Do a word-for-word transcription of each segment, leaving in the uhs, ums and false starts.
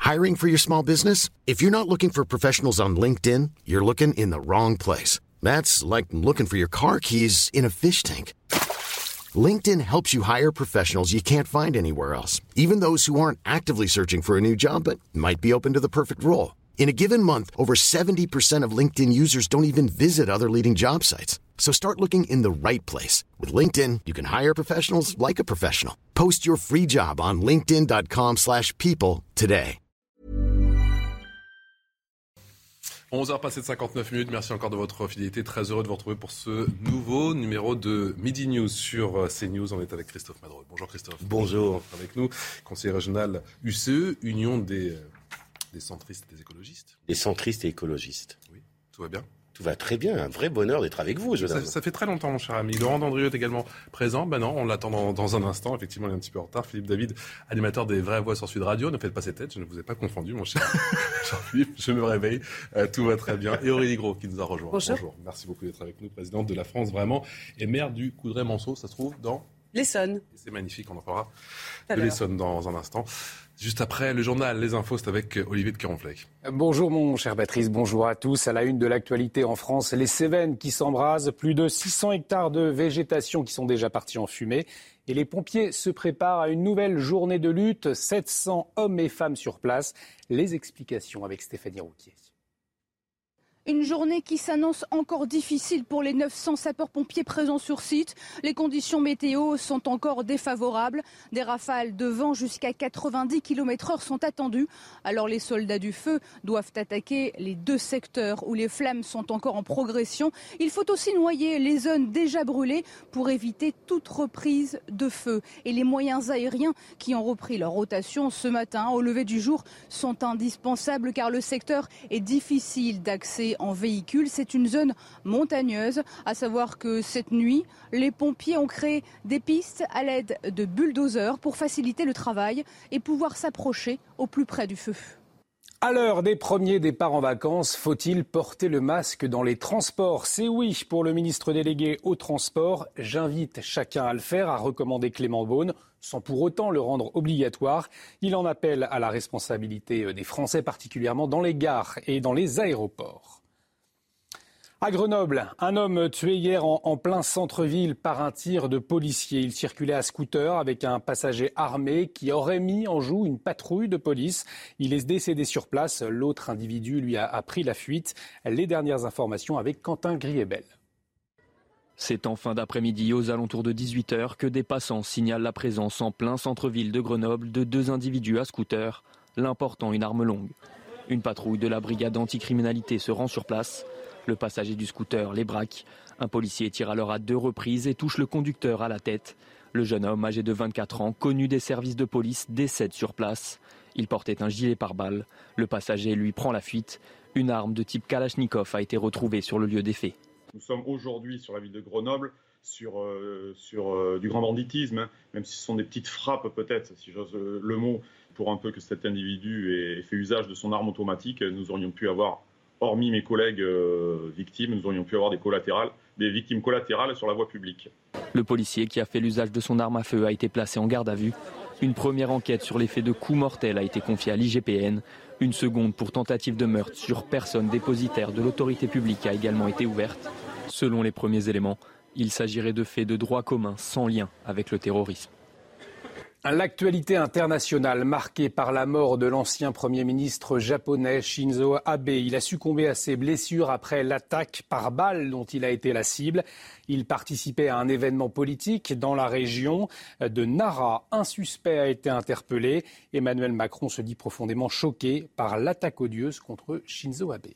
Hiring for your small business? If you're not looking for professionals on LinkedIn, you're looking in the wrong place. That's like looking for your car keys in a fish tank. LinkedIn helps you hire professionals you can't find anywhere else, even those who aren't actively searching for a new job but might be open to the perfect role. In a given month, over seventy percent of LinkedIn users don't even visit other leading job sites. So start looking in the right place. With LinkedIn, you can hire professionals like a professional. Post your free job on linkedin.com slash people today. onze heures passées de cinquante-neuf minutes, merci encore de votre fidélité. Très heureux de vous retrouver pour ce nouveau numéro de Midi News sur CNews. On est avec Christophe Madreux. Bonjour Christophe. Bonjour. Avec nous, conseiller régional U C E, Union des, des centristes et des écologistes. Des centristes et écologistes. Oui, tout va bien. Tout va très bien, un vrai bonheur d'être avec vous, jeune homme. Ça, ça fait très longtemps, mon cher ami. Laurent Dandrieux est également présent. Ben non, on l'attend dans, dans un instant. Effectivement, il est un petit peu en retard. Philippe David, animateur des Vraies Voix sur Sud Radio. Ne faites pas ces têtes, je ne vous ai pas confondu, mon cher Jean-Philippe. Je me réveille, euh, tout va très bien. Et Aurélie Gros, qui nous a rejoint. Bonjour. Bonjour. Merci beaucoup d'être avec nous, présidente de la France, vraiment, et maire du Coudray-Manceau. Ça se trouve dans l'Essonne. C'est magnifique, on en parlera de l'Essonne dans un instant. Juste après le journal, les infos, c'est avec Olivier de Carenfleck. Bonjour mon cher Patrice, bonjour à tous. À la une de l'actualité en France, les Cévennes qui s'embrasent, plus de six cents hectares de végétation qui sont déjà partis en fumée. Et les pompiers se préparent à une nouvelle journée de lutte, sept cents hommes et femmes sur place. Les explications avec Stéphanie Rouquier. Une journée qui s'annonce encore difficile pour les neuf cents sapeurs-pompiers présents sur site. Les conditions météo sont encore défavorables. Des rafales de vent jusqu'à quatre-vingt-dix kilomètres heure sont attendues. Alors les soldats du feu doivent attaquer les deux secteurs où les flammes sont encore en progression. Il faut aussi noyer les zones déjà brûlées pour éviter toute reprise de feu. Et les moyens aériens qui ont repris leur rotation ce matin au lever du jour sont indispensables car le secteur est difficile d'accès en véhicule. C'est une zone montagneuse, à savoir que cette nuit, les pompiers ont créé des pistes à l'aide de bulldozers pour faciliter le travail et pouvoir s'approcher au plus près du feu. À l'heure des premiers départs en vacances, faut-il porter le masque dans les transports ? C'est oui pour le ministre délégué au transport. J'invite chacun à le faire, a recommandé Clément Beaune, sans pour autant le rendre obligatoire. Il en appelle à la responsabilité des Français, particulièrement dans les gares et dans les aéroports. À Grenoble, un homme tué hier en, en plein centre-ville par un tir de policier. Il circulait à scooter avec un passager armé qui aurait mis en joue une patrouille de police. Il est décédé sur place. L'autre individu lui a, a pris la fuite. Les dernières informations avec Quentin Griebel. C'est en fin d'après-midi, aux alentours de dix-huit heures, que des passants signalent la présence en plein centre-ville de Grenoble de deux individus à scooter, l'un portant une arme longue. Une patrouille de la brigade anticriminalité se rend sur place. Le passager du scooter les braque. Un policier tire alors à deux reprises et touche le conducteur à la tête. Le jeune homme, âgé de vingt-quatre ans, connu des services de police, décède sur place. Il portait un gilet pare-balles. Le passager lui prend la fuite. Une arme de type Kalachnikov a été retrouvée sur le lieu des faits. Nous sommes aujourd'hui sur la ville de Grenoble, sur, euh, sur euh, du grand banditisme, hein, même si ce sont des petites frappes peut-être, si j'ose euh, le mot, pour un peu que cet individu ait fait usage de son arme automatique, nous aurions pu avoir, hormis mes collègues euh, victimes, nous aurions pu avoir des collatérales, des victimes collatérales sur la voie publique. Le policier qui a fait l'usage de son arme à feu a été placé en garde à vue. Une première enquête sur l'effet de coups mortels a été confiée à l'I G P N. Une seconde pour tentative de meurtre sur personne dépositaire de l'autorité publique a également été ouverte. Selon les premiers éléments, il s'agirait de faits de droit commun sans lien avec le terrorisme. L'actualité internationale marquée par la mort de l'ancien Premier ministre japonais Shinzo Abe. Il a succombé à ses blessures après l'attaque par balle dont il a été la cible. Il participait à un événement politique dans la région de Nara. Un suspect a été interpellé. Emmanuel Macron se dit profondément choqué par l'attaque odieuse contre Shinzo Abe.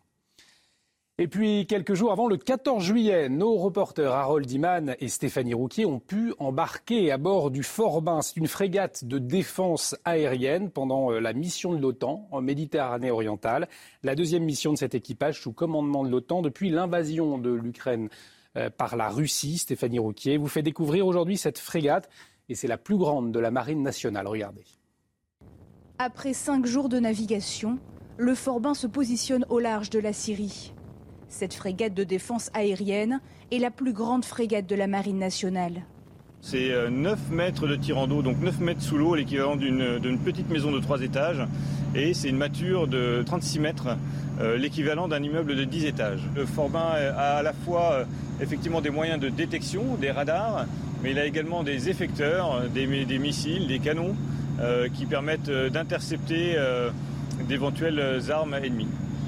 Et puis, quelques jours avant le quatorze juillet, nos reporters Harold Iman et Stéphanie Rouquier ont pu embarquer à bord du Forbin. C'est une frégate de défense aérienne pendant la mission de l'OTAN en Méditerranée orientale. La deuxième mission de cet équipage sous commandement de l'OTAN depuis l'invasion de l'Ukraine par la Russie. Stéphanie Rouquier vous fait découvrir aujourd'hui cette frégate et c'est la plus grande de la marine nationale. Regardez. Après cinq jours de navigation, le Forbin se positionne au large de la Syrie. Cette frégate de défense aérienne est la plus grande frégate de la marine nationale. C'est neuf mètres de tirant d'eau, donc neuf mètres sous l'eau, l'équivalent d'une, d'une petite maison de trois étages. et c'est une mâture de trente-six mètres, euh, l'équivalent d'un immeuble de dix étages. Le Forbin a à la fois euh, effectivement des moyens de détection, des radars, mais il a également des effecteurs, des, des missiles, des canons euh, qui permettent d'intercepter euh, d'éventuelles armes ennemies.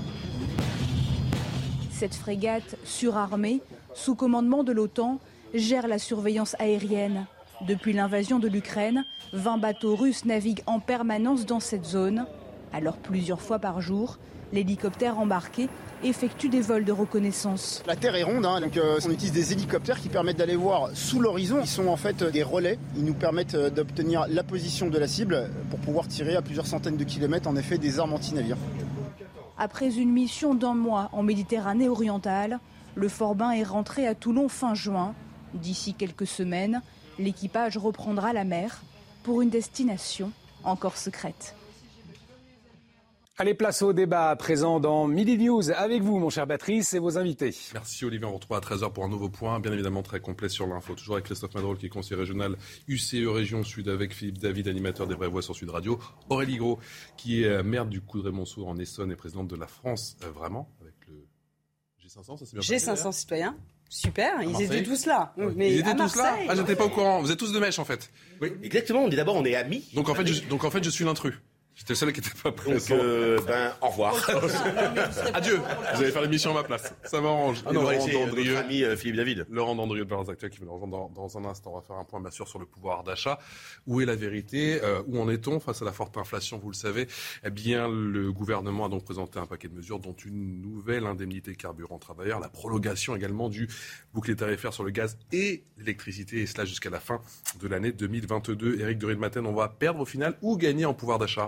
Cette frégate surarmée, sous commandement de l'OTAN, gère la surveillance aérienne. Depuis l'invasion de l'Ukraine, vingt bateaux russes naviguent en permanence dans cette zone. Alors plusieurs fois par jour, l'hélicoptère embarqué effectue des vols de reconnaissance. La Terre est ronde, hein, donc euh, on utilise des hélicoptères qui permettent d'aller voir sous l'horizon. Ils sont en fait des relais, ils nous permettent d'obtenir la position de la cible pour pouvoir tirer à plusieurs centaines de kilomètres en effet des armes anti-navires. Après une mission d'un mois en Méditerranée orientale, le Forbin est rentré à Toulon fin juin. D'ici quelques semaines, l'équipage reprendra la mer pour une destination encore secrète. Allez, place au débat à présent dans Midi News avec vous, mon cher Patrice, et vos invités. Merci Olivier, on vous retrouve à treize heures pour un nouveau point, bien évidemment très complet sur l'info. Toujours avec Christophe Madrol qui est conseiller régional U C E Région Sud, avec Philippe David, animateur des Vraies Voix sur Sud Radio, Aurélie Gros qui est maire du Coudray-Montceau en Essonne et présidente de la France euh, Vraiment, avec le G cinq cents, ça c'est bien G cinq cents citoyens. Super, ils étaient tous là. Oui. Mais ils étaient à tous Marseille, là. Ah, j'étais pas au courant. Vous êtes tous de mèche en fait. Oui, exactement. On dit d'abord, on est amis. Donc en fait, je, donc en fait, je suis l'intrus. J'étais le seul qui n'était pas présent. Donc, euh, ben, au revoir. Adieu. Vous allez faire l'émission à ma place. Ça m'arrange. Ah non, Laurent Dandrieux, notre ami euh, Philippe David. Laurent Dandrieux de Valeurs Actuelles qui va nous rejoindre dans, dans un instant. On va faire un point bien sûr sur le pouvoir d'achat. Où est la vérité euh, Où en est-on face à la forte inflation? Vous le savez. Eh bien, le gouvernement a donc présenté un paquet de mesures, dont une nouvelle indemnité carburant travailleur, la prolongation également du bouclier tarifaire sur le gaz et l'électricité, et cela jusqu'à la fin de l'année deux mille vingt-deux. Éric de Ritmaten, on va perdre au final ou gagner en pouvoir d'achat?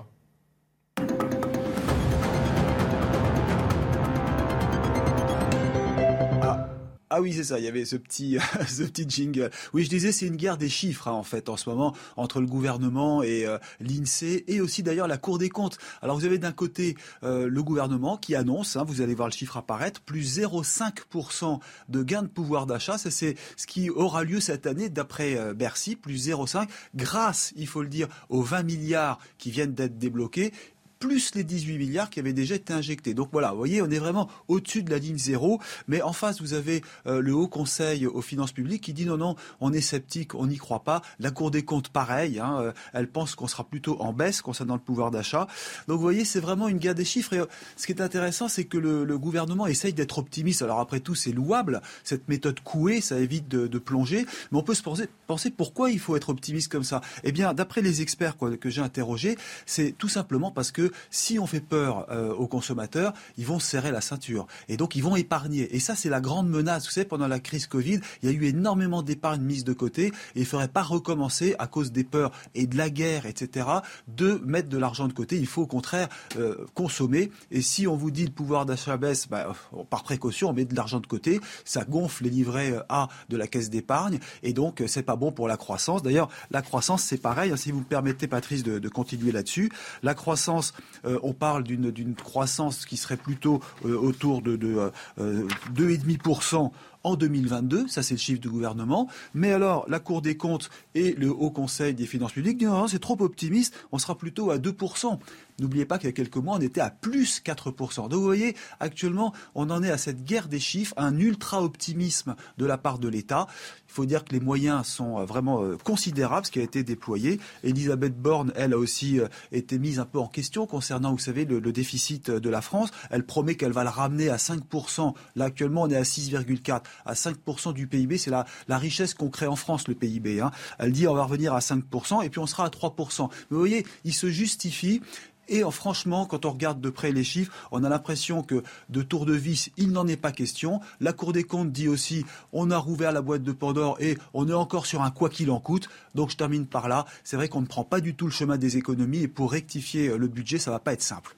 Ah oui, c'est ça, il y avait ce petit ce petit jingle. Oui, je disais, c'est une guerre des chiffres hein, en fait en ce moment entre le gouvernement et euh, l'INSEE et aussi d'ailleurs la Cour des comptes. Alors vous avez d'un côté euh, le gouvernement qui annonce, hein, vous allez voir le chiffre apparaître, plus zéro virgule cinq pour cent de gain de pouvoir d'achat. Ça c'est ce qui aura lieu cette année d'après euh, Bercy, plus zéro virgule cinq grâce, il faut le dire, aux vingt milliards qui viennent d'être débloqués, plus les dix-huit milliards qui avaient déjà été injectés. Donc voilà, vous voyez, on est vraiment au-dessus de la ligne zéro. Mais en face, vous avez euh, le Haut Conseil aux finances publiques qui dit non, non, on est sceptique, on n'y croit pas. La Cour des comptes, pareil, hein, euh, elle pense qu'on sera plutôt en baisse concernant le pouvoir d'achat. Donc vous voyez, c'est vraiment une guerre des chiffres. Et euh, ce qui est intéressant, c'est que le, le gouvernement essaye d'être optimiste. Alors après tout, c'est louable. Cette méthode couée, ça évite de, de plonger. Mais on peut se penser, penser pourquoi il faut être optimiste comme ça. Eh bien, d'après les experts quoi, que j'ai interrogés, c'est tout simplement parce que si on fait peur euh, aux consommateurs, ils vont se serrer la ceinture. Et donc, ils vont épargner. Et ça, c'est la grande menace. Vous savez, pendant la crise Covid, il y a eu énormément d'épargne mise de côté. Et il ne faudrait pas recommencer, à cause des peurs et de la guerre, et cetera, de mettre de l'argent de côté. Il faut au contraire euh, consommer. Et si on vous dit le pouvoir d'achat baisse, bah, par précaution, on met de l'argent de côté. Ça gonfle les livrets A de la caisse d'épargne. Et donc, c'est pas bon pour la croissance. D'ailleurs, la croissance, c'est pareil. Si vous me permettez, Patrice, de, de continuer là-dessus. La croissance... Euh, on parle d'une, d'une croissance qui serait plutôt euh, autour de, de euh, deux virgule cinq pour cent en deux mille vingt-deux, ça c'est le chiffre du gouvernement. Mais alors, la Cour des comptes et le Haut Conseil des finances publiques disent non, non, c'est trop optimiste, on sera plutôt à deux pour cent. N'oubliez pas qu'il y a quelques mois, on était à plus quatre pour cent. Donc vous voyez, actuellement, on en est à cette guerre des chiffres, un ultra-optimisme de la part de l'État. Il faut dire que les moyens sont vraiment considérables, ce qui a été déployé. Elisabeth Borne, elle, a aussi été mise un peu en question concernant, vous savez, le, le déficit de la France. Elle promet qu'elle va le ramener à cinq pour cent. Là, actuellement, on est à six virgule quatre pour cent. À cinq pour cent du P I B, c'est la, la richesse qu'on crée en France, le P I B. Hein. Elle dit on va revenir à cinq pour cent et puis on sera à trois pour cent. Mais vous voyez, il se justifie. Et franchement, quand on regarde de près les chiffres, on a l'impression que de tour de vis, il n'en est pas question. La Cour des comptes dit aussi, on a rouvert la boîte de Pandore et on est encore sur un quoi qu'il en coûte. Donc je termine par là. C'est vrai qu'on ne prend pas du tout le chemin des économies et pour rectifier le budget, ça ne va pas être simple.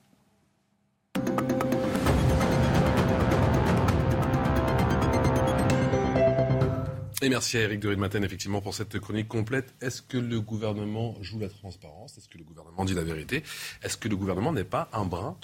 Et merci à Éric de Ritmaten, effectivement, pour cette chronique complète. Est-ce que le gouvernement joue la transparence? Est-ce que le gouvernement dit la vérité? Est-ce que le gouvernement n'est pas un brin trop optimiste?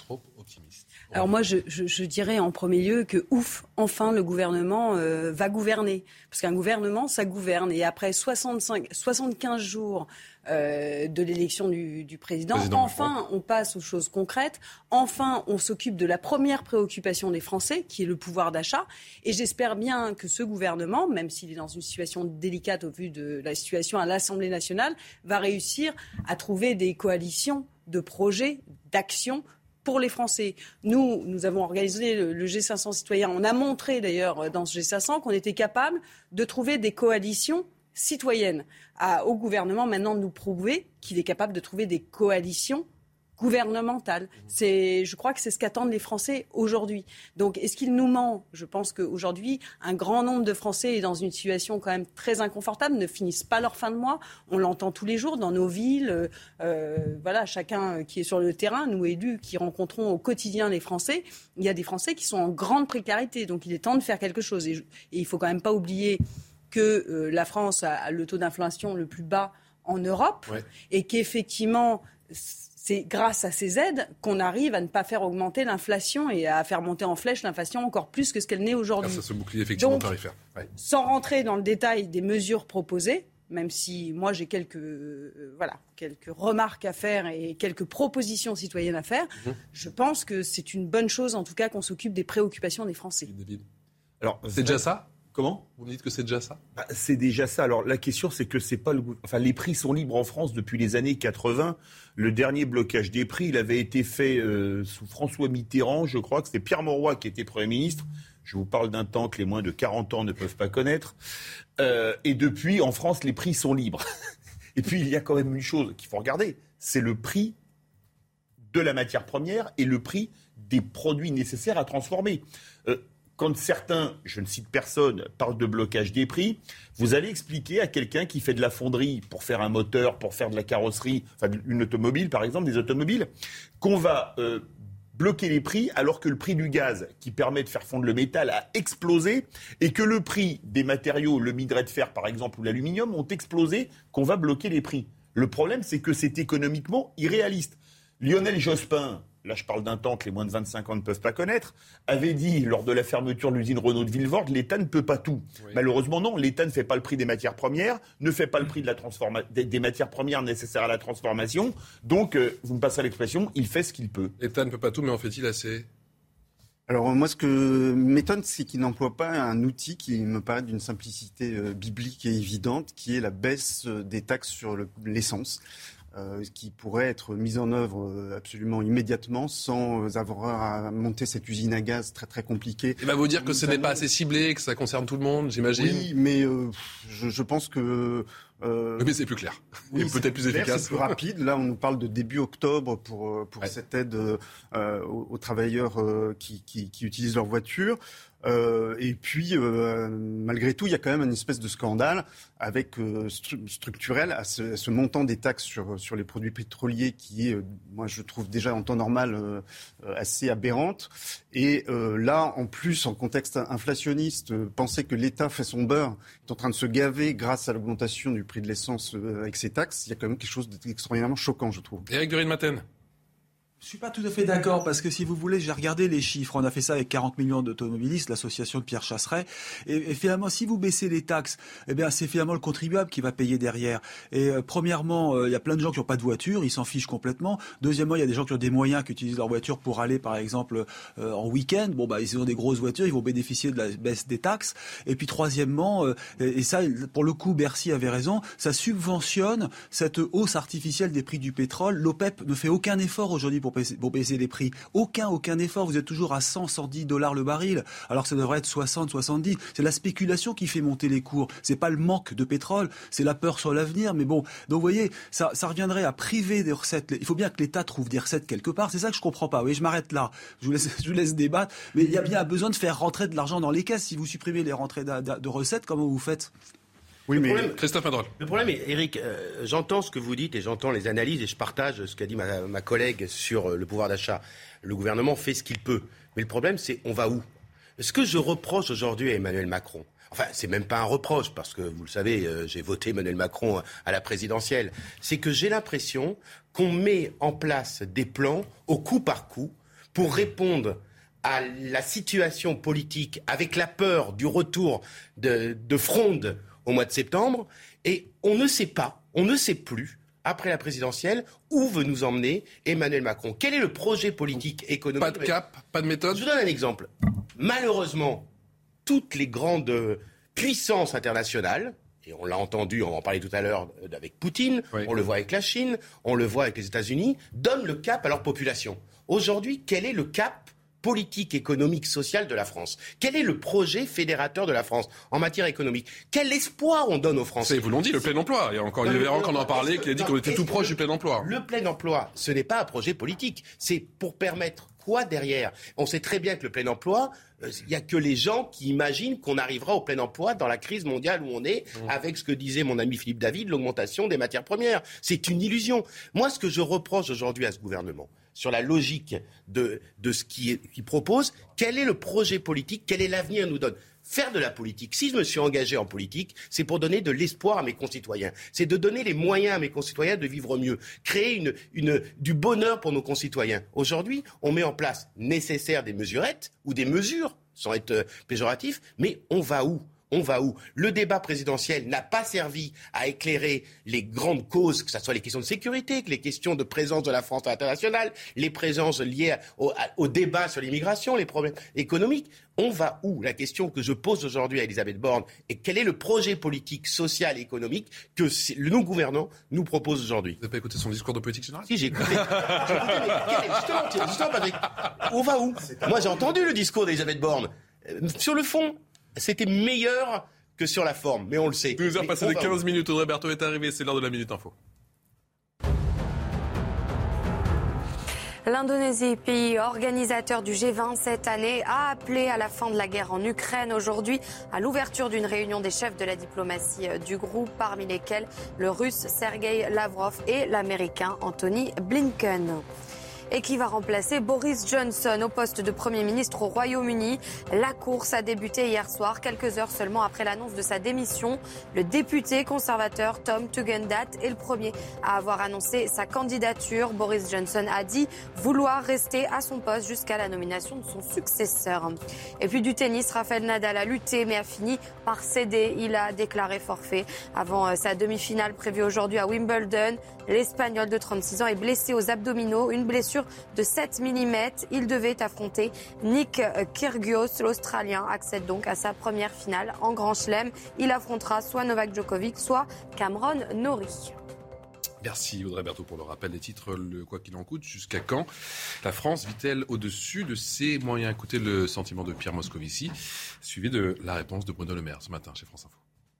optimiste. Alors moi, je, je, je dirais en premier lieu que ouf, enfin le gouvernement euh, va gouverner. Parce qu'un gouvernement, ça gouverne. Et après soixante-cinq, soixante-quinze jours euh, de l'élection du, du président, président enfin on passe aux choses concrètes. Enfin, on s'occupe de la première préoccupation des Français, qui est le pouvoir d'achat. Et j'espère bien que ce gouvernement, même s'il est dans une situation délicate au vu de la situation à l'Assemblée nationale, va réussir à trouver des coalitions de projets, d'actions pour les Français. Nous, nous avons organisé le, le G cinq cents citoyens. On a montré d'ailleurs dans ce G cinq cents qu'on était capable de trouver des coalitions citoyennes. À, au gouvernement maintenant de nous prouver qu'il est capable de trouver des coalitions gouvernementale. C'est, je crois que c'est ce qu'attendent les Français aujourd'hui. Donc, est-ce qu'il nous ment ? Je pense qu'aujourd'hui, un grand nombre de Français est dans une situation quand même très inconfortable, ne finissent pas leur fin de mois. On l'entend tous les jours dans nos villes. Euh, voilà, chacun qui est sur le terrain, nous élus qui rencontrons au quotidien les Français, il y a des Français qui sont en grande précarité. Donc, il est temps de faire quelque chose. Et, et il ne faut quand même pas oublier que euh, la France a le taux d'inflation le plus bas en Europe, ouais. Et qu'effectivement, c'est grâce à ces aides qu'on arrive à ne pas faire augmenter l'inflation et à faire monter en flèche l'inflation encore plus que ce qu'elle n'est aujourd'hui. Grâce à ce bouclier effectivement Donc, tarifaire. Ouais. Sans rentrer dans le détail des mesures proposées, même si moi j'ai quelques, euh, voilà, quelques remarques à faire et quelques propositions citoyennes à faire, mmh. je pense que c'est une bonne chose en tout cas qu'on s'occupe des préoccupations des Français. David. Alors, c'est déjà ça ? Comment ? Vous me dites que c'est déjà ça ? Bah, c'est déjà ça. Alors la question, c'est que c'est pas le. Enfin, les prix sont libres en France depuis les années quatre-vingts. Le dernier blocage des prix, il avait été fait euh, sous François Mitterrand. Je crois que c'était Pierre Mauroy qui était Premier ministre. Je vous parle d'un temps que les moins de quarante ans ne peuvent pas connaître. Euh, et depuis, en France, les prix sont libres. Et puis, il y a quand même une chose qu'il faut regarder, c'est le prix de la matière première et le prix des produits nécessaires à transformer. Euh, Quand certains, je ne cite personne, parlent de blocage des prix, vous allez expliquer à quelqu'un qui fait de la fonderie pour faire un moteur, pour faire de la carrosserie, enfin une automobile par exemple, des automobiles, qu'on va euh, bloquer les prix alors que le prix du gaz qui permet de faire fondre le métal a explosé et que le prix des matériaux, le minerai de fer par exemple ou l'aluminium ont explosé, qu'on va bloquer les prix. Le problème, c'est que c'est économiquement irréaliste. Lionel Jospin, là je parle d'un temps que les moins de vingt-cinq ans ne peuvent pas connaître, avait dit lors de la fermeture de l'usine Renault de Villevorde, l'État ne peut pas tout. Oui. Malheureusement non, l'État ne fait pas le prix des matières premières, ne fait pas le prix de la transforma- des, des matières premières nécessaires à la transformation, donc euh, vous me passerez l'expression, il fait ce qu'il peut. L'État ne peut pas tout, mais en fait-il assez ? Alors moi, ce que m'étonne, c'est qu'il n'emploie pas un outil qui me paraît d'une simplicité euh, biblique et évidente, qui est la baisse euh, des taxes sur le, l'essence. Euh, qui pourrait être mise en œuvre euh, absolument immédiatement sans avoir à monter cette usine à gaz très très compliquée. Et va vous dire que ce n'est pas assez ciblé, que ça concerne tout le monde, j'imagine. Oui, mais euh, je, je pense que... Euh, mais c'est plus clair, oui, et peut-être plus clair, efficace. C'est plus rapide. Là, on nous parle de début octobre pour pour ouais. cette aide euh, aux, aux travailleurs euh, qui, qui, qui utilisent leur voiture. Euh, et puis, euh, malgré tout, il y a quand même une espèce de scandale avec euh, stru- structurel à ce, à ce montant des taxes sur sur les produits pétroliers qui est, euh, moi, je trouve déjà en temps normal euh, assez aberrante. Et euh, là, en plus, en contexte inflationniste, euh, penser que l'État fait son beurre, est en train de se gaver grâce à l'augmentation du prix de l'essence euh, avec ses taxes, il y a quand même quelque chose d'extraordinairement choquant, je trouve. Éric de Ridmaten. Je suis pas tout à fait d'accord parce que si vous voulez, j'ai regardé les chiffres. On a fait ça avec quarante millions d'automobilistes, l'association de Pierre Chasseret. Et, et finalement, si vous baissez les taxes, eh bien, c'est finalement le contribuable qui va payer derrière. Et euh, premièrement, il euh, y a plein de gens qui n'ont pas de voiture, ils s'en fichent complètement. Deuxièmement, il y a des gens qui ont des moyens, qui utilisent leur voiture pour aller, par exemple, euh, en week-end. Bon, bah, ils ont des grosses voitures, ils vont bénéficier de la baisse des taxes. Et puis, troisièmement, euh, et, et ça, pour le coup, Bercy avait raison, ça subventionne cette hausse artificielle des prix du pétrole. L'OPEP ne fait aucun effort aujourd'hui pour pour baisser les prix. Aucun, aucun effort. Vous êtes toujours à cent, cent dix dollars le baril, alors que ça devrait être soixante, soixante-dix. C'est la spéculation qui fait monter les cours. C'est pas le manque de pétrole, c'est la peur sur l'avenir. Mais bon, donc vous voyez, ça, ça reviendrait à priver des recettes. Il faut bien que l'État trouve des recettes quelque part. C'est ça que je comprends pas. Oui, je m'arrête là. Je vous laisse, je vous laisse débattre. Mais il y a bien besoin de faire rentrer de l'argent dans les caisses. Si vous supprimez les rentrées de, de, de recettes, comment vous faites ? Oui, mais problème, Christophe Madrol. Le problème est, Éric, euh, j'entends ce que vous dites et j'entends les analyses et je partage ce qu'a dit ma, ma collègue sur le pouvoir d'achat. Le gouvernement fait ce qu'il peut. Mais le problème, c'est on va où ? Ce que je reproche aujourd'hui à Emmanuel Macron, enfin, c'est même pas un reproche parce que, vous le savez, euh, j'ai voté Emmanuel Macron à la présidentielle, c'est que j'ai l'impression qu'on met en place des plans au coup par coup pour répondre à la situation politique avec la peur du retour de, de fronde au mois de septembre. Et on ne sait pas, on ne sait plus, après la présidentielle, où veut nous emmener Emmanuel Macron. Quel est le projet politique économique ? Pas de cap, pas de méthode ? Je vous donne un exemple. Malheureusement, toutes les grandes puissances internationales, et on l'a entendu, on en parlait tout à l'heure avec Poutine, oui. on le voit avec la Chine, on le voit avec les États-Unis, donnent le cap à leur population. Aujourd'hui, quel est le cap politique, économique, sociale de la France ? Quel est le projet fédérateur de la France en matière économique ? Quel espoir on donne aux Français ? Vous l'ont dit, le plein emploi. Il y a encore Olivier Véran qui en a parlé, qui a dit qu'on était tout proche du plein emploi. Le plein emploi, ce n'est pas un projet politique. C'est pour permettre quoi derrière ? On sait très bien que le plein emploi, il euh, n'y a que les gens qui imaginent qu'on arrivera au plein emploi dans la crise mondiale où on est, mmh. avec ce que disait mon ami Philippe David, l'augmentation des matières premières. C'est une illusion. Moi, ce que je reproche aujourd'hui à ce gouvernement, sur la logique de, de ce qu'il qui propose, quel est le projet politique, quel est l'avenir nous donne ? Faire de la politique, si je me suis engagé en politique, c'est pour donner de l'espoir à mes concitoyens. C'est de donner les moyens à mes concitoyens de vivre mieux, créer une, une, du bonheur pour nos concitoyens. Aujourd'hui, on met en place nécessaire des mesurettes ou des mesures, sans être euh, péjoratif, mais on va où ? On va où ? Le débat présidentiel n'a pas servi à éclairer les grandes causes, que ce soit les questions de sécurité, que les questions de présence de la France à l'international, les présences liées au, au débat sur l'immigration, les problèmes économiques. On va où ? La question que je pose aujourd'hui à Elisabeth Borne est quel est le projet politique, social et économique que nos gouvernants nous proposent aujourd'hui ? Vous n'avez pas écouté son discours de politique générale ? Si, j'ai écouté. j'ai écouté mais quel est, justement, justement, Patrick, on va où ? Moi, j'ai entendu le discours d'Elisabeth Borne. Euh, sur le fond, c'était meilleur que sur la forme, mais on le sait. Nous avons passé des quinze minutes. Audrey Berthaud est arrivé, c'est l'heure de la Minute Info. L'Indonésie, pays organisateur du G vingt cette année, a appelé à la fin de la guerre en Ukraine aujourd'hui à l'ouverture d'une réunion des chefs de la diplomatie du groupe, parmi lesquels le russe Sergei Lavrov et l'américain Anthony Blinken. Et qui va remplacer Boris Johnson au poste de Premier ministre au Royaume-Uni. La course a débuté hier soir, quelques heures seulement après l'annonce de sa démission. Le député conservateur Tom Tugendhat est le premier à avoir annoncé sa candidature. Boris Johnson a dit vouloir rester à son poste jusqu'à la nomination de son successeur. Et puis du tennis, Rafael Nadal a lutté mais a fini par céder. Il a déclaré forfait avant sa demi-finale prévue aujourd'hui à Wimbledon. L'Espagnol de trente-six ans est blessé aux abdominaux, une blessure de sept millimètres. Il devait affronter Nick Kyrgios. L'Australien accède donc à sa première finale en Grand Chelem. Il affrontera soit Novak Djokovic, soit Cameron Norrie. Merci Audrey Berthaud pour le rappel des titres. Le quoi qu'il en coûte, jusqu'à quand la France vit-elle au-dessus de ses moyens ? Écoutez le sentiment de Pierre Moscovici, suivi de la réponse de Bruno Le Maire ce matin chez France Info.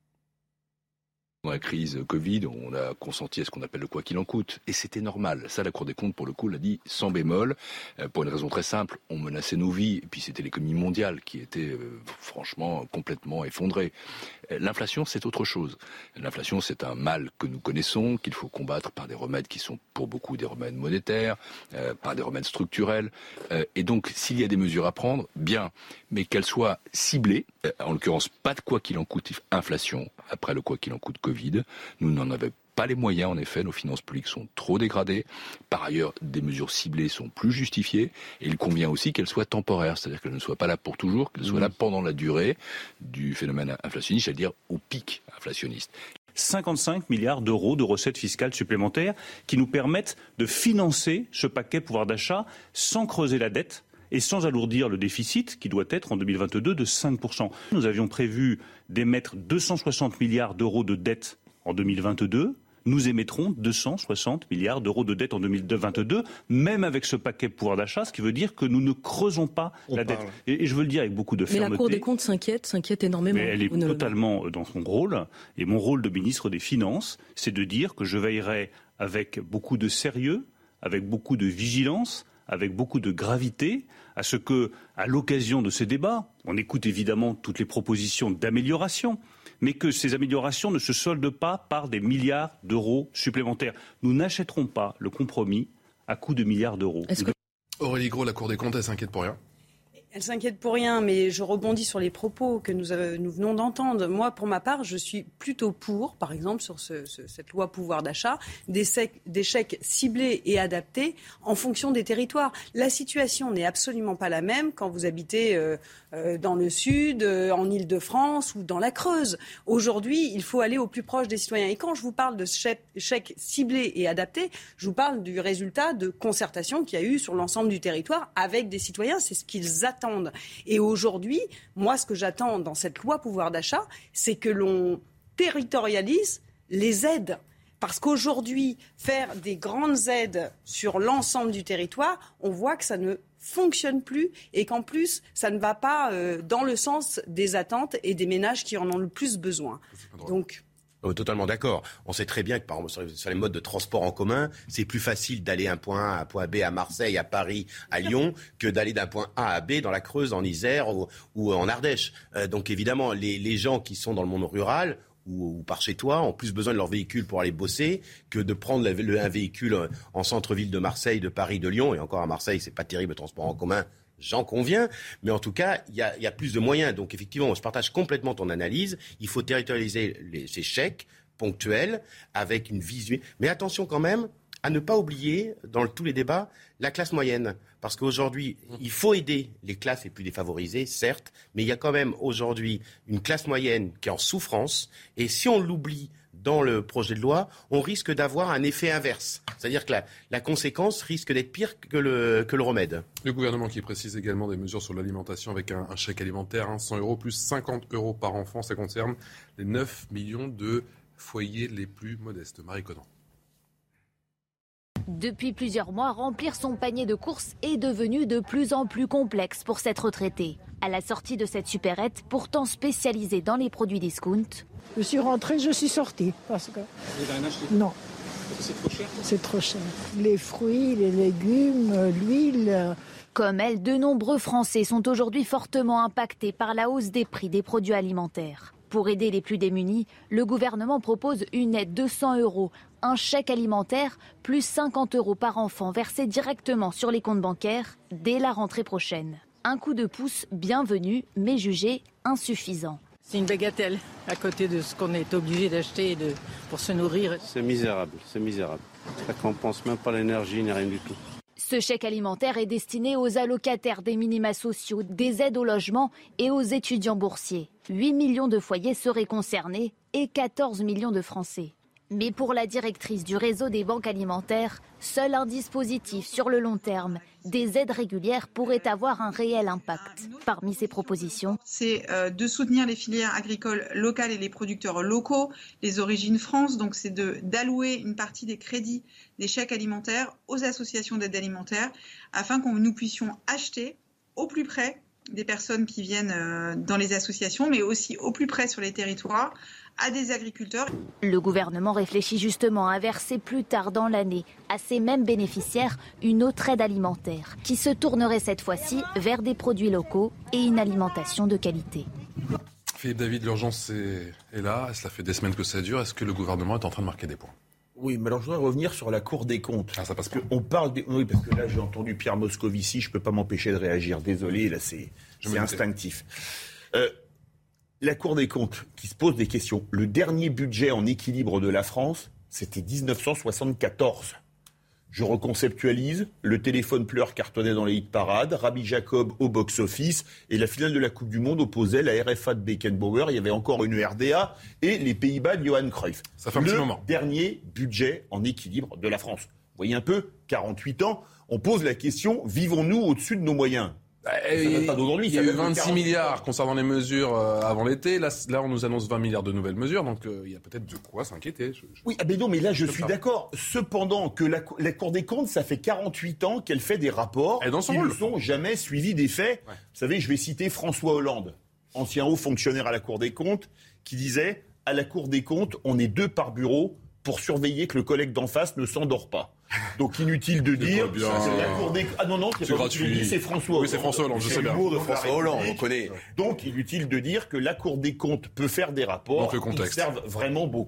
Dans la crise Covid, on a consenti à ce qu'on appelle le quoi qu'il en coûte. Et c'était normal. Ça, la Cour des comptes, pour le coup, l'a dit sans bémol. Euh, pour une raison très simple, on menaçait nos vies. Et puis c'était l'économie mondiale qui était euh, franchement complètement effondrée. Euh, l'inflation, c'est autre chose. L'inflation, c'est un mal que nous connaissons, qu'il faut combattre par des remèdes qui sont pour beaucoup des remèdes monétaires, euh, par des remèdes structurels. Euh, et donc, s'il y a des mesures à prendre, bien. Mais qu'elles soient ciblées. Euh, en l'occurrence, pas de quoi qu'il en coûte inflation après le quoi qu'il en coûte Covid. Nous n'en avons pas les moyens, en effet. Nos finances publiques sont trop dégradées. Par ailleurs, des mesures ciblées sont plus justifiées. Et il convient aussi qu'elles soient temporaires, c'est-à-dire qu'elles ne soient pas là pour toujours, qu'elles soient là pendant la durée du phénomène inflationniste, c'est-à-dire au pic inflationniste. cinquante-cinq milliards d'euros de recettes fiscales supplémentaires qui nous permettent de financer ce paquet pouvoir d'achat sans creuser la dette et sans alourdir le déficit qui doit être en deux mille vingt-deux de cinq pour cent. Nous avions prévu d'émettre deux cent soixante milliards d'euros de dette en deux mille vingt-deux. Nous émettrons deux cent soixante milliards d'euros de dette en deux mille vingt-deux, même avec ce paquet pouvoir d'achat, ce qui veut dire que nous ne creusons pas On la parle. dette. Et, et je veux le dire avec beaucoup de mais fermeté. Mais la Cour des comptes s'inquiète, s'inquiète énormément. Mais elle est totalement dans son rôle. Et mon rôle de ministre des Finances, c'est de dire que je veillerai avec beaucoup de sérieux, avec beaucoup de vigilance, avec beaucoup de gravité, à ce que, à l'occasion de ces débats, on écoute évidemment toutes les propositions d'amélioration, mais que ces améliorations ne se soldent pas par des milliards d'euros supplémentaires. Nous n'achèterons pas le compromis à coût de milliards d'euros. Que... Aurélie Gros, la Cour des comptes, elle s'inquiète pour rien ? Elle s'inquiète pour rien, mais je rebondis sur les propos que nous, euh, nous venons d'entendre. Moi, pour ma part, je suis plutôt pour, par exemple, sur ce, ce, cette loi pouvoir d'achat, des, sec, des chèques ciblés et adaptés en fonction des territoires. La situation n'est absolument pas la même quand vous habitez euh, euh, dans le sud, euh, en Île-de-France ou dans la Creuse. Aujourd'hui, il faut aller au plus proche des citoyens. Et quand je vous parle de chèques, chèques ciblés et adaptés, je vous parle du résultat de concertation qu'il y a eu sur l'ensemble du territoire avec des citoyens. C'est ce qu'ils attendent. Et aujourd'hui, moi, ce que j'attends dans cette loi pouvoir d'achat, c'est que l'on territorialise les aides. Parce qu'aujourd'hui, faire des grandes aides sur l'ensemble du territoire, on voit que ça ne fonctionne plus et qu'en plus, ça ne va pas euh, dans le sens des attentes et des ménages qui en ont le plus besoin. Donc... Oh, totalement d'accord. On sait très bien que par exemple sur les modes de transport en commun, c'est plus facile d'aller d'un point A à un point B à Marseille, à Paris, à Lyon, que d'aller d'un point A à B dans la Creuse, en Isère ou, ou en Ardèche. Euh, donc évidemment, les, les gens qui sont dans le monde rural ou, ou par chez toi ont plus besoin de leur véhicule pour aller bosser que de prendre le, le, un véhicule en centre-ville de Marseille, de Paris, de Lyon. Et encore à Marseille, c'est pas terrible le transport en commun. J'en conviens, mais en tout cas, il y a, y a plus de moyens. Donc effectivement, je partage complètement ton analyse. Il faut territorialiser les, ces chèques ponctuels avec une vision. Mais attention quand même à ne pas oublier, dans le, tous les débats, la classe moyenne. Parce qu'aujourd'hui, il faut aider les classes les plus défavorisées, certes, mais il y a quand même aujourd'hui une classe moyenne qui est en souffrance. Et si on l'oublie dans le projet de loi, on risque d'avoir un effet inverse. C'est-à-dire que la, la conséquence risque d'être pire que le, que le remède. Le gouvernement qui précise également des mesures sur l'alimentation avec un, un chèque alimentaire, hein, cent euros plus cinquante euros par enfant. Ça concerne les neuf millions de foyers les plus modestes. Marie Conan. Depuis plusieurs mois, remplir son panier de courses est devenu de plus en plus complexe pour cette retraitée. À la sortie de cette supérette, pourtant spécialisée dans les produits discount. Je suis rentrée, je suis sortie. Parce que... Vous n'avez rien acheté ? Non. C'est trop cher ? C'est trop cher. Les fruits, les légumes, l'huile. Comme elle, de nombreux Français sont aujourd'hui fortement impactés par la hausse des prix des produits alimentaires. Pour aider les plus démunis, le gouvernement propose une aide de cent euros, un chèque alimentaire, plus cinquante euros par enfant versés directement sur les comptes bancaires dès la rentrée prochaine. Un coup de pouce bienvenu, mais jugé insuffisant. C'est une bagatelle à côté de ce qu'on est obligé d'acheter de, pour se nourrir. C'est misérable, c'est misérable. Ça compense même pas l'énergie ni rien du tout. Ce chèque alimentaire est destiné aux allocataires des minima sociaux, des aides au logement et aux étudiants boursiers. huit millions de foyers seraient concernés et quatorze millions de Français. Mais pour la directrice du réseau des banques alimentaires, seul un dispositif sur le long terme, des aides régulières, pourrait avoir un réel impact. Parmi ces propositions, c'est euh, de soutenir les filières agricoles locales et les producteurs locaux, les origines France. Donc c'est de, d'allouer une partie des crédits des chèques alimentaires aux associations d'aide alimentaire afin que nous puissions acheter au plus près des personnes qui viennent euh, dans les associations, mais aussi au plus près sur les territoires, à des agriculteurs. Le gouvernement réfléchit justement à verser plus tard dans l'année à ces mêmes bénéficiaires une autre aide alimentaire qui se tournerait cette fois-ci vers des produits locaux et une alimentation de qualité. Philippe David, l'urgence est, est là, cela fait des semaines que ça dure. Est-ce que le gouvernement est en train de marquer des points ? Oui, mais alors je voudrais revenir sur la Cour des comptes. Ah, ça passe pas. On parle des... Oui, parce que là j'ai entendu Pierre Moscovici, je ne peux pas m'empêcher de réagir. Désolé, là c'est, c'est instinctif. Euh, la Cour des comptes qui se pose des questions. Le dernier budget en équilibre de la France, c'était dix-neuf cent soixante-quatorze. Je reconceptualise, le téléphone pleure cartonnait dans les hit-parades, Rabbi Jacob au box-office, et la finale de la Coupe du Monde opposait la R F A de Beckenbauer, il y avait encore une R D A, et les Pays-Bas de Johan Cruyff. Ça fait un le petit moment. Dernier budget en équilibre de la France. Vous voyez un peu, quarante-huit ans, on pose la question, vivons-nous au-dessus de nos moyens ? Ça date pas d'aujourd'hui, il y a eu vingt-six milliards concernant les mesures euh, avant l'été. Là, là, on nous annonce vingt milliards de nouvelles mesures, donc euh, il y a peut-être de quoi s'inquiéter. Je, je... Oui, ah ben non, mais là, je, je suis pas. d'accord. Cependant, que la, la Cour des comptes, ça fait quarante-huit ans qu'elle fait des rapports dans son qui rôle. ne sont jamais suivis des faits. Ouais. Vous savez, je vais citer François Hollande, ancien haut fonctionnaire à la Cour des comptes, qui disait « À la Cour des comptes, on est deux par bureau pour surveiller que le collègue d'en face ne s'endort pas ». Donc inutile de dire bien. C'est la Cour des ah non non c'est, c'est pas gratuit. Dit, c'est François Hollande. Oui, c'est François Hollande, je sais bien. Le mot de François Hollande, on connaît. Donc inutile de dire que la Cour des comptes peut faire des rapports qui servent vraiment beaucoup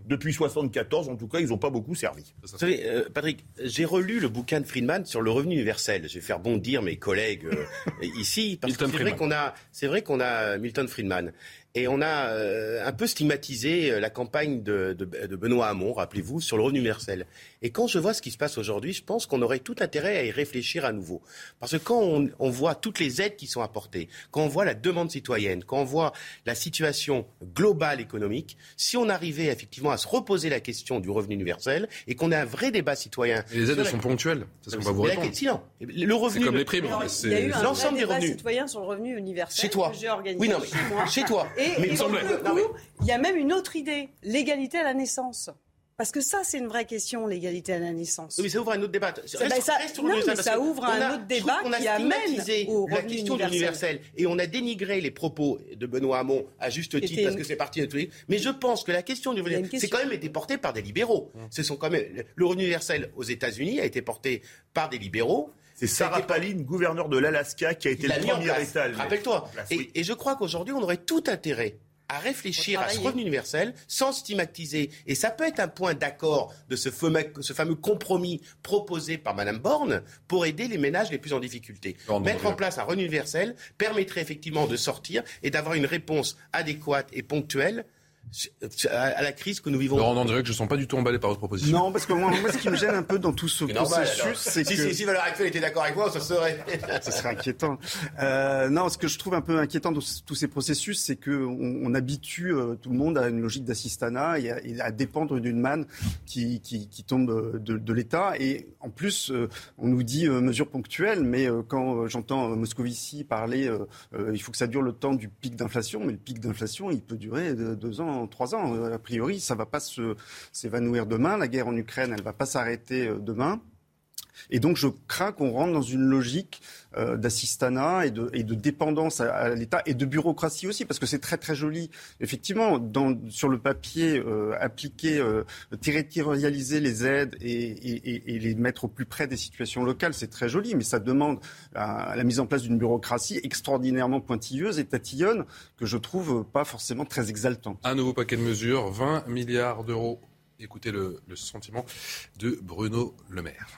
depuis soixante-quatorze, en tout cas, ils n'ont pas beaucoup servi. Vous savez, euh, Patrick, j'ai relu le bouquin de Friedman sur le revenu universel. Je vais faire bondir mes collègues euh, ici, parce Milton que c'est vrai Friedman. qu'on a, c'est vrai qu'on a Milton Friedman. Et on a euh, un peu stigmatisé la campagne de, de, de Benoît Hamon, rappelez-vous, sur le revenu universel. Et quand je vois ce qui se passe aujourd'hui, je pense qu'on aurait tout intérêt à y réfléchir à nouveau. Parce que quand on, on voit toutes les aides qui sont apportées, quand on voit la demande citoyenne, quand on voit la situation globale économique, si on arrivait effectivement à se reposer la question du revenu universel et qu'on ait un vrai débat citoyen... Et les aides, elles la... sont ponctuelles. C'est ce qu'on va vous Mais répondre. La... Si, non. Le revenu... C'est comme le... les primes. Alors, c'est... il y a eu un l'ensemble vrai des débat revenus. citoyen sur le revenu universel Chez toi. que j'ai organisé Oui, non, mais... chez moi. Chez toi. Et, mais et il pour semblait. le coup, Non, mais... il y a même une autre idée, l'égalité à la naissance. Parce que ça, c'est une vraie question, l'égalité à la naissance. Oui, mais ça ouvre un autre débat. Ça, ben ça, non, mais ça ouvre un autre débat on a qui amène au la revenu question de universel. l'universel. Et on a dénigré les propos de Benoît Hamon, à juste titre, Était... parce que c'est parti de tout. Mais je pense que la question du revenu universel, c'est quand même été porté par des libéraux. Mmh. Ce sont quand même... Le revenu universel aux États-Unis a été porté par des libéraux. C'est Sarah été... Palin, gouverneur de l'Alaska, qui a été le premier État. Rappelle-toi. Place, et, oui. et je crois qu'aujourd'hui, on aurait tout intérêt à réfléchir à ce revenu universel sans stigmatiser. Et ça peut être un point d'accord de ce fameux, ce fameux compromis proposé par Mme Borne pour aider les ménages les plus en difficulté. Non, Mettre non, en place un revenu universel permettrait effectivement de sortir et d'avoir une réponse adéquate et ponctuelle à la crise que nous vivons. Laurent Danduré, que je ne sens pas du tout emballé par votre proposition. Non, parce que moi, moi ce qui me gêne un peu dans tout ce c'est processus, normal, c'est que... Si, si, si Valeurs Actuelles était d'accord avec moi, ça serait... ça serait inquiétant. Euh, non, ce que je trouve un peu inquiétant dans tous ces processus, c'est qu'on on habitue euh, tout le monde à une logique d'assistanat et à, et à dépendre d'une manne qui, qui, qui tombe de, de l'État. Et en plus, euh, on nous dit euh, mesures ponctuelles, mais euh, quand j'entends Moscovici parler, euh, euh, il faut que ça dure le temps du pic d'inflation, mais le pic d'inflation, il peut durer de, deux ans, trois ans. A priori, ça ne va pas se, s'évanouir demain. La guerre en Ukraine, elle ne va pas s'arrêter demain. Et donc, je crains qu'on rentre dans une logique euh, d'assistanat et de, et de dépendance à, à l'État et de bureaucratie aussi, parce que c'est très, très joli. Effectivement, dans, sur le papier, euh, appliquer, euh, territorialiser les aides et, et, et les mettre au plus près des situations locales, c'est très joli, mais ça demande la, la mise en place d'une bureaucratie extraordinairement pointilleuse et tatillonne que je trouve pas forcément très exaltante. Un nouveau paquet de mesures, vingt milliards d'euros. Écoutez le, le sentiment de Bruno Le Maire.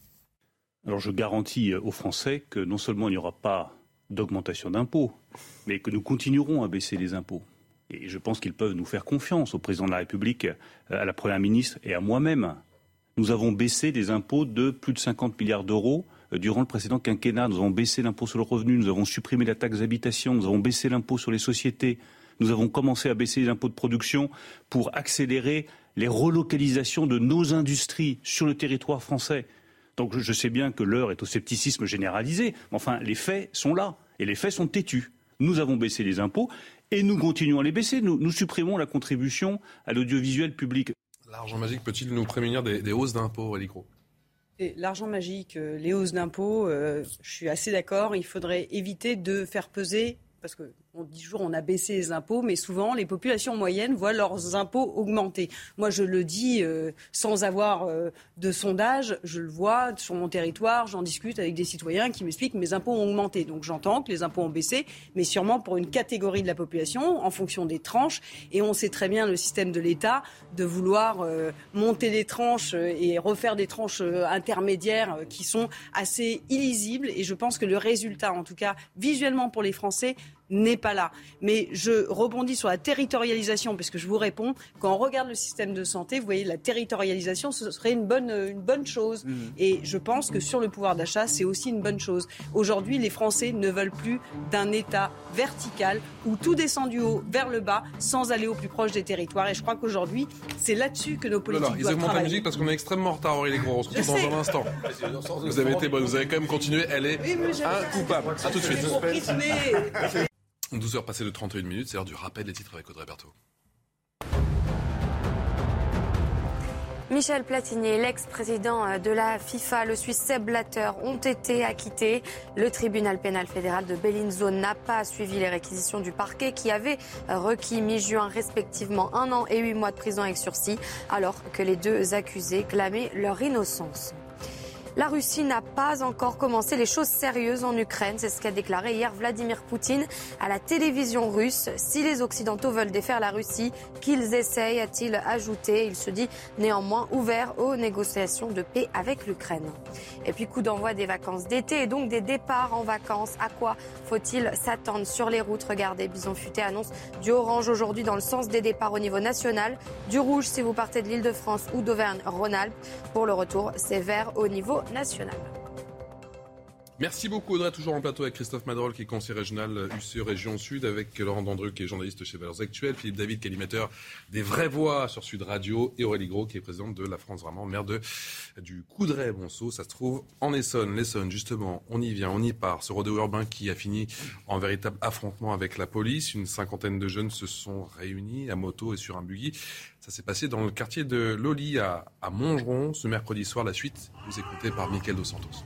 Alors je garantis aux Français que non seulement il n'y aura pas d'augmentation d'impôts, mais que nous continuerons à baisser les impôts. Et je pense qu'ils peuvent nous faire confiance, au président de la République, à la Première ministre et à moi-même. Nous avons baissé les impôts de plus de cinquante milliards d'euros durant le précédent quinquennat. Nous avons baissé l'impôt sur le revenu, nous avons supprimé la taxe d'habitation, nous avons baissé l'impôt sur les sociétés. Nous avons commencé à baisser les impôts de production pour accélérer les relocalisations de nos industries sur le territoire français. Donc je sais bien que l'heure est au scepticisme généralisé, mais enfin les faits sont là, et les faits sont têtus. Nous avons baissé les impôts, et nous continuons à les baisser. Nous, nous supprimons la contribution à l'audiovisuel public. L'argent magique peut-il nous prémunir des, des hausses d'impôts, Élie Gros ? Et l'argent magique, euh, les hausses d'impôts, euh, je suis assez d'accord, il faudrait éviter de faire peser, parce que on dit toujours on a baissé les impôts, mais souvent les populations moyennes voient leurs impôts augmenter. Moi je le dis euh, sans avoir euh, de sondage, je le vois sur mon territoire, j'en discute avec des citoyens qui m'expliquent que mes impôts ont augmenté. Donc j'entends que les impôts ont baissé, mais sûrement pour une catégorie de la population, en fonction des tranches. Et on sait très bien le système de l'État de vouloir euh, monter des tranches et refaire des tranches euh, intermédiaires euh, qui sont assez illisibles. Et je pense que le résultat, en tout cas visuellement pour les Français, n'est pas là. Mais je rebondis sur la territorialisation, parce que je vous réponds, quand on regarde le système de santé, vous voyez, la territorialisation, ce serait une bonne, une bonne chose. Mmh. Et je pense que sur le pouvoir d'achat, c'est aussi une bonne chose. Aujourd'hui, les Français ne veulent plus d'un État vertical où tout descend du haut vers le bas sans aller au plus proche des territoires. Et je crois qu'aujourd'hui, c'est là-dessus que nos politiques alors, doivent ils augmentent la musique parce qu'on est extrêmement en retard, Aurélie Gros. On se retrouve dans un instant. Vous avez été bonne, vous avez quand même continué. Elle est oui, incoupable. À tout de suite. douze heures passées de trente et une minutes, c'est l'heure du rappel des titres avec Audrey Berthaud. Michel Platini et l'ex-président de la FIFA, le Suisse Sepp Blatter, ont été acquittés. Le tribunal pénal fédéral de Bellinzone n'a pas suivi les réquisitions du parquet qui avait requis mi-juin respectivement un an et huit mois de prison avec sursis, alors que les deux accusés clamaient leur innocence. La Russie n'a pas encore commencé les choses sérieuses en Ukraine. C'est ce qu'a déclaré hier Vladimir Poutine à la télévision russe. Si les Occidentaux veulent défaire la Russie, qu'ils essayent, a-t-il ajouté. Il se dit néanmoins ouvert aux négociations de paix avec l'Ukraine. Et puis coup d'envoi des vacances d'été et donc des départs en vacances. À quoi faut-il s'attendre sur les routes? Regardez, Bison Futé annonce du orange aujourd'hui dans le sens des départs au niveau national. Du rouge si vous partez de l'Île-de-France ou d'Auvergne-Rhône-Alpes. Pour le retour, c'est vert au niveau national. Merci beaucoup Audrey, toujours en plateau avec Christophe Madrol qui est conseiller régional U C E Région Sud, avec Laurent Dandreux qui est journaliste chez Valeurs Actuelles, Philippe David qui est animateur des Vraies Voix sur Sud Radio et Aurélie Gros qui est présidente de la France Vraiment, maire de, du Coudray-Monceau, ça se trouve en Essonne. L'Essonne justement, on y vient, on y part, ce rodéo urbain qui a fini en véritable affrontement avec la police. Une cinquantaine de jeunes se sont réunis à moto et sur un buggy. Ça s'est passé dans le quartier de Loli à, à Montgeron ce mercredi soir. La suite, vous écoutez par Mickaël Dos Santos.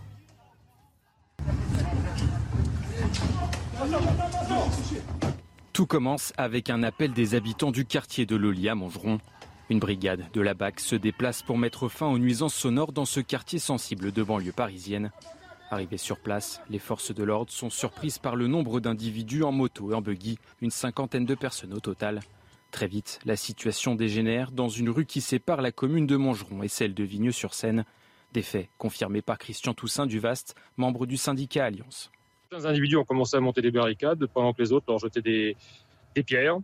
Tout commence avec un appel des habitants du quartier de Loli à Montgeron. Une brigade de la B A C se déplace pour mettre fin aux nuisances sonores dans ce quartier sensible de banlieue parisienne. Arrivés sur place, les forces de l'ordre sont surprises par le nombre d'individus en moto et en buggy, une cinquantaine de personnes au total. Très vite, la situation dégénère dans une rue qui sépare la commune de Montgeron et celle de Vigneux-sur-Seine. Des faits confirmés par Christian Toussaint du Vaste, membre du syndicat Alliance. Certains individus ont commencé à monter des barricades pendant que les autres leur jetaient des, des pierres,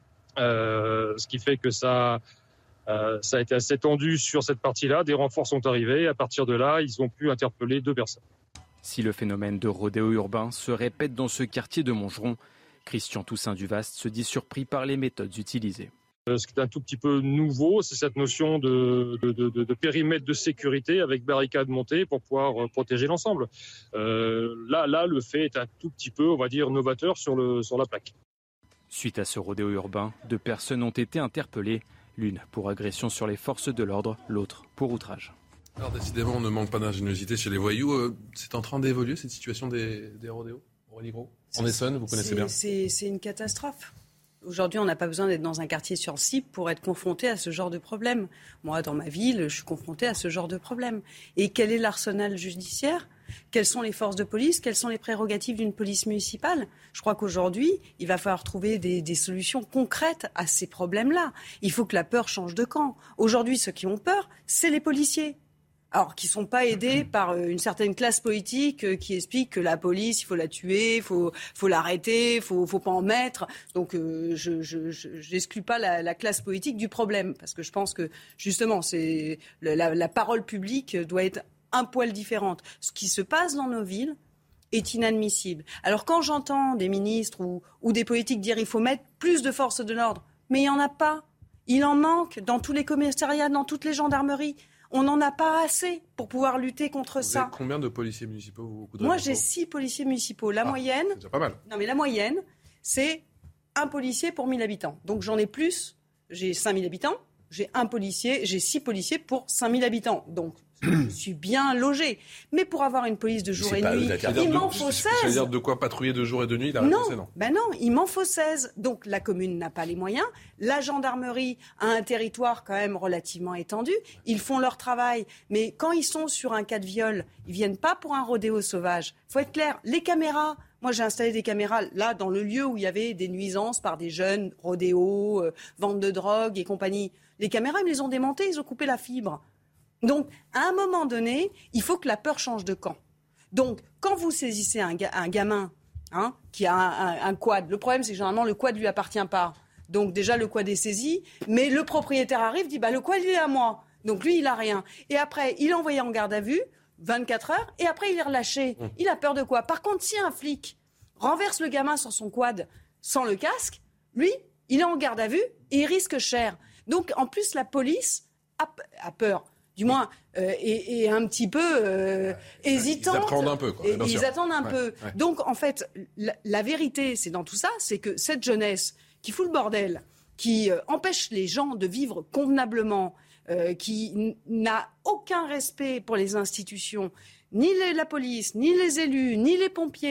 euh, ce qui fait que ça, euh, ça a été assez tendu sur cette partie-là. Des renforts sont arrivés. À partir de là, ils ont pu interpeller deux personnes. Si le phénomène de rodéo urbain se répète dans ce quartier de Montgeron, Christian Toussaint du Vaste se dit surpris par les méthodes utilisées. Ce qui est un tout petit peu nouveau, c'est cette notion de, de, de, de périmètre de sécurité avec barricades montées pour pouvoir protéger l'ensemble. Euh, là, là, le fait est un tout petit peu, on va dire, novateur sur, le, sur la plaque. Suite à ce rodéo urbain, deux personnes ont été interpellées, l'une pour agression sur les forces de l'ordre, l'autre pour outrage. Alors décidément, on ne manque pas d'ingéniosité chez les voyous. Euh, c'est en train d'évoluer cette situation des, des rodéos, Aurélie Gros? En Essonne, vous connaissez bien. C'est, c'est une catastrophe. Aujourd'hui, on n'a pas besoin d'être dans un quartier sensible pour être confronté à ce genre de problème. Moi, dans ma ville, je suis confronté à ce genre de problème. Et quel est l'arsenal judiciaire ? Quelles sont les forces de police ? Quelles sont les prérogatives d'une police municipale ? Je crois qu'aujourd'hui, il va falloir trouver des, des solutions concrètes à ces problèmes-là. Il faut que la peur change de camp. Aujourd'hui, ceux qui ont peur, c'est les policiers. Alors, qui ne sont pas aidés par une certaine classe politique qui explique que la police, il faut la tuer, il faut, faut l'arrêter, il faut, faut pas en mettre. Donc, euh, je, je, je, j'exclus pas la, la classe politique du problème, parce que je pense que, justement, c'est, la, la parole publique doit être un poil différente. Ce qui se passe dans nos villes est inadmissible. Alors, quand j'entends des ministres ou, ou des politiques dire qu'il faut mettre plus de forces de l'ordre, mais il n'y en a pas. Il en manque dans tous les commissariats, dans toutes les gendarmeries. On n'en a pas assez pour pouvoir lutter contre vous ça. Avez combien de policiers municipaux vous Moi, j'ai six policiers municipaux. La ah, moyenne... C'est déjà pas mal. Non, mais la moyenne, c'est un policier pour mille habitants. Donc, j'en ai plus. J'ai cinq mille habitants. J'ai un policier. J'ai six policiers pour cinq mille habitants. Donc, je suis bien logé. Mais pour avoir une police de jour et de nuit, il m'en faut seize. C'est-à-dire de quoi patrouiller de jour et de nuit, la réponse est non. Ben non, il m'en faut seize. Donc la commune n'a pas les moyens. La gendarmerie a un territoire quand même relativement étendu. Ils font leur travail. Mais quand ils sont sur un cas de viol, ils viennent pas pour un rodéo sauvage. Il faut être clair. Les caméras... Moi, j'ai installé des caméras là, dans le lieu où il y avait des nuisances par des jeunes, rodéo, euh, vente de drogue et compagnie. Les caméras, ils me les ont démontées, ils ont coupé la fibre. Donc, à un moment donné, il faut que la peur change de camp. Donc, quand vous saisissez un, ga- un gamin hein, qui a un, un, un quad, le problème, c'est que généralement, le quad ne lui appartient pas. Donc, déjà, le quad est saisi, mais le propriétaire arrive, dit bah, « le quad, il est à moi ». Donc, lui, il n'a rien. Et après, il est envoyé en garde à vue, vingt-quatre heures, et après, il est relâché. Mmh. Il a peur de quoi ? Par contre, si un flic renverse le gamin sur son quad sans le casque, lui, il est en garde à vue et il risque cher. Donc, en plus, la police a, a peur. Du moins, euh, et, et un petit peu euh, hésitante. Ils attendent un peu. Quoi, et, ils attendent un ouais, peu. Ouais. Donc, en fait, la, la vérité, c'est dans tout ça, c'est que cette jeunesse qui fout le bordel, qui euh, empêche les gens de vivre convenablement, euh, qui n- n'a aucun respect pour les institutions, ni les, la police, ni les élus, ni les pompiers,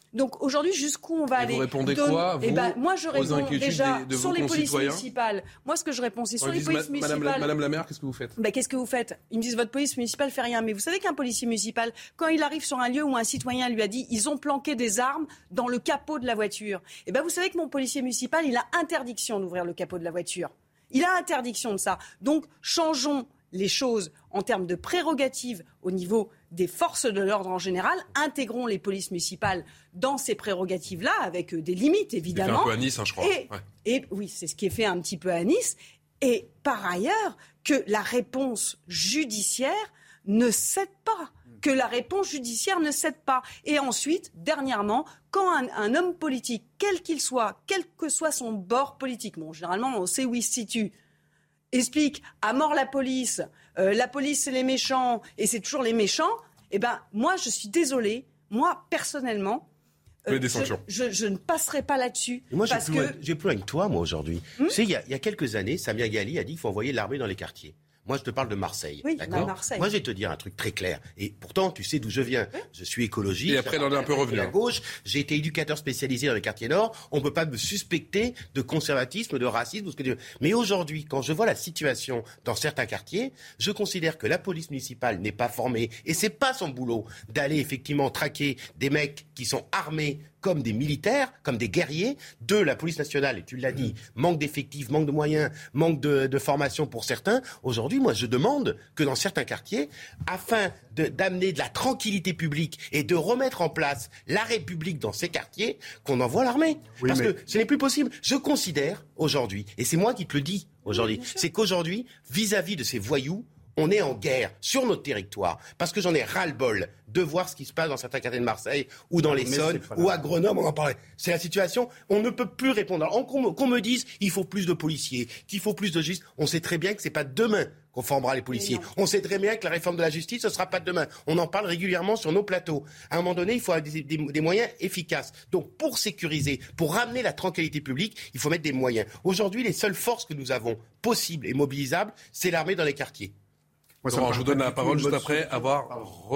Donc aujourd'hui, jusqu'où on va et aller? Vous répondez Donne... quoi, vous, eh ben, moi, je réponds déjà des, de sur les polices municipales. Moi, ce que je réponds, c'est sur les polices municipales. Madame, Madame la maire, qu'est-ce que vous faites? Ben, qu'est-ce que vous faites? Ils me disent, votre police municipale fait rien. Mais vous savez qu'un policier municipal, quand il arrive sur un lieu où un citoyen lui a dit, ils ont planqué des armes dans le capot de la voiture. Eh ben, vous savez que mon policier municipal, il a interdiction d'ouvrir le capot de la voiture. Il a interdiction de ça. Donc, changeons les choses en termes de prérogatives au niveau des forces de l'ordre en général, intégrons les polices municipales dans ces prérogatives-là, avec des limites, évidemment. C'est fait un peu à Nice, hein, je crois. Et, ouais. et oui, c'est ce qui est fait un petit peu à Nice. Et par ailleurs, que la réponse judiciaire ne cède pas. Que la réponse judiciaire ne cède pas. Et ensuite, dernièrement, quand un, un homme politique, quel qu'il soit, quel que soit son bord politique, bon, généralement, on sait où il se situe, explique à mort la police, euh, la police c'est les méchants et c'est toujours les méchants, eh ben moi je suis désolée, moi personnellement, euh, des sanctions. Je, je, je ne passerai pas là-dessus. Moi parce j'ai plus, que... loin, j'ai plus loin que toi moi aujourd'hui. Hmm? Tu sais, il y, y a quelques années, Samia Ghali a dit qu'il faut envoyer l'armée dans les quartiers. Moi, je te parle de Marseille. Oui, d'accord. Marseille. Moi, je vais te dire un truc très clair. Et pourtant, tu sais d'où je viens. Oui. Je suis écologiste. Et après, on est un peu revenu. À gauche, j'ai été éducateur spécialisé dans les quartiers nord. On ne peut pas me suspecter de conservatisme, de racisme ou ce que tu veux. Mais aujourd'hui, quand je vois la situation dans certains quartiers, je considère que la police municipale n'est pas formée. Et c'est pas son boulot d'aller effectivement traquer des mecs qui sont armés comme des militaires, comme des guerriers de la police nationale. Et tu l'as dit, manque d'effectifs, manque de moyens, manque de, de formation pour certains. Aujourd'hui, moi, je demande que dans certains quartiers, afin de, d'amener de la tranquillité publique et de remettre en place la République dans ces quartiers, qu'on envoie l'armée. Oui, Parce mais... que ce n'est plus possible. Je considère aujourd'hui, et c'est moi qui te le dis aujourd'hui, oui, c'est qu'aujourd'hui, vis-à-vis de ces voyous, on est en guerre sur notre territoire, parce que j'en ai ras-le-bol de voir ce qui se passe dans certains quartiers de Marseille, ou dans l'Essonne, ou à Grenoble, on en parlait. C'est la situation, on ne peut plus répondre. Alors, qu'on, qu'on me dise il faut plus de policiers, qu'il faut plus de justice, on sait très bien que c'est pas demain qu'on formera les policiers. On sait très bien que la réforme de la justice, ce sera pas demain. On en parle régulièrement sur nos plateaux. À un moment donné, il faut avoir des, des, des moyens efficaces. Donc, pour sécuriser, pour ramener la tranquillité publique, il faut mettre des moyens. Aujourd'hui, les seules forces que nous avons possibles et mobilisables, c'est l'armée dans les quartiers. Moi, Laurent, je vous donne la parole juste après avoir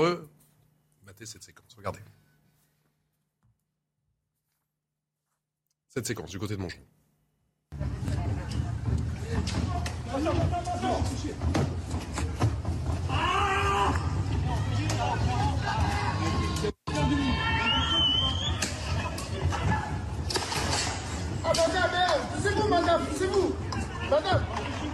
rematé cette séquence. Regardez. Cette séquence du côté de Montgeron. Ah, madame, c'est vous, madame, c'est vous. Madame.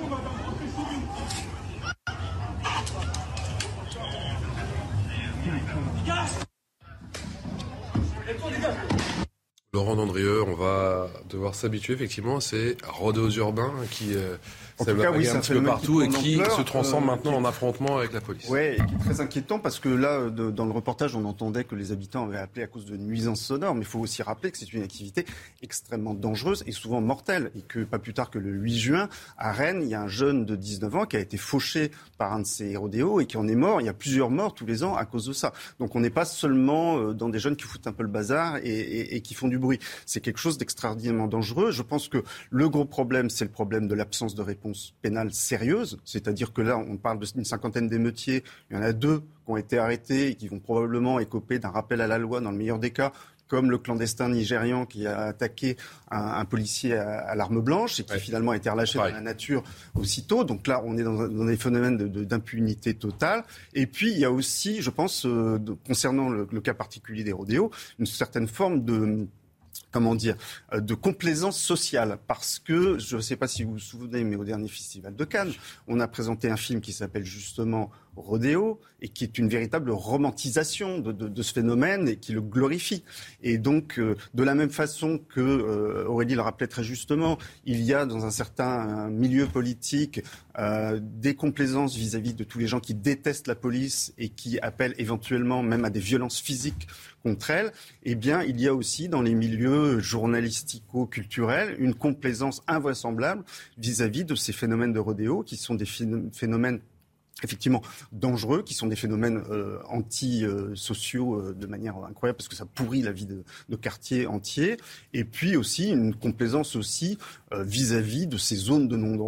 Laurent Dandrieux, on va devoir s'habituer effectivement à ces rodéos urbains qui euh, en tout cas, oui, un petit peu partout et qui ampleur, se transforment euh, maintenant en affrontement avec la police. Oui, et qui est très inquiétant parce que là, de, dans le reportage, on entendait que les habitants avaient appelé à cause de nuisances sonores, mais il faut aussi rappeler que c'est une activité extrêmement dangereuse et souvent mortelle, et que pas plus tard que le huit juin, à Rennes, il y a un jeune de dix-neuf ans qui a été fauché par un de ces rodéos et qui en est mort. Il y a plusieurs morts tous les ans à cause de ça. Donc on n'est pas seulement dans des jeunes qui foutent un peu le bazar et, et, et qui font du bruit. C'est quelque chose d'extraordinairement dangereux. Je pense que le gros problème, c'est le problème de l'absence de réponse pénale sérieuse. C'est-à-dire que là, on parle d'une cinquantaine d'émeutiers. Il y en a deux qui ont été arrêtés et qui vont probablement écoper d'un rappel à la loi dans le meilleur des cas, comme le clandestin nigérian qui a attaqué un, un policier à, à l'arme blanche et qui ouais. finalement a été relâché Pareil. dans la nature aussitôt. Donc là, on est dans, dans des phénomènes de, de, d'impunité totale. Et puis, il y a aussi, je pense, euh, de, concernant le, le cas particulier des rodéos, une certaine forme de... comment dire, de complaisance sociale. Parce que, je ne sais pas si vous vous souvenez, mais au dernier Festival de Cannes, on a présenté un film qui s'appelle justement Rodéo, et qui est une véritable romantisation de, de, de ce phénomène et qui le glorifie. Et donc, euh, de la même façon que euh, Aurélie le rappelait très justement, il y a dans un certain milieu politique euh, des complaisances vis-à-vis de tous les gens qui détestent la police et qui appellent éventuellement même à des violences physiques contre elle. Eh bien, il y a aussi dans les milieux journalistico-culturels une complaisance invraisemblable vis-à-vis de ces phénomènes de rodéo qui sont des phénomènes effectivement dangereux, qui sont des phénomènes euh, anti-sociaux euh, de manière incroyable parce que ça pourrit la vie de, de quartiers entiers. Et puis aussi une complaisance aussi euh, vis-à-vis de ces zones de non-droit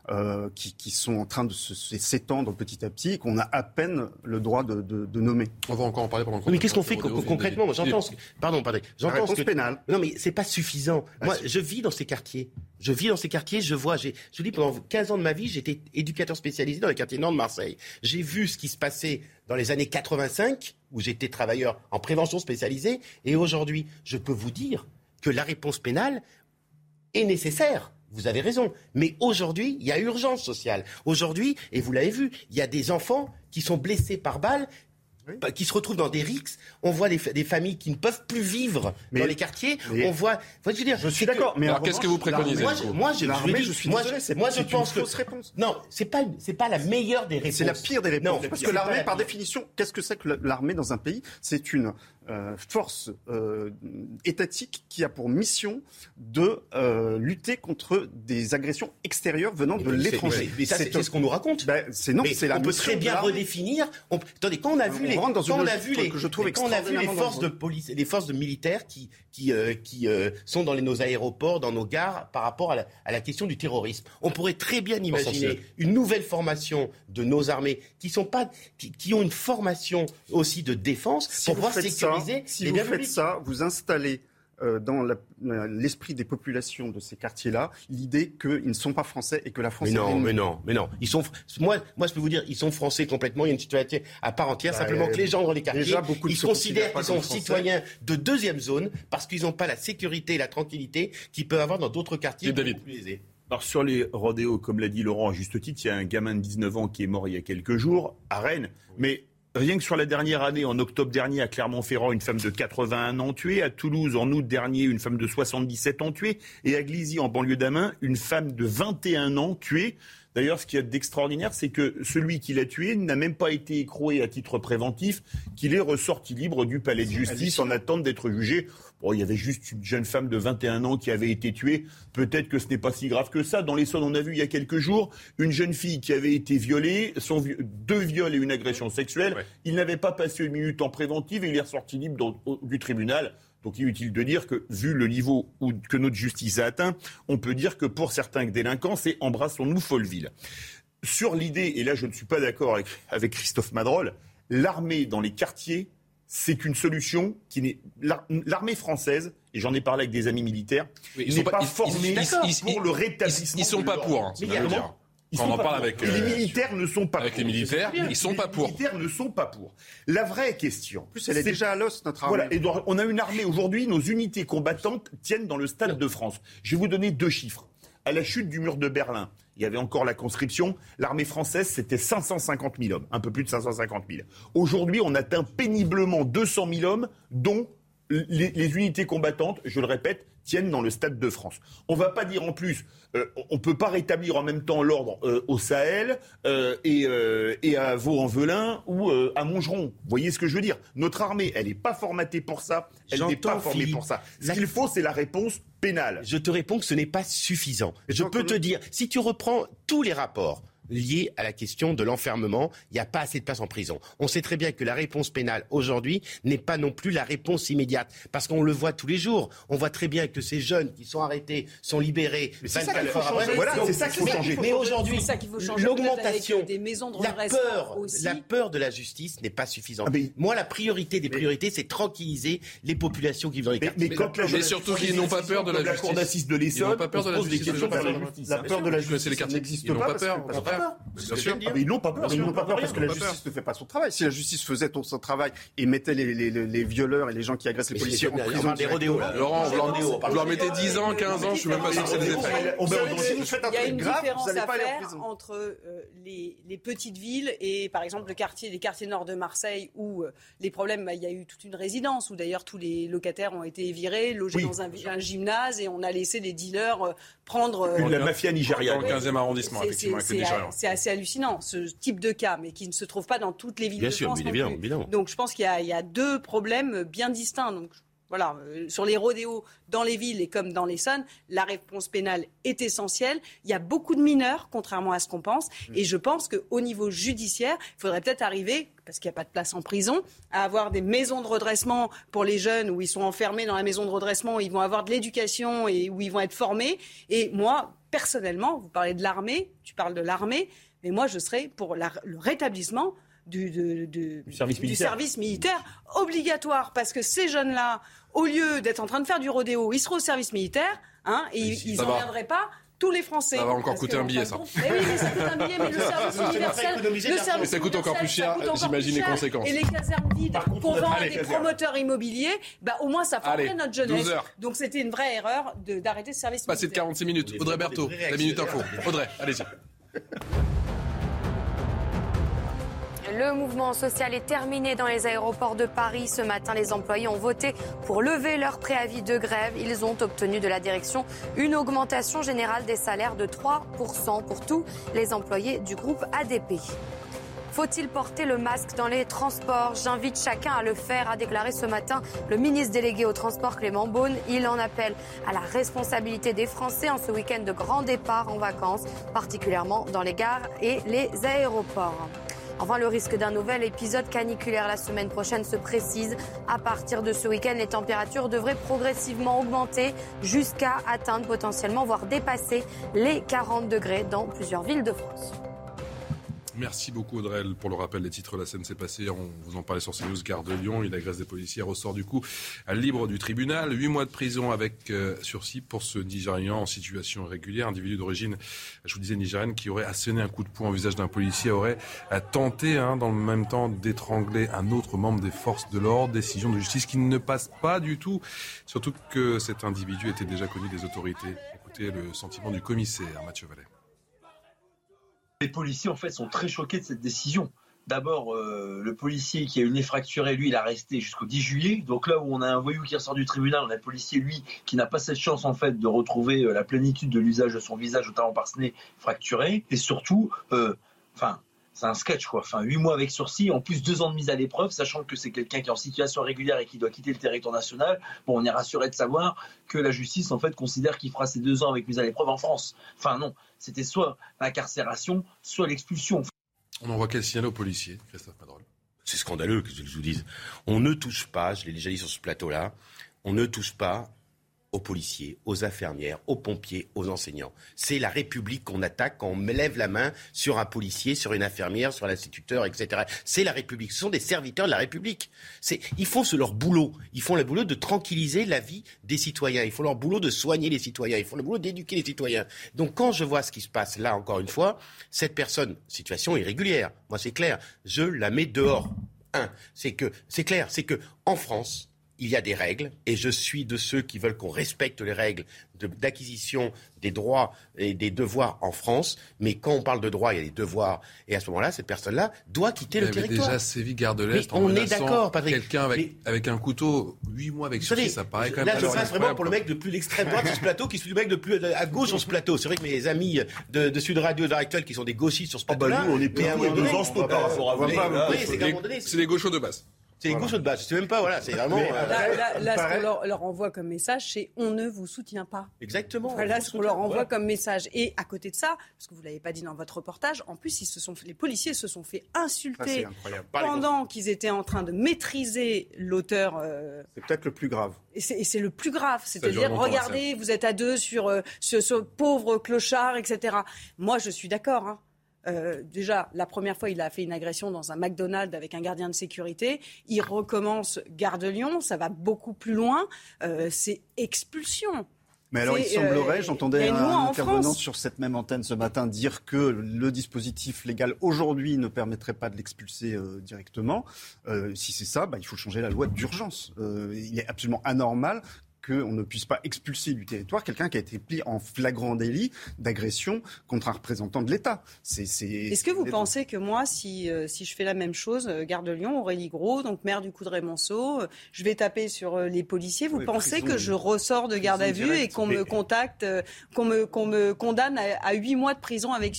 euh, qui, qui sont en train de se, s'étendre petit à petit, qu'on a à peine le droit de, de, de nommer. On va encore en parler pendant le Mais qu'est-ce qu'on fait co- concrètement? Moi, j'entends ce que... Pardon, pardon. J'entends La réponse ce que... pénale. Non, mais c'est pas suffisant. Ah, Moi, si. je vis dans ces quartiers. Je vis dans ces quartiers, je vois, j'ai, je vous dis, pendant quinze ans de ma vie, j'étais éducateur spécialisé dans les quartiers nord de Marseille. J'ai vu ce qui se passait dans les années quatre-vingt-cinq, où j'étais travailleur en prévention spécialisée, et aujourd'hui, je peux vous dire que la réponse pénale est nécessaire. Vous avez raison. Mais aujourd'hui, il y a urgence sociale. Aujourd'hui, et vous l'avez vu, il y a des enfants qui sont blessés par balle, oui. qui se retrouvent dans des rixes. On voit des, des familles qui ne peuvent plus vivre mais, dans les quartiers. Mais, on voit. Je veux dire. Je suis d'accord. Que, mais alors, qu'est-ce que vous préconisez? Moi, je, moi, je, l'armée, je, je suis moi, désolé, c'est, moi, c'est je pense une que fausse réponse. Non, c'est pas, c'est pas la meilleure des réponses. C'est la pire des réponses. Non, parce que l'armée, par pire. définition, qu'est-ce que c'est que l'armée dans un pays? C'est une euh, force euh, étatique qui a pour mission de euh, lutter contre des agressions extérieures venant de mais l'étranger. Mais ça, c'est, c'est ce qu'on nous raconte. Ben, c'est non, mais c'est la on peut très bien redéfinir. On... Attendez, quand on a vu les, quand on a vu les, que je trouve quand on a vu les forces de police, les forces de militaires qui qui euh, qui euh, sont dans les, nos aéroports, dans nos gares, par rapport à la, à la question du terrorisme, on pourrait très bien imaginer une nouvelle formation de nos armées qui sont pas qui, qui ont une formation aussi de défense si pour pouvoir sécuriser. Ça, si vous faites ça, vous installez euh, dans la, la, l'esprit des populations de ces quartiers-là l'idée qu'ils ne sont pas français et que la France mais est non, mais non, mais non. Ils sont, moi, moi, je peux vous dire, ils sont français complètement. Il y a une citoyenneté à part entière. Bah, simplement que les gens dans les quartiers, déjà, beaucoup de ils considèrent qu'ils sont citoyens de deuxième zone parce qu'ils n'ont pas la sécurité et la tranquillité qu'ils peuvent avoir dans d'autres quartiers plus aisés. Alors sur les rodéos, comme l'a dit Laurent à juste titre, il y a un gamin de dix-neuf ans qui est mort il y a quelques jours à Rennes. Mais rien que sur la dernière année, en octobre dernier, à Clermont-Ferrand, une femme de quatre-vingt-un ans tuée. À Toulouse, en août dernier, une femme de soixante-dix-sept ans tuée. Et à Glizy, en banlieue d'Amiens, une femme de vingt et un ans tuée. D'ailleurs, ce qu'il y a d'extraordinaire, c'est que celui qui l'a tué n'a même pas été écroué à titre préventif, qu'il est ressorti libre du palais de justice en attente d'être jugé. Bon, il y avait juste une jeune femme de vingt et un ans qui avait été tuée. Peut-être que ce n'est pas si grave que ça. Dans l'Essonne, on a vu il y a quelques jours une jeune fille qui avait été violée, son, deux viols et une agression sexuelle. Ouais. Il n'avait pas passé une minute en préventive et il est ressorti libre dans, au, du tribunal. Donc il est utile de dire que, vu le niveau où, que notre justice a atteint, on peut dire que pour certains délinquants, c'est embrassons-nous Folleville. Sur l'idée, et là je ne suis pas d'accord avec, avec Christophe Madrol, l'armée dans les quartiers, c'est une solution qui n'est... L'armée française, et j'en ai parlé avec des amis militaires, oui, n'est pas, pas ils, formée ils, ils, pour ils, le rétablissement. Ils ne sont pas pour, hein, ça veut dire. Quand on en parle avec, euh, les militaires ne sont pas avec pour. les militaires, ils sont les pas pour. Les militaires ne sont pas pour. La vraie question. En plus, elle est, est déjà à l'os, notre armée. Voilà. Et donc, on a une armée aujourd'hui. Nos unités combattantes tiennent dans le Stade de France. Je vais vous donner deux chiffres. À la chute du mur de Berlin, il y avait encore la conscription. L'armée française, c'était cinq cent cinquante mille hommes, un peu plus de cinq cent cinquante mille. Aujourd'hui, on atteint péniblement deux cent mille hommes, dont les, les unités combattantes, je le répète, tiennent dans le Stade de France. On ne va pas dire en plus, euh, on ne peut pas rétablir en même temps l'ordre euh, au Sahel euh, et, euh, et à Vaux-en-Velin ou euh, à Montgeron. Vous voyez ce que je veux dire? Notre armée, elle n'est pas formatée pour ça, elle J'entends, n'est pas formée Philippe. pour ça. Ce qu'il faut, c'est la réponse pénale. Je te réponds que ce n'est pas suffisant. Je peux te dire, si tu reprends tous les rapports lié à la question de l'enfermement. Il n'y a pas assez de place en prison. On sait très bien que la réponse pénale aujourd'hui n'est pas non plus la réponse immédiate. Parce qu'on le voit tous les jours. On voit très bien que ces jeunes qui sont arrêtés sont libérés. Mais c'est ça qu'il faut changer. Voilà, c'est ça qu'il faut changer. Mais aujourd'hui, l'augmentation, des maisons de la peur, aussi. la peur de la justice n'est pas suffisante. Ah, mais, Moi, la priorité des mais, priorités, c'est tranquiliser les populations qui vivent dans les quartiers. Mais, mais, mais, mais, mais surtout qu'ils n'ont pas peur de la justice. La cour d'assises de l'Essonne, ils n'ont pas peur de la justice. La peur de la justice n'existe pas. Ils n'ont pas peur. Bien sûr. Ah, mais ils n'ont pas peur. Ils n'ont pas peur parce que la justice ne fait pas son travail. Si la justice faisait son travail et mettait les, les, les, les violeurs et les gens qui agressent les policiers en prison, des rodéos. Laurent, vous leur mettez dix ans, quinze ans, je suis même pas sûr que c'est des effets. Il y a une différence à faire entre les petites villes et, par exemple, le quartier, les quartiers nord de Marseille où les problèmes, il y a eu toute une résidence où d'ailleurs tous les locataires ont été virés, logés dans un gymnase et on a laissé les dealers prendre la mafia nigériane dans le quinzième arrondissement, effectivement, avec les Nigérians. C'est assez hallucinant, ce type de cas, mais qui ne se trouve pas dans toutes les villes bien de sûr, France. Bien sûr, évidemment. Donc je pense qu'il y a, il y a deux problèmes bien distincts. Donc Voilà, euh, sur les rodéos dans les villes et comme dans l'Essonne, la réponse pénale est essentielle. Il y a beaucoup de mineurs, contrairement à ce qu'on pense. Mmh. Et je pense qu'au niveau judiciaire, il faudrait peut-être arriver, parce qu'il n'y a pas de place en prison, à avoir des maisons de redressement pour les jeunes où ils sont enfermés dans la maison de redressement, où ils vont avoir de l'éducation et où ils vont être formés. Et moi, personnellement, vous parlez de l'armée, tu parles de l'armée, mais moi je serais pour la, le rétablissement Du, de, de, du, service, du militaire. service militaire obligatoire, parce que ces jeunes-là, au lieu d'être en train de faire du rodéo, ils seraient au service militaire, hein, et oui, ils n'en viendraient pas tous les Français. Ça va encore coûter un billet, ça. Mais oui, mais ça coûte un billet, mais le service universel, le service ça coûte encore plus cher, j'imagine les conséquences. Et les casernes vides pour vendre allez, des promoteurs immobiliers, bah, au moins ça formerait notre jeunesse. Donc c'était une vraie erreur de, d'arrêter ce service militaire. Passé de quarante-six minutes. Audrey Berthaud, la Minute Info. Audrey, allez-y. Le mouvement social est terminé dans les aéroports de Paris. Ce matin, les employés ont voté pour lever leur préavis de grève. Ils ont obtenu de la direction une augmentation générale des salaires de trois pour cent pour tous les employés du groupe A D P. Faut-il porter le masque dans les transports ? J'invite chacun à le faire, a déclaré ce matin le ministre délégué au transport Clément Beaune. Il en appelle à la responsabilité des Français en ce week-end de grand départ en vacances, particulièrement dans les gares et les aéroports. Enfin, le risque d'un nouvel épisode caniculaire la semaine prochaine se précise. À partir de ce week-end, les températures devraient progressivement augmenter jusqu'à atteindre potentiellement, voire dépasser les quarante degrés dans plusieurs villes de France. Merci beaucoup Audrey pour le rappel des titres. La scène s'est passée, on vous en parlait sur CNews, gare de Lyon. Il agresse des policiers, ressort du coup libre du tribunal. Huit mois de prison avec euh, sursis pour ce Nigérian en situation irrégulière. Individu d'origine, je vous disais nigérienne, qui aurait asséné un coup de poing au visage d'un policier, aurait tenté hein, dans le même temps d'étrangler un autre membre des forces de l'ordre. Décision de justice qui ne passe pas du tout. Surtout que cet individu était déjà connu des autorités. Écoutez le sentiment du commissaire Mathieu Vallet. Les policiers, en fait, sont très choqués de cette décision. D'abord, euh, le policier qui a eu le nez fracturé, lui, il a resté jusqu'au dix juillet. Donc là où on a un voyou qui ressort du tribunal, on a un policier, lui, qui n'a pas cette chance, en fait, de retrouver euh, la plénitude de l'usage de son visage, notamment par ce nez fracturé. Et surtout, euh, enfin... c'est un sketch, quoi. Enfin, huit mois avec sursis, en plus deux ans de mise à l'épreuve, sachant que c'est quelqu'un qui est en situation régulière et qui doit quitter le territoire national. Bon, on est rassuré de savoir que la justice, en fait, considère qu'il fera ces deux ans avec mise à l'épreuve en France. Enfin, non. C'était soit l'incarcération, soit l'expulsion. On envoie quel signal aux policiers, Christophe Madrol ? C'est scandaleux que je vous dise. On ne touche pas, je l'ai déjà dit sur ce plateau-là, on ne touche pas aux policiers, aux infirmières, aux pompiers, aux enseignants. C'est la République qu'on attaque quand on lève la main sur un policier, sur une infirmière, sur l'instituteur, et cetera. C'est la République. Ce sont des serviteurs de la République. C'est, ils font ce, leur boulot. Ils font le boulot de tranquilliser la vie des citoyens. Ils font leur boulot de soigner les citoyens. Ils font le boulot d'éduquer les citoyens. Donc quand je vois ce qui se passe là, encore une fois, cette personne, situation irrégulière, moi c'est clair, je la mets dehors. Un, c'est que, c'est clair, c'est que en France, il y a des règles, et je suis de ceux qui veulent qu'on respecte les règles de, d'acquisition des droits et des devoirs en France. Mais quand on parle de droits, il y a des devoirs. Et à ce moment-là, cette personne-là doit quitter il le territoire. Déjà sévi gare de l'Est mais en on est d'accord, Patrick. Quelqu'un avec, mais... avec un couteau, huit mois avec sursis, ça paraît quand même... Là, je passe vraiment pour le mec de plus l'extrême droite sur ce plateau, qui est le mec de plus à gauche sur ce plateau. C'est vrai que mes amis de, de Sud Radio d'heure actuelle, qui sont des gauchistes sur ce plateau-là... Oh bah nous, on est plus à deux ans par rapport à vous. C'est des gauchos de base. C'est les gauchos de base, je sais même pas, voilà, c'est vraiment... Euh, là, là, là ce qu'on leur, leur envoie comme message, c'est « on ne vous soutient pas ». Exactement. Voilà ce qu'on leur envoie ouais. comme message. Et à côté de ça, parce que vous ne l'avez pas dit dans votre reportage, en plus, ils se sont, les policiers se sont fait insulter ah, pendant qu'ils étaient en train de maîtriser l'auteur. Euh... C'est peut-être le plus grave. Et c'est, et c'est le plus grave, c'est-à-dire, regardez, vous êtes à deux sur euh, ce, ce pauvre clochard, et cetera. Moi, je suis d'accord, hein. Euh, déjà, la première fois, il a fait une agression dans un McDonald's avec un gardien de sécurité. Il recommence gare de Lyon, ça va beaucoup plus loin. Euh, c'est expulsion. Mais alors, c'est, il semblerait, euh, j'entendais un, un intervenant France. sur cette même antenne ce matin dire que le dispositif légal aujourd'hui ne permettrait pas de l'expulser euh, directement. Euh, si c'est ça, bah, il faut changer la loi d'urgence. Euh, il est absolument anormal qu'on ne puisse pas expulser du territoire quelqu'un qui a été pris en flagrant délit d'agression contre un représentant de l'État. C'est, c'est, Est-ce que vous pensez que moi, si, euh, si je fais la même chose, euh, gare de Lyon, Aurélie Gros, donc maire du Coudray-Monceau, euh, je vais taper sur euh, les policiers, vous oui, pensez prison, que je ressors de garde à vue direct, et qu'on mais... me contacte, euh, qu'on me, qu'on me condamne à, à huit mois de prison avec sursis ?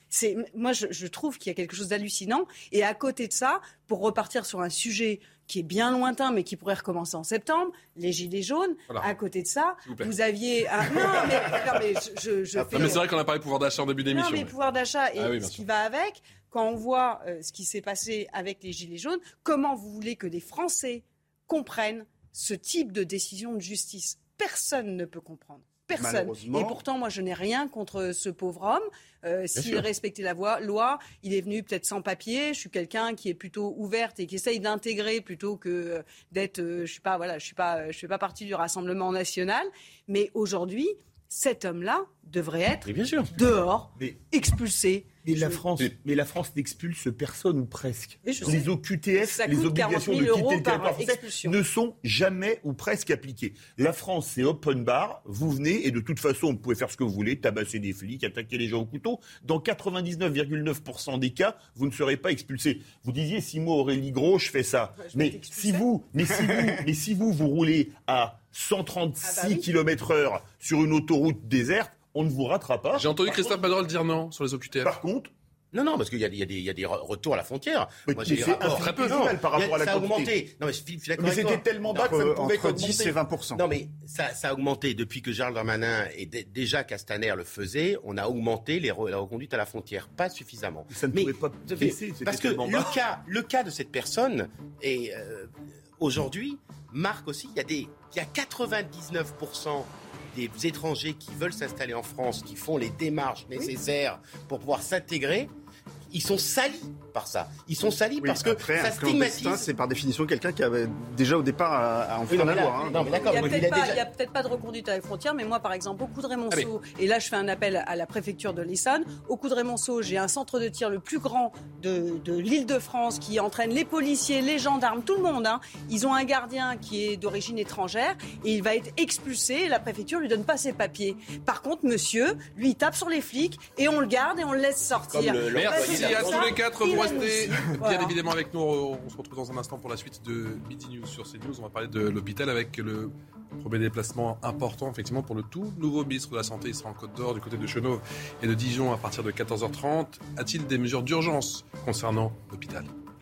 C'est, moi, je, je trouve qu'il y a quelque chose d'hallucinant. Et à côté de ça, pour repartir sur un sujet qui est bien lointain, mais qui pourrait recommencer en septembre, les Gilets jaunes. Voilà. À côté de ça, vous, vous aviez... Un... Non, mais, non, mais je, je ah, fais... mais c'est vrai qu'on a parlé de pouvoir d'achat en début d'émission. Non, mais mais... pouvoir d'achat et ah, oui, ce sûr. qui va avec, quand on voit euh, ce qui s'est passé avec les Gilets jaunes, comment vous voulez que des Français comprennent ce type de décision de justice ? Personne ne peut comprendre. Personne. Et pourtant, moi, je n'ai rien contre ce pauvre homme. Euh, s'il respectait la voie, loi, il est venu peut-être sans papier. Je suis quelqu'un qui est plutôt ouverte et qui essaye d'intégrer plutôt que d'être. Euh, je suis pas, voilà, je suis pas, je fais pas partie du Rassemblement national. Mais aujourd'hui, cet homme-là devrait être bien sûr. dehors, mais, expulsé. Mais la France, mais la France n'expulse personne ou presque. Les sais. O Q T F, les obligations de quitter le territoire français ne sont jamais ou presque appliquées. La France, c'est open bar. Vous venez et de toute façon, vous pouvez faire ce que vous voulez, tabasser des flics, attaquer les gens au couteau. Dans quatre-vingt-dix-neuf virgule neuf pour cent des cas, vous ne serez pas expulsé. Vous disiez, si moi Aurélie Gros, je fais ça. Ouais, je mais si vous, mais si vous, mais si vous vous roulez à cent trente-six ah bah oui. kilomètres heure sur une autoroute déserte, on ne vous ratera pas. J'ai entendu Par Christophe contre, Madrol dire non sur les O Q T F. Par contre, non, non, parce qu'il y a, il y a, des, il y a des retours à la frontière. Mais Moi, j'ai c'est rapports, très peu non, par rapport à la ça a quantité. augmenté. Non, mais je suis d'accord mais avec c'était toi. tellement bas que ça ne pouvait entre qu'augmenter. dix et vingt pour cent. Non, mais ça, ça a augmenté depuis que Gérald Darmanin et d- déjà Castaner le faisait. On a augmenté les re- la reconduite à la frontière, pas suffisamment. Ça ne mais, pouvait pas baisser. Parce que le cas, le cas de cette personne est euh, aujourd'hui marque aussi. Il y a des, il y a quatre-vingt-dix-neuf pour cent des étrangers qui veulent s'installer en France, qui font les démarches nécessaires oui. pour pouvoir s'intégrer. Ils sont salis par ça. Ils sont salis oui, parce que après, ça un stigmatise. C'est par définition quelqu'un qui avait déjà au départ à, à enfreindre oui, la loi. Hein. Non, mais d'accord. Il n'y a, a, déjà... a peut-être pas de reconduite à la frontière, mais moi, par exemple, au Coudray-Montceau, ah, et là, je fais un appel à la préfecture de l'Essonne. Au Coudray-Montceau, j'ai un centre de tir le plus grand de, de l'Île-de-France qui entraîne les policiers, les gendarmes, tout le monde. Hein. Ils ont un gardien qui est d'origine étrangère et il va être expulsé. Et la préfecture lui donne pas ses papiers. Par contre, monsieur, lui, il tape sur les flics et on le garde et on le laisse sortir. Le, Merci à tous les quatre. Vous restez voilà. bien évidemment avec nous. On se retrouve dans un instant pour la suite de Midi News sur CNews. On va parler de l'hôpital avec le premier déplacement important effectivement pour le tout nouveau ministre de la Santé. Il sera en Côte d'Or du côté de Chenôve et de Dijon à partir de quatorze heures trente. A-t-il des mesures d'urgence concernant l'hôpital ?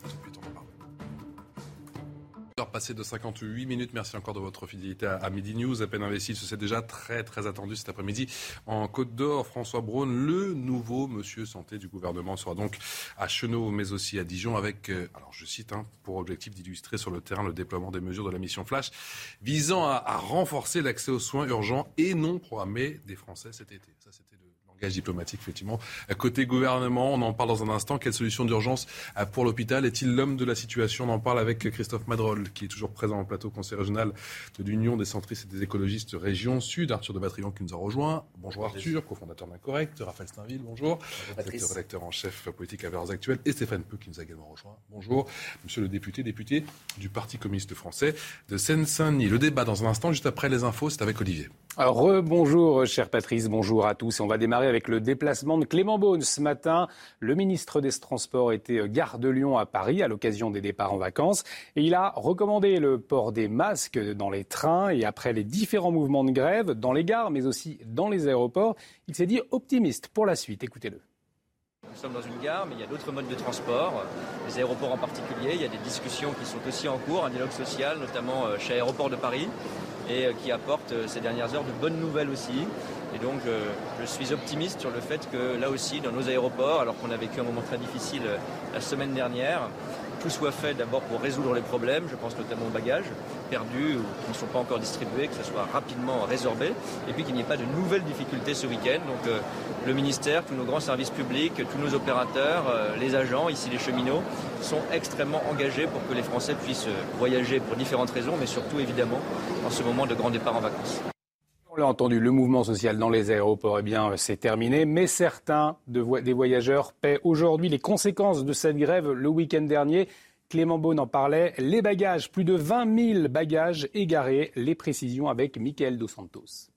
Passé de cinquante-huit minutes, merci encore de votre fidélité à, à Midi News. À peine investi, c'est déjà très très attendu cet après-midi en Côte d'Or. François Braun, le nouveau monsieur santé du gouvernement, sera donc à Chenôve mais aussi à Dijon avec, euh, alors je cite, hein, pour objectif d'illustrer sur le terrain le déploiement des mesures de la mission Flash visant à, à renforcer l'accès aux soins urgents et non programmés des Français cet été. Ça, c'était le langage diplomatique, effectivement. Côté gouvernement, on en parle dans un instant. Quelle solution d'urgence pour l'hôpital ? Est-il l'homme de la situation ? On en parle avec Christophe Madrol, qui est toujours présent au plateau conseil régional de l'Union des centristes et des écologistes région Sud. Arthur de Batrigan qui nous a rejoint. Bonjour Arthur, cofondateur d'Incorrect. Raphaël Steinville, bonjour. Bonjour rédacteur en chef politique à Valeurs Actuelles. Et Stéphane Peu qui nous a également rejoint. Bonjour. Monsieur le député, député du Parti communiste français de Seine-Saint-Denis. Le débat dans un instant, juste après les infos, c'est avec Olivier. Alors, rebonjour, cher Patrice, bonjour à tous. On va démarrer avec le déplacement de Clément Beaune. Ce matin, le ministre des Transports était gare de Lyon à Paris à l'occasion des départs en vacances. Et il a recommandé le port des masques dans les trains et après les différents mouvements de grève dans les gares, mais aussi dans les aéroports, il s'est dit optimiste pour la suite. Écoutez-le. Nous sommes dans une gare, mais il y a d'autres modes de transport, les aéroports en particulier. Il y a des discussions qui sont aussi en cours, un dialogue social, notamment chez Aéroports de Paris, et qui apporte ces dernières heures de bonnes nouvelles aussi. Et donc euh, je suis optimiste sur le fait que là aussi, dans nos aéroports, alors qu'on a vécu un moment très difficile la semaine dernière, tout soit fait d'abord pour résoudre les problèmes, je pense notamment aux bagages perdus ou qui ne sont pas encore distribués, que ça soit rapidement résorbé, et puis qu'il n'y ait pas de nouvelles difficultés ce week-end. Donc euh, le ministère, tous nos grands services publics, tous nos opérateurs, euh, les agents, ici les cheminots, sont extrêmement engagés pour que les Français puissent voyager pour différentes raisons, mais surtout évidemment en ce moment de grand départ en vacances. On l'a entendu, le mouvement social dans les aéroports, eh bien, c'est terminé. Mais certains de vo- des voyageurs paient aujourd'hui les conséquences de cette grève le week-end dernier. Clément Beaune en parlait. Les bagages, plus de vingt mille bagages égarés. Les précisions avec Mickaël Dos Santos.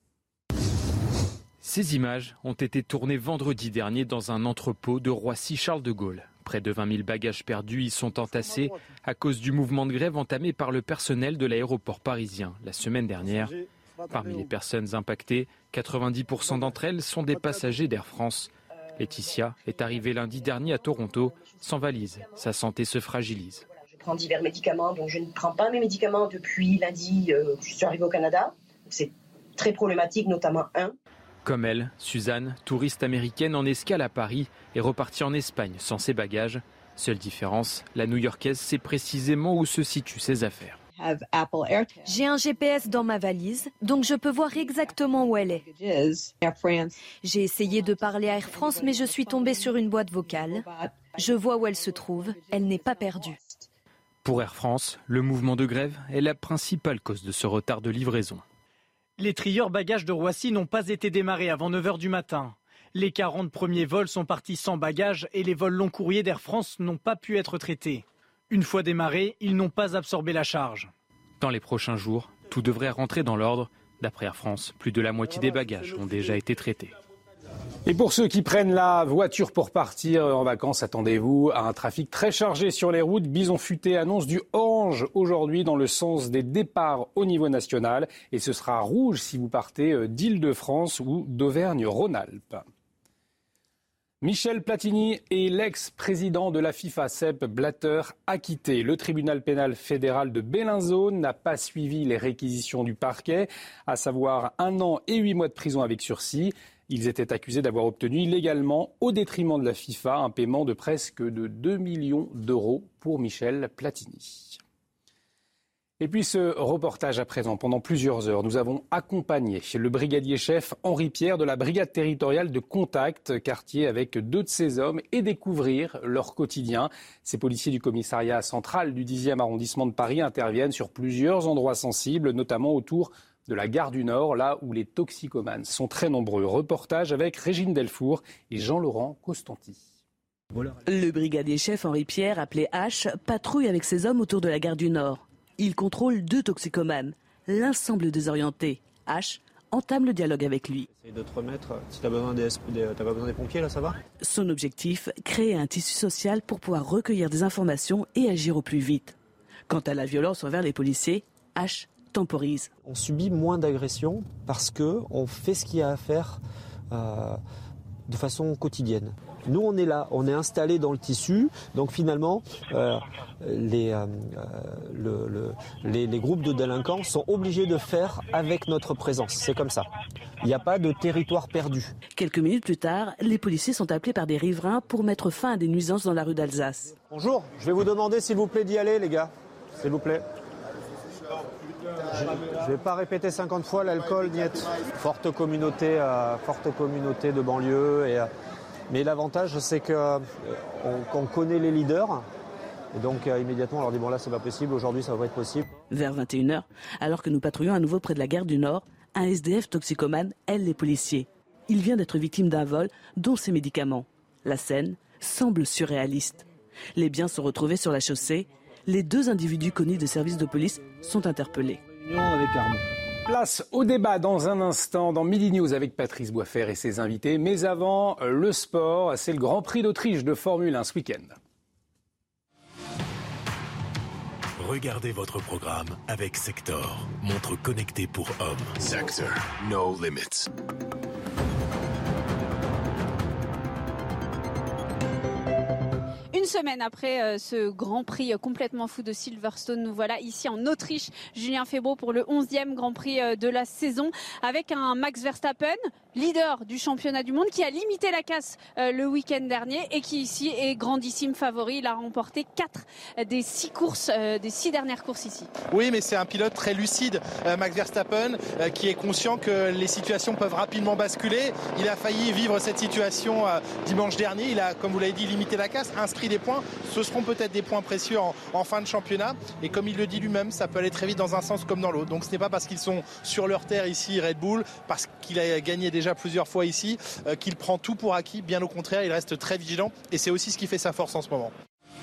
Ces images ont été tournées vendredi dernier dans un entrepôt de Roissy-Charles de Gaulle. Près de vingt mille bagages perdus y sont entassés à cause du mouvement de grève entamé par le personnel de l'aéroport parisien la semaine dernière. Parmi les personnes impactées, quatre-vingt-dix pour cent d'entre elles sont des passagers d'Air France. Laetitia est arrivée lundi dernier à Toronto sans valise. Sa santé se fragilise. Je prends divers médicaments, donc je ne prends pas mes médicaments depuis lundi euh, je suis arrivée au Canada. C'est très problématique, notamment un. Comme elle, Suzanne, touriste américaine en escale à Paris, est repartie en Espagne sans ses bagages. Seule différence, la New-Yorkaise sait précisément où se situent ses affaires. J'ai un G P S dans ma valise, donc je peux voir exactement où elle est. J'ai essayé de parler à Air France, mais je suis tombée sur une boîte vocale. Je vois où elle se trouve, elle n'est pas perdue. Pour Air France, le mouvement de grève est la principale cause de ce retard de livraison. Les trieurs bagages de Roissy n'ont pas été démarrés avant neuf heures du matin. Les quarante premiers vols sont partis sans bagages et les vols long courriers d'Air France n'ont pas pu être traités. Une fois démarrés, ils n'ont pas absorbé la charge. Dans les prochains jours, tout devrait rentrer dans l'ordre. D'après Air France, plus de la moitié des bagages ont déjà été traités. Et pour ceux qui prennent la voiture pour partir en vacances, attendez-vous à un trafic très chargé sur les routes. Bison Futé annonce du orange aujourd'hui dans le sens des départs au niveau national. Et ce sera rouge si vous partez d'Île-de-France ou d'Auvergne-Rhône-Alpes. Michel Platini et l'ex-président de la FIFA, Sepp Blatter, acquittés. Le tribunal pénal fédéral de Bellinzone n'a pas suivi les réquisitions du parquet, à savoir un an et huit mois de prison avec sursis. Ils étaient accusés d'avoir obtenu illégalement, au détriment de la FIFA, un paiement de presque de deux millions d'euros pour Michel Platini. Et puis ce reportage à présent, pendant plusieurs heures, nous avons accompagné le brigadier-chef Henri Pierre de la brigade territoriale de Contact, quartier avec deux de ses hommes, et découvrir leur quotidien. Ces policiers du commissariat central du dixième arrondissement de Paris interviennent sur plusieurs endroits sensibles, notamment autour de la gare du Nord, là où les toxicomanes sont très nombreux. Reportage avec Régine Delfour et Jean-Laurent Costanti. Le brigadier-chef Henri Pierre, appelé H, patrouille avec ses hommes autour de la gare du Nord. Il contrôle deux toxicomanes. L'un semble désorienté. H entame le dialogue avec lui. Essaye de te remettre. Si t'as besoin des, des, t'as pas besoin des pompiers, là, ça va ? Son objectif, créer un tissu social pour pouvoir recueillir des informations et agir au plus vite. Quant à la violence envers les policiers, H temporise. On subit moins d'agressions parce qu'on fait ce qu'il y a à faire euh, de façon quotidienne. Nous, on est là, on est installé dans le tissu, donc finalement, euh, les, euh, le, le, les, les groupes de délinquants sont obligés de faire avec notre présence. C'est comme ça. Il n'y a pas de territoire perdu. Quelques minutes plus tard, les policiers sont appelés par des riverains pour mettre fin à des nuisances dans la rue d'Alsace. Bonjour, je vais vous demander s'il vous plaît d'y aller, les gars. S'il vous plaît. Je ne vais pas répéter cinquante fois l'alcool, niette. Forte communauté, euh, forte communauté de banlieue et... Euh, Mais l'avantage, c'est qu'on euh, qu'on connaît les leaders. Et donc, euh, immédiatement, on leur dit, bon là, c'est pas possible, aujourd'hui, ça va pas être possible. Vers vingt et une heures, alors que nous patrouillons à nouveau près de la gare du Nord, un S D F toxicomane aide les policiers. Il vient d'être victime d'un vol, dont ses médicaments. La scène semble surréaliste. Les biens sont retrouvés sur la chaussée. Les deux individus connus des services de police sont interpellés. Avec Arnaud. Place au débat dans un instant dans Midi News avec Patrice Boisfer et ses invités. Mais avant, le sport, c'est le Grand Prix d'Autriche de Formule un ce week-end. Regardez votre programme avec Sector, montre connectée pour hommes. Sector, no limits. Une semaine après euh, ce Grand Prix euh, complètement fou de Silverstone, nous voilà ici en Autriche. Julien Febvre pour le onzième Grand Prix euh, de la saison avec un Max Verstappen, leader du championnat du monde, qui a limité la casse euh, le week-end dernier et qui ici est grandissime favori. Il a remporté quatre des six courses, euh, des six dernières courses ici. Oui, mais c'est un pilote très lucide, euh, Max Verstappen, euh, qui est conscient que les situations peuvent rapidement basculer. Il a failli vivre cette situation euh, dimanche dernier. Il a, comme vous l'avez dit, limité la casse, inscrit des points. Ce seront peut-être des points précieux en, en fin de championnat. Et comme il le dit lui-même, ça peut aller très vite dans un sens comme dans l'autre. Donc ce n'est pas parce qu'ils sont sur leur terre ici, Red Bull, parce qu'il a gagné déjà plusieurs fois ici, euh, qu'il prend tout pour acquis. Bien au contraire, il reste très vigilant. Et c'est aussi ce qui fait sa force en ce moment.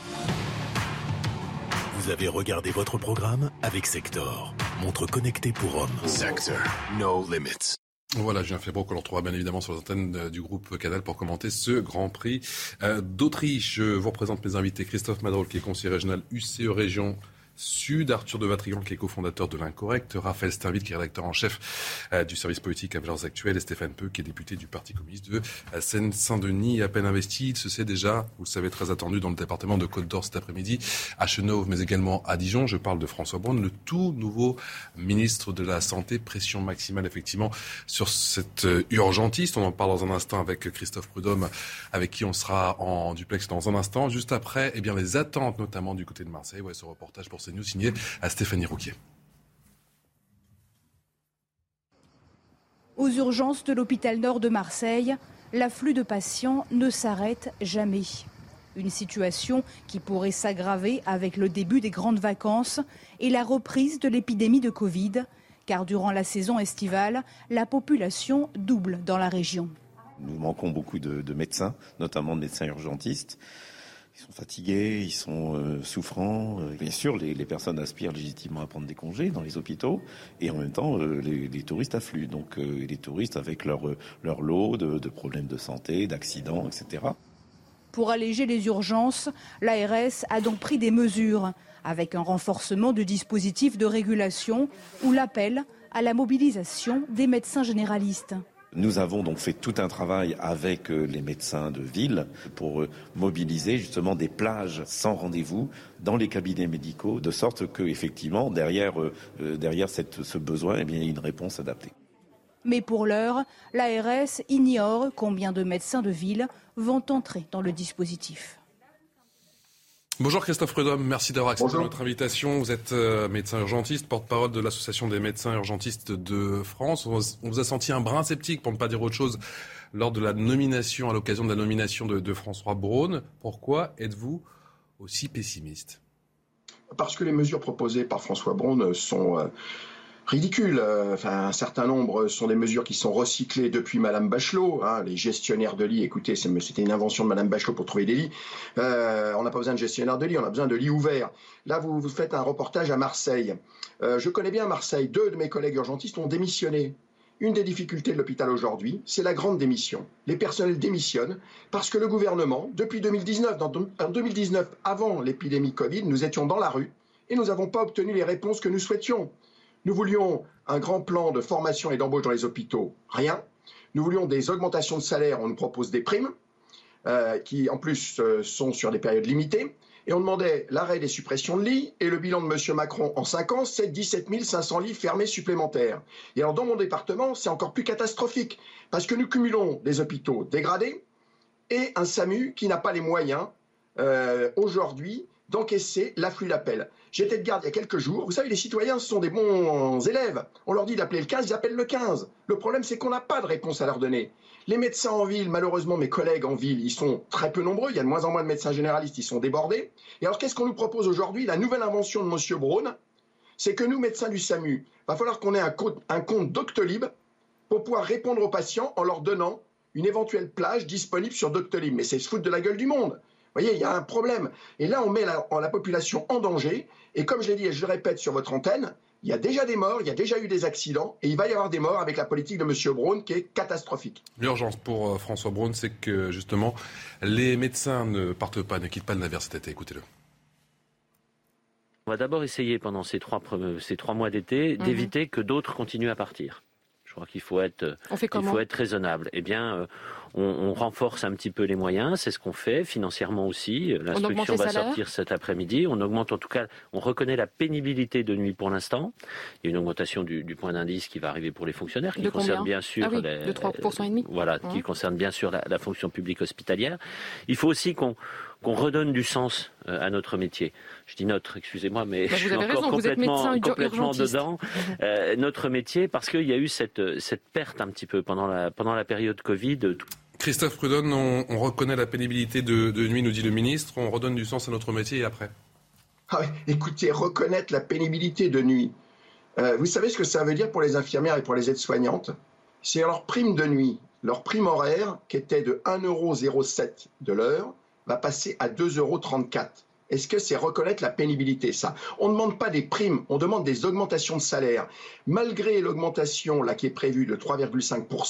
Vous avez regardé votre programme avec Sector, montre connectée pour hommes. Sector, no limits. Voilà, Julien Febvre, que l'on retrouvera bien évidemment sur les antennes du groupe Canal pour commenter ce Grand Prix euh, d'Autriche. Je vous représente mes invités. Christophe Madrol, qui est conseiller régional U C E Région Sud. Arthur de Vatrigan, qui est cofondateur de l'Incorrect, Raphaël Steinville, qui est rédacteur en chef euh, du service politique à Valeurs Actuelles, et Stéphane Peu, qui est député du Parti communiste de euh, Seine-Saint-Denis. À peine investi, il se sait déjà, vous le savez, très attendu dans le département de Côte-d'Or cet après-midi, à Chenôve, mais également à Dijon. Je parle de François Braun, le tout nouveau ministre de la Santé. Pression maximale, effectivement, sur cette euh, urgentiste. On en parle dans un instant avec Christophe Prudhomme, avec qui on sera en duplex dans un instant. Juste après, eh bien, les attentes, notamment du côté de Marseille. Ouais, ce reportage pour CNews signé à Stéphanie Rouquier. Aux urgences de l'hôpital Nord de Marseille, l'afflux de patients ne s'arrête jamais. Une situation qui pourrait s'aggraver avec le début des grandes vacances et la reprise de l'épidémie de Covid, car durant la saison estivale, la population double dans la région. Nous manquons beaucoup de, de médecins, notamment de médecins urgentistes. Ils sont fatigués, ils sont euh, souffrants. Bien sûr, les, les personnes aspirent légitimement à prendre des congés dans les hôpitaux et en même temps, euh, les, les touristes affluent. Donc euh, les touristes avec leur, leur lot de, de problèmes de santé, d'accidents, et cetera. Pour alléger les urgences, l'A R S a donc pris des mesures, avec un renforcement du dispositif de régulation ou l'appel à la mobilisation des médecins généralistes. Nous avons donc fait tout un travail avec les médecins de ville pour mobiliser justement des plages sans rendez-vous dans les cabinets médicaux, de sorte que effectivement derrière, euh, derrière cette, ce besoin, eh bien, il y a une réponse adaptée. Mais pour l'heure, l'A R S ignore combien de médecins de ville vont entrer dans le dispositif. Bonjour Christophe Prudhomme, merci d'avoir accepté Bonjour. notre invitation. Vous êtes euh, médecin urgentiste, porte-parole de l'Association des médecins urgentistes de France. On, on vous a senti un brin sceptique, pour ne pas dire autre chose, lors de la nomination, à l'occasion de la nomination de, de François Braun. Pourquoi êtes-vous aussi pessimiste ? Parce que les mesures proposées par François Braun sont euh, ridicules. Enfin, un certain nombre sont des mesures qui sont recyclées depuis Madame Bachelot. Hein, les gestionnaires de lits, écoutez, c'était une invention de Madame Bachelot pour trouver des lits. Euh, on n'a pas besoin de gestionnaires de lits, on a besoin de lits ouverts. Là, vous, vous faites un reportage à Marseille. Euh, je connais bien Marseille. Deux de mes collègues urgentistes ont démissionné. Une des difficultés de l'hôpital aujourd'hui, c'est la grande démission. Les personnels démissionnent parce que le gouvernement, depuis deux mille dix-neuf, dans, en deux mille dix-neuf, avant l'épidémie Covid, nous étions dans la rue et nous n'avons pas obtenu les réponses que nous souhaitions. Nous voulions un grand plan de formation et d'embauche dans les hôpitaux, rien. Nous voulions des augmentations de salaire, on nous propose des primes, euh, qui en plus euh, sont sur des périodes limitées. Et on demandait l'arrêt des suppressions de lits, et le bilan de M. Macron en cinq ans, c'est dix-sept mille cinq cents lits fermés supplémentaires. Et alors dans mon département, c'est encore plus catastrophique, parce que nous cumulons des hôpitaux dégradés et un SAMU qui n'a pas les moyens, euh, aujourd'hui, d'encaisser l'afflux d'appels. J'étais de garde il y a quelques jours. Vous savez, les citoyens, ce sont des bons élèves. On leur dit d'appeler le quinze, ils appellent le quinze. Le problème, c'est qu'on n'a pas de réponse à leur donner. Les médecins en ville, malheureusement, mes collègues en ville, ils sont très peu nombreux. Il y a de moins en moins de médecins généralistes, ils sont débordés. Et alors, qu'est-ce qu'on nous propose aujourd'hui ? La nouvelle invention de M. Braun, c'est que nous, médecins du SAMU, il va falloir qu'on ait un compte, un compte Doctolib pour pouvoir répondre aux patients en leur donnant une éventuelle plage disponible sur Doctolib. Mais c'est se foutre de la gueule du monde. Vous voyez, il y a un problème. Et là, on met la, la population en danger. Et comme je l'ai dit et je le répète sur votre antenne, il y a déjà des morts, il y a déjà eu des accidents. Et il va y avoir des morts avec la politique de M. Braun qui est catastrophique. L'urgence pour euh, François Braun, c'est que justement, les médecins ne partent pas, ne quittent pas le navire cet été. Écoutez-le. On va d'abord essayer pendant ces trois, ces trois mois d'été mmh. d'éviter que d'autres continuent à partir. Je crois qu'il faut être, il faut être raisonnable. Eh bien, euh, on, on renforce un petit peu les moyens, c'est ce qu'on fait, financièrement aussi. L'instruction va sortir cet après-midi. On augmente en tout cas, on reconnaît la pénibilité de nuit pour l'instant. Il y a une augmentation du, du point d'indice qui va arriver pour les fonctionnaires, qui de combien ? concerne bien sûr... Ah oui, les, de trois pour cent et demi. Voilà, mmh. qui concerne bien sûr la, la fonction publique hospitalière. Il faut aussi qu'on... qu'on redonne du sens à notre métier. Je dis notre, excusez-moi, mais bah, je suis encore raison, complètement, complètement dedans. Euh, notre métier, parce qu'il y a eu cette, cette perte un petit peu pendant la, pendant la période Covid. Christophe Prudhomme, on, on reconnaît la pénibilité de, de nuit, nous dit le ministre. On redonne du sens à notre métier et après. Ah, écoutez, reconnaître la pénibilité de nuit. Euh, vous savez ce que ça veut dire pour les infirmières et pour les aides-soignantes ? C'est leur prime de nuit, leur prime horaire, qui était de un euro zéro sept de l'heure, va passer à deux euros trente-quatre. Est-ce que c'est reconnaître la pénibilité, ça ? On ne demande pas des primes, on demande des augmentations de salaire. Malgré l'augmentation là, qui est prévue de trois virgule cinq pour cent,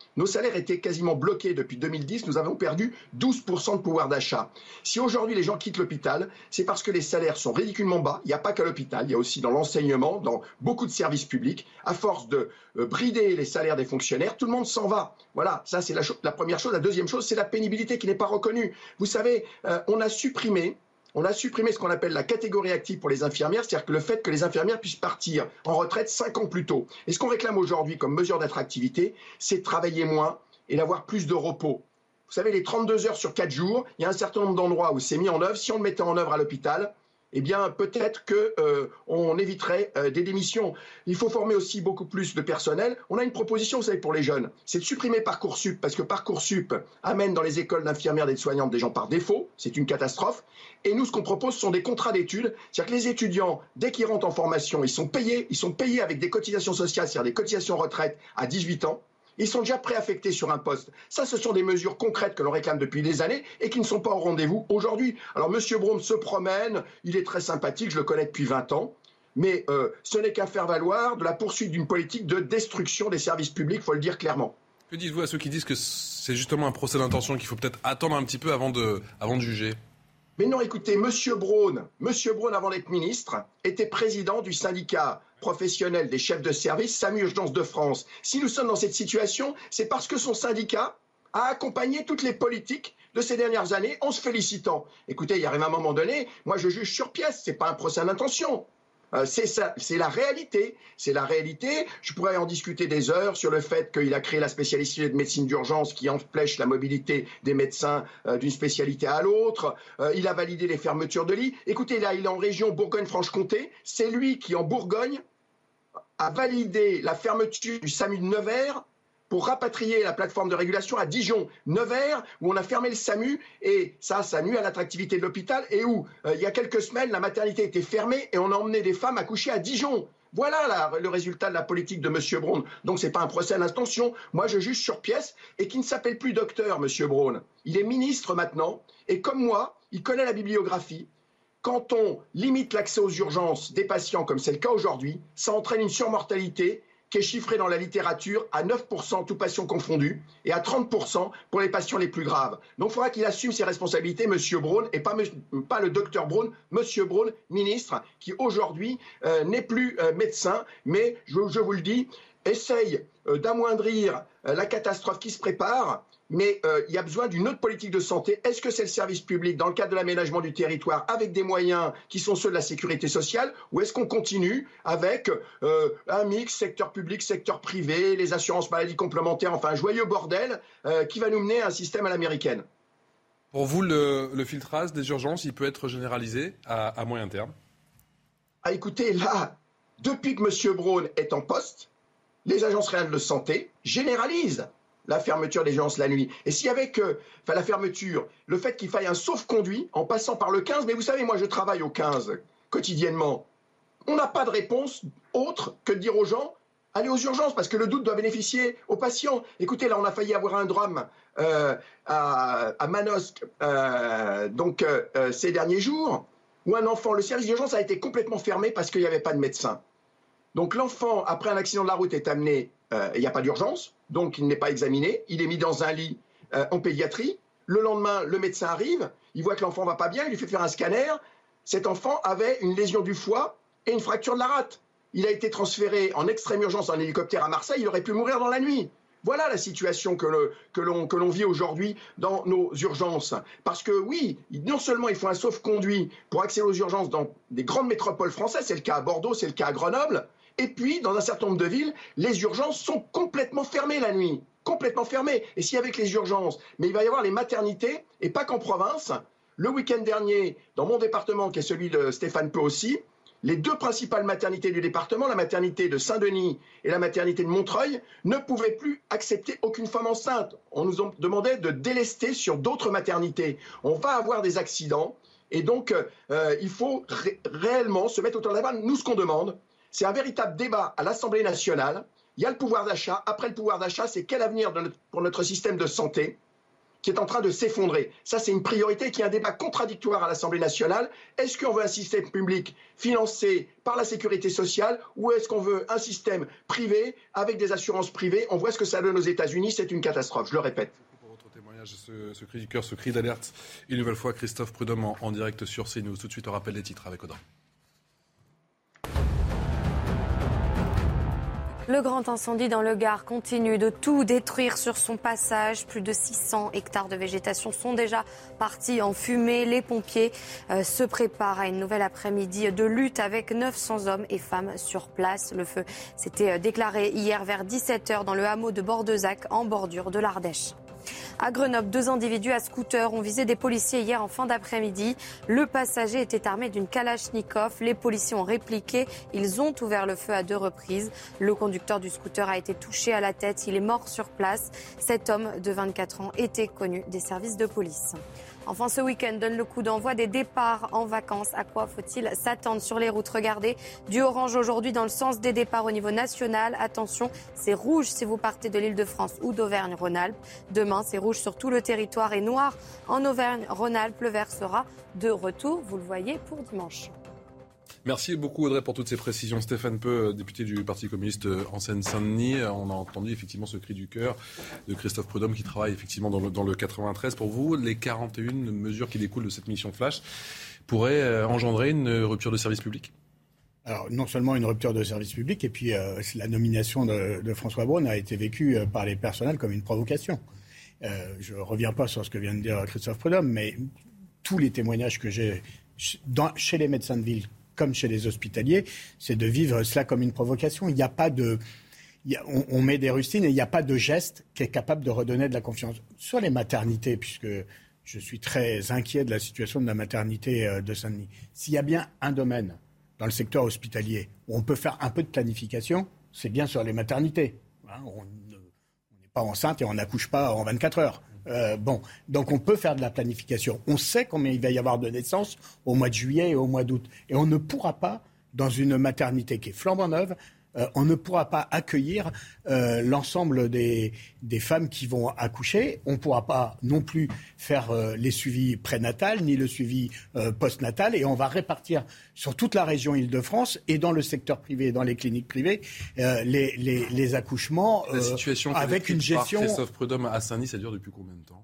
nos salaires étaient quasiment bloqués depuis deux mille dix. Nous avons perdu douze pour cent de pouvoir d'achat. Si aujourd'hui les gens quittent l'hôpital, c'est parce que les salaires sont ridiculement bas. Il n'y a pas qu'à l'hôpital, il y a aussi dans l'enseignement, dans beaucoup de services publics. À force de euh, brider les salaires des fonctionnaires, tout le monde s'en va. Voilà, ça c'est la, la première chose. La deuxième chose, c'est la pénibilité qui n'est pas reconnue. Vous savez, euh, on a supprimé On a supprimé ce qu'on appelle la catégorie active pour les infirmières, c'est-à-dire que le fait que les infirmières puissent partir en retraite cinq ans plus tôt. Et ce qu'on réclame aujourd'hui comme mesure d'attractivité, c'est de travailler moins et d'avoir plus de repos. Vous savez, les trente-deux heures sur quatre jours, il y a un certain nombre d'endroits où c'est mis en œuvre. Si on le mettait en œuvre à l'hôpital, eh bien, peut-être qu'on euh, éviterait euh, des démissions. Il faut former aussi beaucoup plus de personnel. On a une proposition, vous savez, pour les jeunes, c'est de supprimer Parcoursup, parce que Parcoursup amène dans les écoles d'infirmières et de soignantes des gens par défaut. C'est une catastrophe. Et nous, ce qu'on propose, ce sont des contrats d'études. C'est-à-dire que les étudiants, dès qu'ils rentrent en formation, ils sont payés, ils sont payés avec des cotisations sociales, c'est-à-dire des cotisations retraite à dix-huit ans. Ils sont déjà préaffectés sur un poste. Ça, ce sont des mesures concrètes que l'on réclame depuis des années et qui ne sont pas au rendez-vous aujourd'hui. Alors, M. Braun se promène, il est très sympathique, je le connais depuis vingt ans, mais euh, ce n'est qu'un faire-valoir de la poursuite d'une politique de destruction des services publics, il faut le dire clairement. Que dites-vous à ceux qui disent que c'est justement un procès d'intention qu'il faut peut-être attendre un petit peu avant de, avant de juger ? Mais non, écoutez, M. Braun, M. Braun, avant d'être ministre, était président du syndicat professionnel des chefs de service SAMU Urgences de France. Si nous sommes dans cette situation, c'est parce que son syndicat a accompagné toutes les politiques de ces dernières années en se félicitant. Écoutez, il arrive un moment donné, moi je juge sur pièce, c'est pas un procès d'intention. Euh, c'est ça, c'est la réalité. C'est la réalité. Je pourrais en discuter des heures sur le fait qu'il a créé la spécialité de médecine d'urgence qui empêche la mobilité des médecins euh, d'une spécialité à l'autre. Euh, il a validé les fermetures de lits. Écoutez, là, il est en région Bourgogne-Franche-Comté. C'est lui qui, en Bourgogne, a validé la fermeture du SAMU de Nevers pour rapatrier la plateforme de régulation à Dijon, Nevers, où on a fermé le SAMU, et ça, ça nuit à l'attractivité de l'hôpital, et où, euh, il y a quelques semaines, la maternité était fermée, et on a emmené des femmes accoucher à Dijon. Voilà la, le résultat de la politique de M. Braun. Donc, ce n'est pas un procès à l'intention. Moi, je juge sur pièce, et qui ne s'appelle plus docteur, M. Braun. Il est ministre maintenant, et comme moi, il connaît la bibliographie. Quand on limite l'accès aux urgences des patients, comme c'est le cas aujourd'hui, ça entraîne une surmortalité qui est chiffré dans la littérature à neuf pour cent tous patients confondus et à trente pour cent pour les patients les plus graves. Donc il faudra qu'il assume ses responsabilités, M. Braun, et pas, pas le docteur Braun, M. Braun, ministre, qui aujourd'hui euh, n'est plus euh, médecin, mais je, je vous le dis, essaye euh, d'amoindrir euh, la catastrophe qui se prépare. Mais euh, il y a besoin d'une autre politique de santé. Est-ce que c'est le service public dans le cadre de l'aménagement du territoire avec des moyens qui sont ceux de la sécurité sociale, ou est-ce qu'on continue avec euh, un mix secteur public, secteur privé, les assurances maladies complémentaires, enfin un joyeux bordel euh, qui va nous mener à un système à l'américaine? Pour vous, le, le filtrage des urgences, il peut être généralisé à, à moyen terme? Ah, écoutez, là, depuis que M. Braun est en poste, les agences régionales de santé généralisent la fermeture des urgences la nuit. Et s'il y avait que, enfin la fermeture, le fait qu'il faille un sauf-conduit en passant par le quinze, mais vous savez, moi je travaille au quinze quotidiennement, on n'a pas de réponse autre que de dire aux gens, allez aux urgences, parce que le doute doit bénéficier aux patients. Écoutez, là on a failli avoir un drame euh, à, à Manosque euh, donc, euh, ces derniers jours, où un enfant, le service d'urgence a été complètement fermé parce qu'il n'y avait pas de médecin. Donc l'enfant, après un accident de la route, est amené, euh, il n'y a pas d'urgence, donc il n'est pas examiné, il est mis dans un lit euh, en pédiatrie. Le lendemain, le médecin arrive, il voit que l'enfant ne va pas bien, il lui fait faire un scanner. Cet enfant avait une lésion du foie et une fracture de la rate. Il a été transféré en extrême urgence en hélicoptère à Marseille, il aurait pu mourir dans la nuit. Voilà la situation que, le, que, l'on, que l'on vit aujourd'hui dans nos urgences. Parce que oui, non seulement il faut un sauf-conduit pour accéder aux urgences dans des grandes métropoles françaises, c'est le cas à Bordeaux, c'est le cas à Grenoble, et puis dans un certain nombre de villes, les urgences sont complètement fermées la nuit. Complètement fermées. Et si avec les urgences, mais il va y avoir les maternités, et pas qu'en province. Le week-end dernier, dans mon département, qui est celui de Stéphane Peu aussi, les deux principales maternités du département, la maternité de Saint-Denis et la maternité de Montreuil, ne pouvaient plus accepter aucune femme enceinte. On nous demandait de délester sur d'autres maternités. On va avoir des accidents et donc euh, il faut ré- réellement se mettre autour de la table. Nous, ce qu'on demande, c'est un véritable débat à l'Assemblée nationale. Il y a le pouvoir d'achat. Après le pouvoir d'achat, c'est quel avenir de notre, pour notre système de santé? qui est en train de s'effondrer. Ça, c'est une priorité qui est un débat contradictoire à l'Assemblée nationale. Est-ce qu'on veut un système public financé par la sécurité sociale ou est-ce qu'on veut un système privé avec des assurances privées? On voit ce que ça donne aux États-Unis, c'est une catastrophe, je le répète. Pour votre témoignage, ce, ce cri du cœur, ce cri d'alerte, une nouvelle fois, Christophe Prudhomme en, en direct sur CNews. Tout de suite, on rappelle les titres avec Audrey. Le grand incendie dans le Gard continue de tout détruire sur son passage. Plus de six cents hectares de végétation sont déjà partis en fumée. Les pompiers euh, se préparent à une nouvelle après-midi de lutte avec neuf cents hommes et femmes sur place. Le feu s'était déclaré hier vers dix-sept heures dans le hameau de Bordezac en bordure de l'Ardèche. À Grenoble, deux individus à scooter ont visé des policiers hier en fin d'après-midi. Le passager était armé d'une kalachnikov. Les policiers ont répliqué. Ils ont ouvert le feu à deux reprises. Le conducteur du scooter a été touché à la tête. Il est mort sur place. Cet homme de vingt-quatre ans était connu des services de police. Enfin, ce week-end donne le coup d'envoi des départs en vacances. À quoi faut-il s'attendre sur les routes? Regardez, du orange aujourd'hui dans le sens des départs au niveau national. Attention, c'est rouge si vous partez de l'Île-de-France ou d'Auvergne-Rhône-Alpes. Demain, c'est rouge sur tout le territoire et noir en Auvergne-Rhône-Alpes. Le vert sera de retour, vous le voyez, pour dimanche. Merci beaucoup Audrey pour toutes ces précisions. Stéphane Peu, député du Parti communiste en Seine-Saint-Denis. On a entendu effectivement ce cri du cœur de Christophe Prudhomme qui travaille effectivement dans le, dans le quatre-vingt-treize. Pour vous, les quarante et une mesures qui découlent de cette mission flash pourraient engendrer une rupture de service public ? Alors, non seulement une rupture de service public, et puis euh, la nomination de, de François Braun a été vécue euh, par les personnels comme une provocation. Euh, je ne reviens pas sur ce que vient de dire Christophe Prudhomme, mais tous les témoignages que j'ai dans, chez les médecins de ville, comme chez les hospitaliers, c'est de vivre cela comme une provocation. Il n'y a pas de... Il y a, on, on met des rustines et il n'y a pas de geste qui est capable de redonner de la confiance. Sur les maternités, puisque je suis très inquiet de la situation de la maternité de Saint-Denis, s'il y a bien un domaine dans le secteur hospitalier où on peut faire un peu de planification, c'est bien sur les maternités. Hein, on n'est pas enceinte et on n'accouche pas en vingt-quatre heures. Euh, bon, donc on peut faire de la planification. On sait combien il va y avoir de naissances au mois de juillet et au mois d'août. Et on ne pourra pas, dans une maternité qui est flambant neuve, euh, on ne pourra pas accueillir euh, l'ensemble des, des femmes qui vont accoucher. On ne pourra pas non plus faire euh, les suivis prénatals ni le suivi euh, postnatal. Et on va répartir sur toute la région Île-de-France et dans le secteur privé et dans les cliniques privées euh, les, les, les accouchements euh, la situation avec une gestion. Par Christophe Prudhomme à Saint-Denis, ça dure depuis combien de temps ?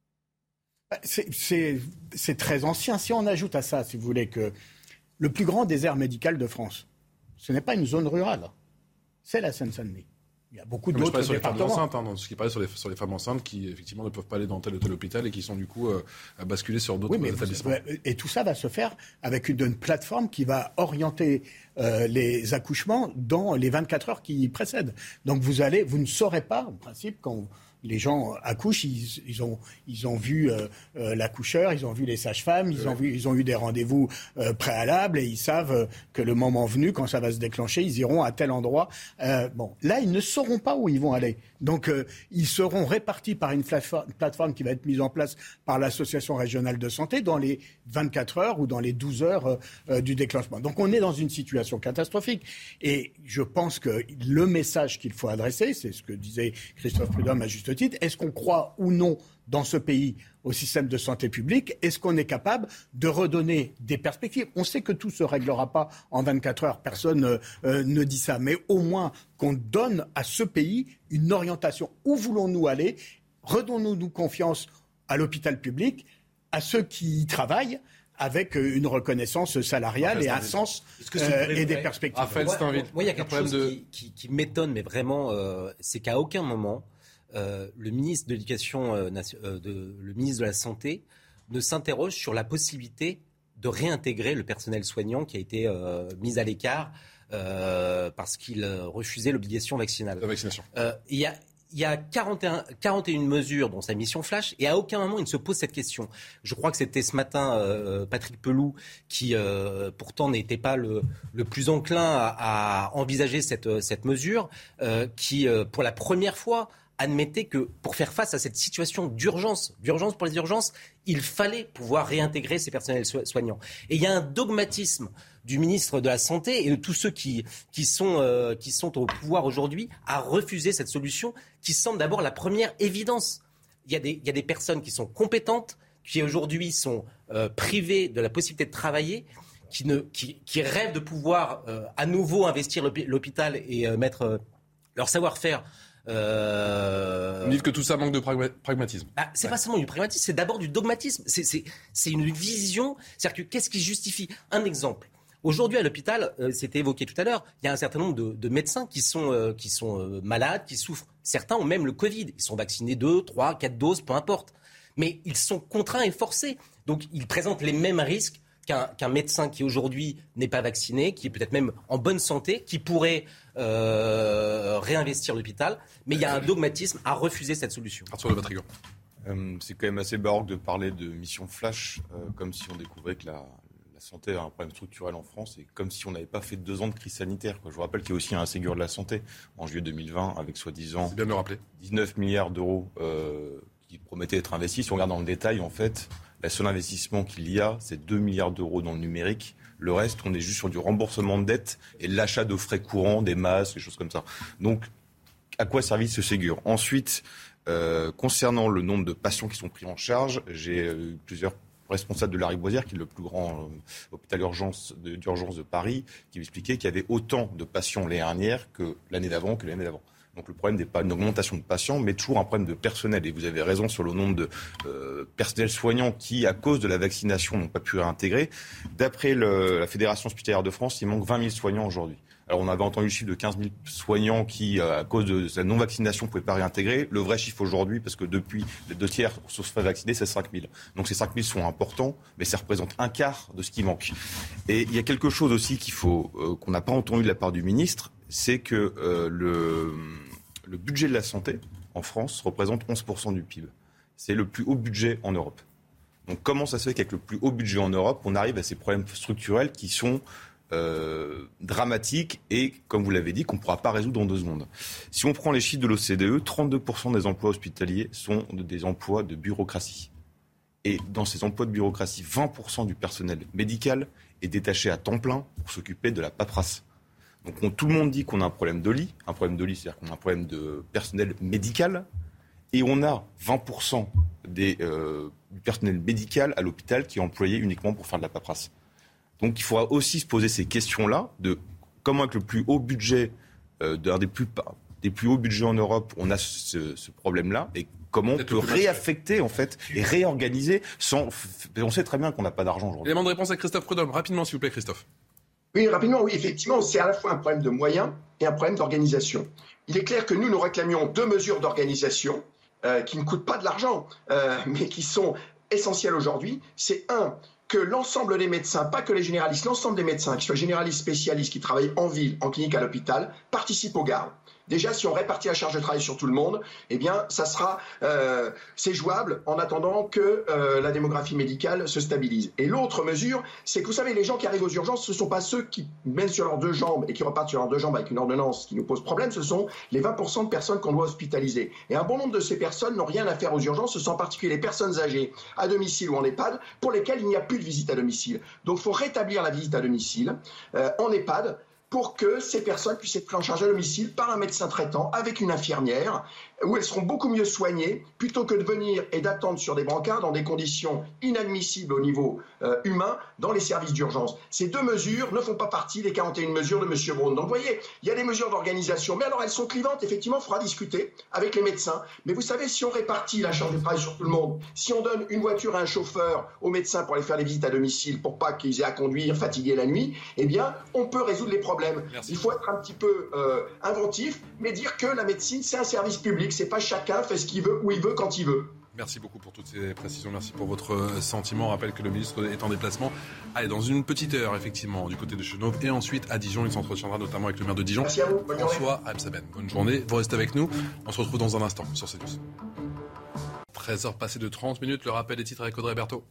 c'est, c'est, c'est très ancien. Si on ajoute à ça, si vous voulez, que le plus grand désert médical de France, ce n'est pas une zone rurale, c'est la Seine-Saint-Denis. Il y a beaucoup d'autres sur départements. Les femmes enceintes, hein, dans ce qui parlait sur les, sur les femmes enceintes qui, effectivement, ne peuvent pas aller dans tel ou tel hôpital et qui sont, du coup, euh, basculées sur d'autres oui, mais établissements. Vous, et tout ça va se faire avec une, une plateforme qui va orienter euh, les accouchements dans les vingt-quatre heures qui précèdent. Donc, vous, allez, vous ne saurez pas, en principe, quand les gens accouchent, ils, ils, ont, ils ont vu euh, euh, l'accoucheur, ils ont vu les sages-femmes, ils, oui. ont, vu, ils ont eu des rendez-vous euh, préalables et ils savent euh, que le moment venu, quand ça va se déclencher, ils iront à tel endroit. Euh, bon, là, ils ne sauront pas où ils vont aller. Donc, euh, ils seront répartis par une plateforme, plateforme qui va être mise en place par l'Association régionale de santé dans les vingt-quatre heures ou dans les douze heures euh, du déclenchement. Donc, on est dans une situation catastrophique. Et je pense que le message qu'il faut adresser, c'est ce que disait Christophe Prudhomme à juste titre, est-ce qu'on croit ou non dans ce pays au système de santé publique? Est-ce qu'on est capable de redonner des perspectives? On sait que tout ne se réglera pas en vingt-quatre heures, personne euh, euh, ne dit ça, mais au moins qu'on donne à ce pays une orientation. Où voulons-nous aller? Redonnons-nous confiance à l'hôpital public, à ceux qui y travaillent, avec une reconnaissance salariale et un sens euh, et des perspectives. Raphaël Steinville. Moi, il y a quelque chose de... qui, qui, qui m'étonne, mais vraiment, euh, c'est qu'à aucun moment, Euh, le ministre de l'Éducation, euh, euh, de, le ministre de la Santé ne s'interroge sur la possibilité de réintégrer le personnel soignant qui a été euh, mis à l'écart euh, parce qu'il euh, refusait l'obligation vaccinale. La vaccination. Euh, il y a Il y a quarante et un, quarante et une mesures dans sa mission flash et à aucun moment il ne se pose cette question. Je crois que c'était ce matin euh, Patrick Pelloux qui euh, pourtant n'était pas le, le plus enclin à, à envisager cette, cette mesure euh, qui euh, pour la première fois admettait que pour faire face à cette situation d'urgence, d'urgence pour les urgences, il fallait pouvoir réintégrer ces personnels so- soignants. Et il y a un dogmatisme du ministre de la Santé et de tous ceux qui, qui, sont, euh, qui sont au pouvoir aujourd'hui à refuser cette solution qui semble d'abord la première évidence. il y a des, il y a des personnes qui sont compétentes, qui aujourd'hui sont euh, privées de la possibilité de travailler, qui, ne, qui, qui rêvent de pouvoir euh, à nouveau investir l'hôpital et euh, mettre euh, leur savoir-faire. Euh... Vous dites que tout ça manque de pragma- pragmatisme. Bah, c'est ouais. pas seulement du pragmatisme, c'est d'abord du dogmatisme. C'est, c'est, c'est une vision. C'est-à-dire que qu'est-ce qui justifie ? Un exemple. Aujourd'hui, à l'hôpital, euh, c'était évoqué tout à l'heure, il y a un certain nombre de, de médecins qui sont, euh, qui sont euh, malades, qui souffrent. Certains ont même le Covid. Ils sont vaccinés deux, trois, quatre doses, peu importe. Mais ils sont contraints et forcés. Donc, ils présentent les mêmes risques qu'un, qu'un médecin qui aujourd'hui n'est pas vacciné, qui est peut-être même en bonne santé, qui pourrait euh, réinvestir l'hôpital. Mais il y a un dogmatisme à refuser cette solution. Arthur de Vatrigan. Euh, c'est quand même assez baroque de parler de mission flash, euh, comme si on découvrait que la, la santé a un problème structurel en France, et comme si on n'avait pas fait deux ans de crise sanitaire, quoi. Je vous rappelle qu'il y a aussi un Ségur de la santé en juillet deux mille vingt, avec soi-disant c'est bien de le rappeler. dix-neuf milliards d'euros euh, qui promettaient d'être investis. Si on regarde dans le détail, en fait, le seul investissement qu'il y a, c'est deux milliards d'euros dans le numérique. Le reste, on est juste sur du remboursement de dettes et l'achat de frais courants, des masques, des choses comme ça. Donc, à quoi servit ce Ségur ? Ensuite, euh, concernant le nombre de patients qui sont pris en charge, j'ai eu plusieurs responsables de Lariboisière, qui est le plus grand euh, hôpital d'urgence de, d'urgence de Paris, qui m'expliquait qu'il y avait autant de patients l'année dernière que l'année d'avant que l'année d'avant. Donc le problème n'est pas une augmentation de patients, mais toujours un problème de personnel. Et vous avez raison sur le nombre de euh, personnels soignants qui, à cause de la vaccination, n'ont pas pu réintégrer. D'après le, la Fédération hospitalière de France, il manque vingt mille soignants aujourd'hui. Alors on avait entendu le chiffre de quinze mille soignants qui, à cause de la non-vaccination, ne pouvaient pas réintégrer. Le vrai chiffre aujourd'hui, parce que depuis les deux tiers sont vaccinés, c'est cinq mille. Donc ces cinq mille sont importants, mais ça représente un quart de ce qui manque. Et il y a quelque chose aussi qu'il faut, euh, qu'on n'a pas entendu de la part du ministre, c'est que euh, le, le budget de la santé en France représente onze pour cent du P I B. C'est le plus haut budget en Europe. Donc comment ça se fait qu'avec le plus haut budget en Europe, on arrive à ces problèmes structurels qui sont euh, dramatiques et, comme vous l'avez dit, qu'on ne pourra pas résoudre en deux secondes. Si on prend les chiffres de l'O C D E, trente-deux pour cent des emplois hospitaliers sont des emplois de bureaucratie. Et dans ces emplois de bureaucratie, vingt pour cent du personnel médical est détaché à temps plein pour s'occuper de la paperasse. Donc on, tout le monde dit qu'on a un problème de lit. Un problème de lit, c'est-à-dire qu'on a un problème de personnel médical. Et on a vingt pour cent des, euh, du personnel médical à l'hôpital qui est employé uniquement pour faire de la paperasse. Donc il faudra aussi se poser ces questions-là de comment, avec le plus haut budget, euh, d'un des plus, des plus hauts budgets en Europe, on a ce, ce problème-là. Et comment on peut réaffecter en fait et réorganiser sans... On sait très bien qu'on n'a pas d'argent aujourd'hui. Élément de réponse à Christophe Prudhomme. Rapidement, s'il vous plaît, Christophe. Oui, rapidement, oui, effectivement, c'est à la fois un problème de moyens et un problème d'organisation. Il est clair que nous, nous réclamions deux mesures d'organisation euh, qui ne coûtent pas de l'argent, euh, mais qui sont essentielles aujourd'hui. C'est un, que l'ensemble des médecins, pas que les généralistes, l'ensemble des médecins, qu'ils soient généralistes, spécialistes, qui travaillent en ville, en clinique, à l'hôpital, participent aux gardes. Déjà, si on répartit la charge de travail sur tout le monde, eh bien, ça sera, euh, c'est jouable en attendant que euh, la démographie médicale se stabilise. Et l'autre mesure, c'est que vous savez, les gens qui arrivent aux urgences, ce ne sont pas ceux qui mènent sur leurs deux jambes et qui repartent sur leurs deux jambes avec une ordonnance qui nous pose problème, ce sont les vingt pour cent de personnes qu'on doit hospitaliser. Et un bon nombre de ces personnes n'ont rien à faire aux urgences, ce sont en particulier les personnes âgées à domicile ou en EHPAD, pour lesquelles il n'y a plus de visite à domicile. Donc, il faut rétablir la visite à domicile euh, en EHPAD, pour que ces personnes puissent être prises en charge à domicile par un médecin traitant avec une infirmière, où elles seront beaucoup mieux soignées, plutôt que de venir et d'attendre sur des brancards dans des conditions inadmissibles au niveau euh, humain dans les services d'urgence. Ces deux mesures ne font pas partie des quarante et une mesures de M. Braun. Donc vous voyez, il y a des mesures d'organisation, mais alors elles sont clivantes, effectivement, il faudra discuter avec les médecins. Mais vous savez, si on répartit la charge de travail sur tout le monde, si on donne une voiture à un chauffeur, aux médecins pour aller faire les visites à domicile, pour pas qu'ils aient à conduire fatigués la nuit, eh bien, on peut résoudre les problèmes. Merci. Il faut être un petit peu euh, inventif, mais dire que la médecine, c'est un service public. C'est pas chacun fait ce qu'il veut, où il veut, quand il veut. Merci beaucoup pour toutes ces précisions. Merci pour votre sentiment. On rappelle que le ministre est en déplacement. Allez, dans une petite heure, effectivement, du côté de Chenauve. Et ensuite, à Dijon, il s'entretiendra notamment avec le maire de Dijon, Merci à vous. Bonne François Rebsaben. Bonne journée. Vous restez avec nous. On se retrouve dans un instant sur CNews. treize heures passées de trente minutes. Le rappel des titres avec Audrey Berthaud.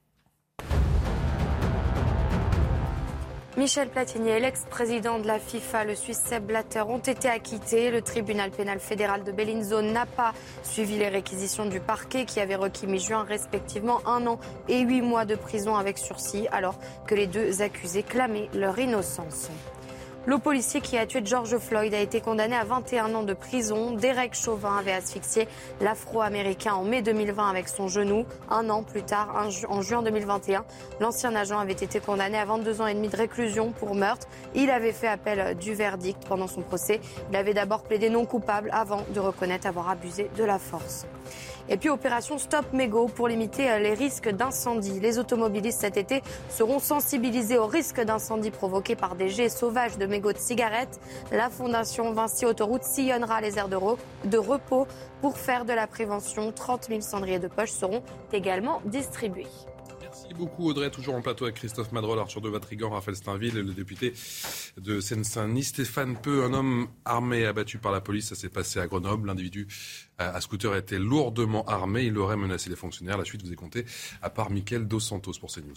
Michel Platini et l'ex-président de la FIFA, le Suisse Sepp Blatter, ont été acquittés. Le tribunal pénal fédéral de Bellinzone n'a pas suivi les réquisitions du parquet qui avait requis mi-juin respectivement un an et huit mois de prison avec sursis alors que les deux accusés clamaient leur innocence. Le policier qui a tué George Floyd a été condamné à vingt et un ans de prison. Derek Chauvin avait asphyxié l'Afro-Américain en mai deux mille vingt avec son genou. Un an plus tard, en juin deux mille vingt et un, l'ancien agent avait été condamné à vingt-deux ans et demi de réclusion pour meurtre. Il avait fait appel du verdict pendant son procès. Il avait d'abord plaidé non coupable avant de reconnaître avoir abusé de la force. Et puis opération Stop Mégots pour limiter les risques d'incendie. Les automobilistes cet été seront sensibilisés aux risques d'incendie provoqués par des jets sauvages de mégots de cigarettes. La fondation Vinci Autoroute sillonnera les aires de, re- de repos pour faire de la prévention. trente mille cendriers de poche seront également distribués. Merci beaucoup Audrey, toujours en plateau avec Christophe Madrol, Arthur de Vatrigan, Raphaël Steinville, le député de Seine-Saint-Denis. Stéphane Peu, un homme armé abattu par la police, ça s'est passé à Grenoble. L'individu à scooter était lourdement armé, il aurait menacé les fonctionnaires. La suite vous est comptée à part Mickaël Dos Santos pour CNews.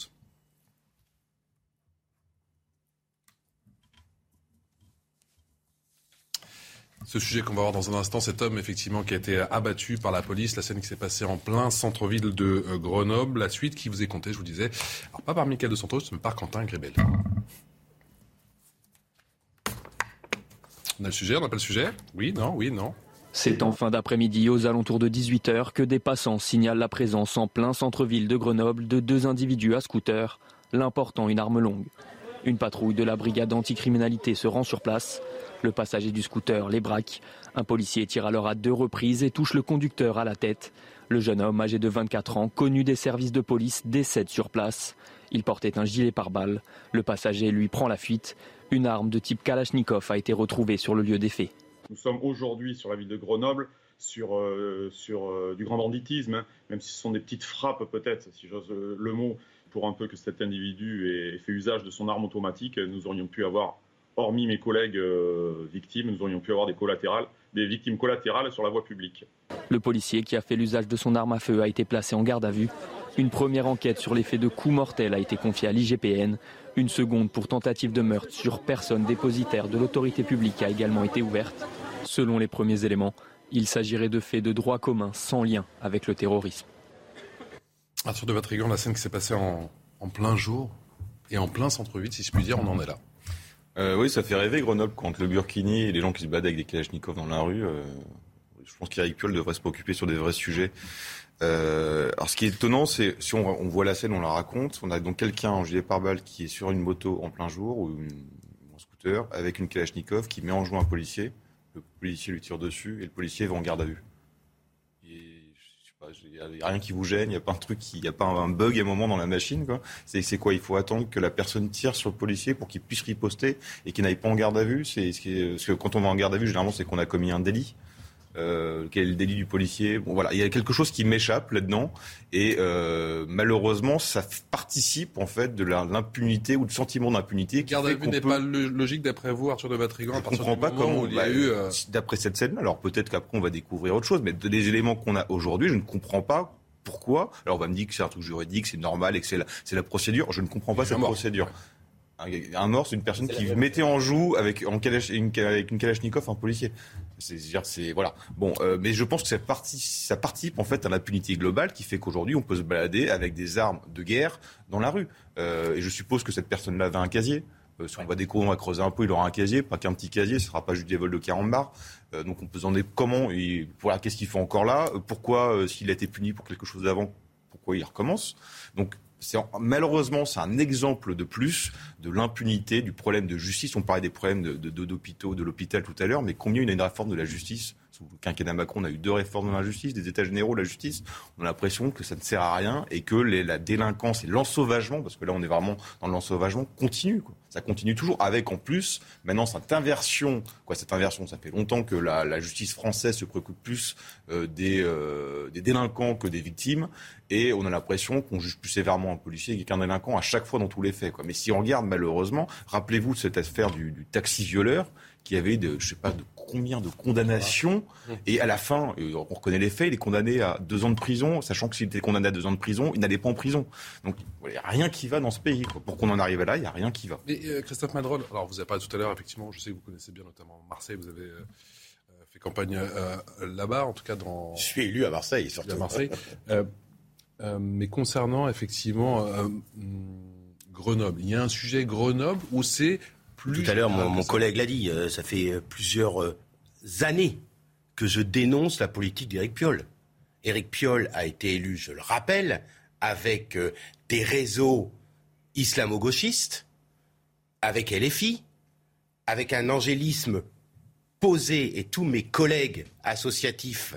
Ce sujet qu'on va voir dans un instant, cet homme effectivement qui a été abattu par la police, la scène qui s'est passée en plein centre-ville de Grenoble, la suite qui vous est comptée, je vous disais, alors pas par Mickaël Dos Santos, mais par Quentin Grébel. On a le sujet, on n'a pas le sujet ? Oui, non, oui, non. C'est en fin d'après-midi, aux alentours de dix-huit heures, que des passants signalent la présence en plein centre-ville de Grenoble de deux individus à scooter, l'un portant une arme longue. Une patrouille de la brigade anticriminalité se rend sur place. Le passager du scooter les braque. Un policier tire alors à deux reprises et touche le conducteur à la tête. Le jeune homme, âgé de vingt-quatre ans, connu des services de police, décède sur place. Il portait un gilet pare-balles. Le passager lui prend la fuite. Une arme de type Kalachnikov a été retrouvée sur le lieu des faits. Nous sommes aujourd'hui sur la ville de Grenoble, sur, euh, sur euh, du grand banditisme, hein, même si ce sont des petites frappes peut-être, si j'ose euh, le mot, pour un peu que cet individu ait fait usage de son arme automatique. Nous aurions pu avoir, hormis mes collègues euh, victimes, nous aurions pu avoir des collatérales, des victimes collatérales sur la voie publique. Le policier qui a fait l'usage de son arme à feu a été placé en garde à vue. Une première enquête sur les faits de coups mortels a été confiée à l'I G P N. Une seconde pour tentative de meurtre sur personne dépositaire de l'autorité publique a également été ouverte. Selon les premiers éléments, il s'agirait de faits de droit commun sans lien avec le terrorisme. Arthur de Vatrigan, la scène qui s'est passée en, en plein jour et en plein centre-ville, si je puis dire, on en est là. Euh, oui, ça fait rêver Grenoble quand le Burkini et les gens qui se baladent avec des kalachnikovs dans la rue. Euh, je pense qu'Éric Piolle devrait se préoccuper sur des vrais sujets. Euh, alors ce qui est étonnant, c'est si on, on voit la scène, on la raconte. On a donc quelqu'un en gilet pare-balles qui est sur une moto en plein jour ou une, un scooter avec une kalachnikov qui met en joue un policier. Le policier lui tire dessus et le policier va en garde à vue. Il n'y a rien qui vous gêne, il n'y a pas un truc, il n'y a pas un bug à un moment dans la machine, quoi. C'est, c'est quoi? Il faut attendre que la personne tire sur le policier pour qu'il puisse riposter et qu'il n'aille pas en garde à vue. C'est, c'est, parce que quand on va en garde à vue, généralement, c'est qu'on a commis un délit. Euh, quel est le délit du policier? Bon, voilà, il y a quelque chose qui m'échappe là-dedans et euh, malheureusement, ça participe en fait de la, l'impunité ou du sentiment d'impunité. Garde à vue n'est peut... pas le, logique d'après vous, Arthur de Vatrigan. Je ne comprends pas comment il y a bah, eu. Euh... D'après cette scène, alors peut-être qu'après on va découvrir autre chose, mais des éléments qu'on a aujourd'hui, je ne comprends pas. Pourquoi? Alors on va me dire que c'est un truc juridique, c'est normal et que c'est la, c'est la procédure. Je ne comprends pas cette procédure. Un, un mort, c'est une personne c'est qui mettait en joue avec, en kalach, une, avec une kalachnikov un policier. C'est, c'est, c'est voilà. Bon, euh, mais je pense que ça participe, ça participe en fait à l'impunité globale qui fait qu'aujourd'hui on peut se balader avec des armes de guerre dans la rue. Euh, et je suppose que cette personne-là avait un casier. Euh, si on va découvrir, on va creuser un peu, il aura un casier, pas qu'un petit casier, ce sera pas juste des vols de quarante bars. Euh, donc on peut se demander comment, et, voilà, qu'est-ce qu'il fait encore là, pourquoi, euh, s'il a été puni pour quelque chose d'avant, pourquoi il recommence. Donc c'est, malheureusement, c'est un exemple de plus de l'impunité, du problème de justice. On parlait des problèmes de, de, de, d'hôpitaux, de l'hôpital tout à l'heure, mais combien il y a une réforme de la justice? Sous le quinquennat Macron, on a eu deux réformes de la justice, des états généraux de la justice. On a l'impression que ça ne sert à rien et que les, la délinquance et l'ensauvagement, parce que là on est vraiment dans l'ensauvagement, continue, quoi. Ça continue toujours avec en plus, maintenant cette inversion, quoi, cette inversion, ça fait longtemps que la, la justice française se préoccupe plus euh, des, euh, des délinquants que des victimes et on a l'impression qu'on juge plus sévèrement un policier qu'un délinquant à chaque fois dans tous les faits, quoi. Mais si on regarde malheureusement, rappelez-vous de cette affaire du, du taxi violeur qui avait de, je sais pas, de combien de condamnations et à la fin, on reconnaît les faits, il est condamné à deux ans de prison, sachant que s'il était condamné à deux ans de prison, il n'allait pas en prison. Donc il n'y a rien qui va dans ce pays, quoi. Pour qu'on en arrive là, il n'y a rien qui va. Mais euh, Christophe Madrol, alors vous avez parlé tout à l'heure, effectivement, je sais que vous connaissez bien notamment Marseille, vous avez euh, fait campagne euh, là-bas, en tout cas dans... Je suis élu à Marseille, surtout. À Marseille. euh, euh, mais concernant effectivement euh, Grenoble, il y a un sujet Grenoble où c'est plus... Tout à l'heure, mon, mon collègue l'a dit, euh, ça fait euh, plusieurs euh, années que je dénonce la politique d'Éric Piolle. Éric Piolle a été élu, je le rappelle, avec euh, des réseaux islamo-gauchistes, avec L F I, avec un angélisme posé, et tous mes collègues associatifs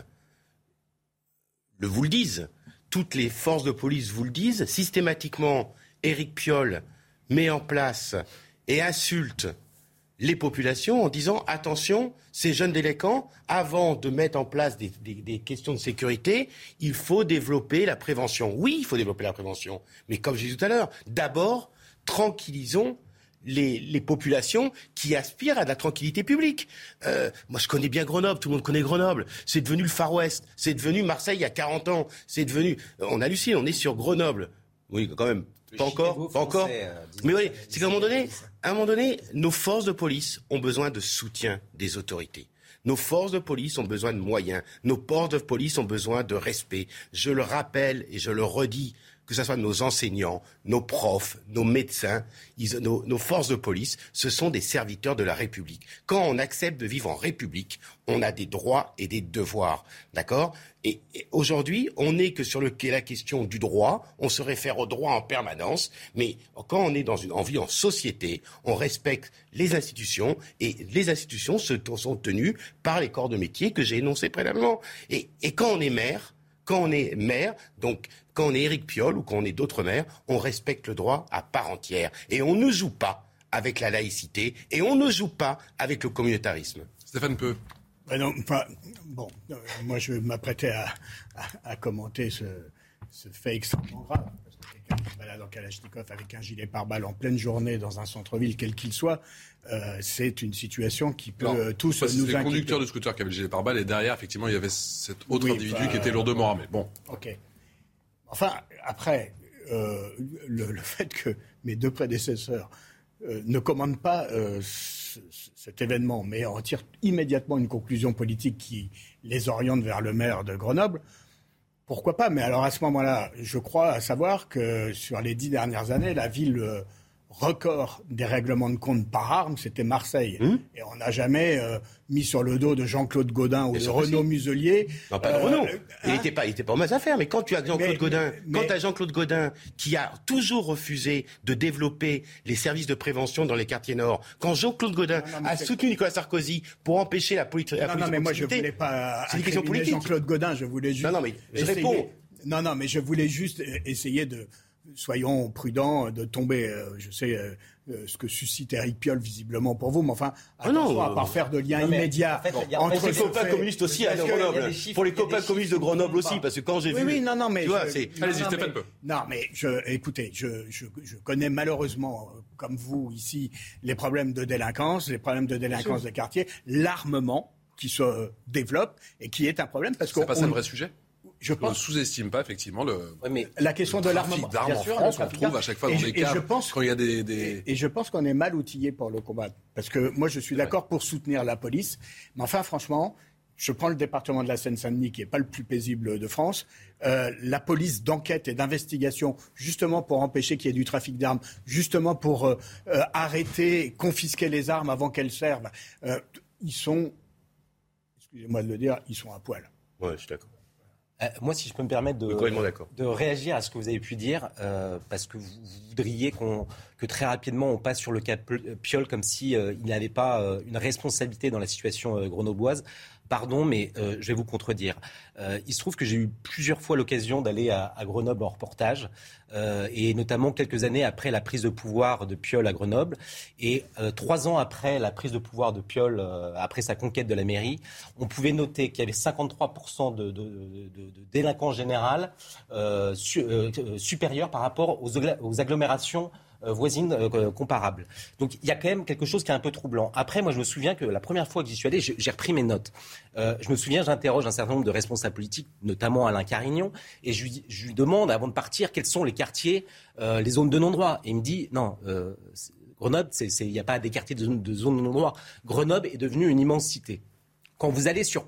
le vous le disent, toutes les forces de police vous le disent, systématiquement, Éric Piolle met en place et insulte les populations en disant « Attention, ces jeunes délinquants, avant de mettre en place des, des, des questions de sécurité, il faut développer la prévention. » Oui, il faut développer la prévention. Mais comme je disais tout à l'heure, d'abord, tranquillisons les, les populations qui aspirent à de la tranquillité publique. Euh, moi, je connais bien Grenoble, tout le monde connaît Grenoble. C'est devenu le Far West. C'est devenu Marseille il y a quarante ans. C'est devenu... On hallucine, on est sur Grenoble. Oui, quand même. Pas encore, pas encore. Euh, Mais oui, c'est qu'à un moment donné, à un moment donné, nos forces de police ont besoin de soutien des autorités. Nos forces de police ont besoin de moyens. Nos forces de police ont besoin de respect. Je le rappelle et je le redis, que ce soit nos enseignants, nos profs, nos médecins, ils, nos, nos forces de police, ce sont des serviteurs de la République. Quand on accepte de vivre en République, on a des droits et des devoirs, d'accord ? Et, et aujourd'hui, on n'est que sur le, la question du droit, on se réfère au droit en permanence, mais quand on est dans une, on vit en société, on respecte les institutions, et les institutions se, sont tenues par les corps de métier que j'ai énoncés préalablement. Et, et quand on est maire, quand on est maire, donc quand on est Éric Piolle ou quand on est d'autres maires, on respecte le droit à part entière. Et on ne joue pas avec la laïcité et on ne joue pas avec le communautarisme. Stéphane Peu. Ben non, enfin, bon, euh, moi je m'apprêtais à, à, à commenter ce, ce fait extrêmement grave. Parce que quelqu'un qui se balade en Kalachnikov avec un gilet pare-balles en pleine journée dans un centre-ville, quel qu'il soit, euh, c'est une situation qui peut non, tous nous inquiéter. C'est le conducteur du scooter qui avait le gilet pare-balles et derrière, effectivement, il y avait cet autre oui, individu bah, qui était lourdement armé. Bon. Ok. Enfin, après, euh, le, le fait que mes deux prédécesseurs euh, ne commandent pas euh, ce, cet événement, mais en tirent immédiatement une conclusion politique qui les oriente vers le maire de Grenoble, pourquoi pas ? Mais alors à ce moment-là, je crois à savoir que sur les dix dernières années, la ville euh, record des règlements de compte par arme, c'était Marseille. Mmh. Et on n'a jamais euh, mis sur le dos de Jean-Claude Gaudin ou mais de Renaud Muselier. Non, pas de euh, Renaud. Il n'était pas, il était pas aux mauvaises affaires. Mais quand tu as Jean-Claude mais, Gaudin, mais, quand tu as Jean-Claude Gaudin qui a toujours refusé de développer les services de prévention dans les quartiers nord, quand Jean-Claude Gaudin non, non, a soutenu Nicolas Sarkozy pour empêcher la politique. Non, non, mais moi je voulais pas. C'est une question politique. Jean-Claude Gaudin, je voulais juste. Non, non, mais je essayer... réponds. Non, non, mais je voulais juste essayer de. Soyons prudents de tomber, euh, je sais euh, euh, ce que suscite Éric Piolle visiblement pour vous, mais enfin, attention oh non, à ne pas faire de lien non, immédiat en fait, entre les copains fait... communistes aussi à Grenoble, pour les copains communistes de Grenoble aussi, parce que quand j'ai oui, vu... Oui, non, non, mais... Tu vois, je... c'est... Allez-y, non, Stéphane mais... Peu. Non, mais je, écoutez, je, je, je connais malheureusement, comme vous ici, les problèmes de délinquance, les problèmes de délinquance de quartier, l'armement qui se développe et qui est un problème parce que... C'est pas ça le vrai sujet ? Je pense... On ne sous-estime pas effectivement le, oui, mais la question de l'armement d'armes en France. On trouve à chaque fois dans des cas quand il y a des, des... Et, et je pense qu'on est mal outillé pour le combattre. Parce que moi, je suis d'accord pour soutenir la police. Mais enfin, franchement, je prends le département de la Seine-Saint-Denis, qui n'est pas le plus paisible de France. Euh, la police d'enquête et d'investigation, justement pour empêcher qu'il y ait du trafic d'armes, justement pour euh, euh, arrêter, confisquer les armes avant qu'elles servent, euh, ils sont, excusez-moi de le dire, ils sont à poil. Ouais, je suis d'accord. Euh, moi, si je peux me permettre de, de réagir à ce que vous avez pu dire, euh, parce que vous, vous voudriez qu'on, que très rapidement on passe sur le cas Piolle comme si euh, il n'avait pas euh, une responsabilité dans la situation euh, grenobloise. Pardon, mais euh, je vais vous contredire. Euh, il se trouve que j'ai eu plusieurs fois l'occasion d'aller à, à Grenoble en reportage, euh, et notamment quelques années après la prise de pouvoir de Piolle à Grenoble. Et euh, trois ans après la prise de pouvoir de Piolle, euh, après sa conquête de la mairie, on pouvait noter qu'il y avait cinquante-trois pour cent de, de, de, de, de délinquants généraux euh, su, euh, supérieurs par rapport aux, aux agglomérations Euh, voisines euh, comparables. Donc il y a quand même quelque chose qui est un peu troublant. Après, moi je me souviens que la première fois que j'y suis allé, j'ai, j'ai repris mes notes. Euh, je me souviens, j'interroge un certain nombre de responsables politiques, notamment Alain Carignon, et je lui, je lui demande avant de partir quels sont les quartiers, euh, les zones de non-droit. Et il me dit non, euh, Grenoble, il n'y a pas des quartiers de zone de, zone de non-droit. Grenoble est devenue une immense cité. Quand vous allez sur place,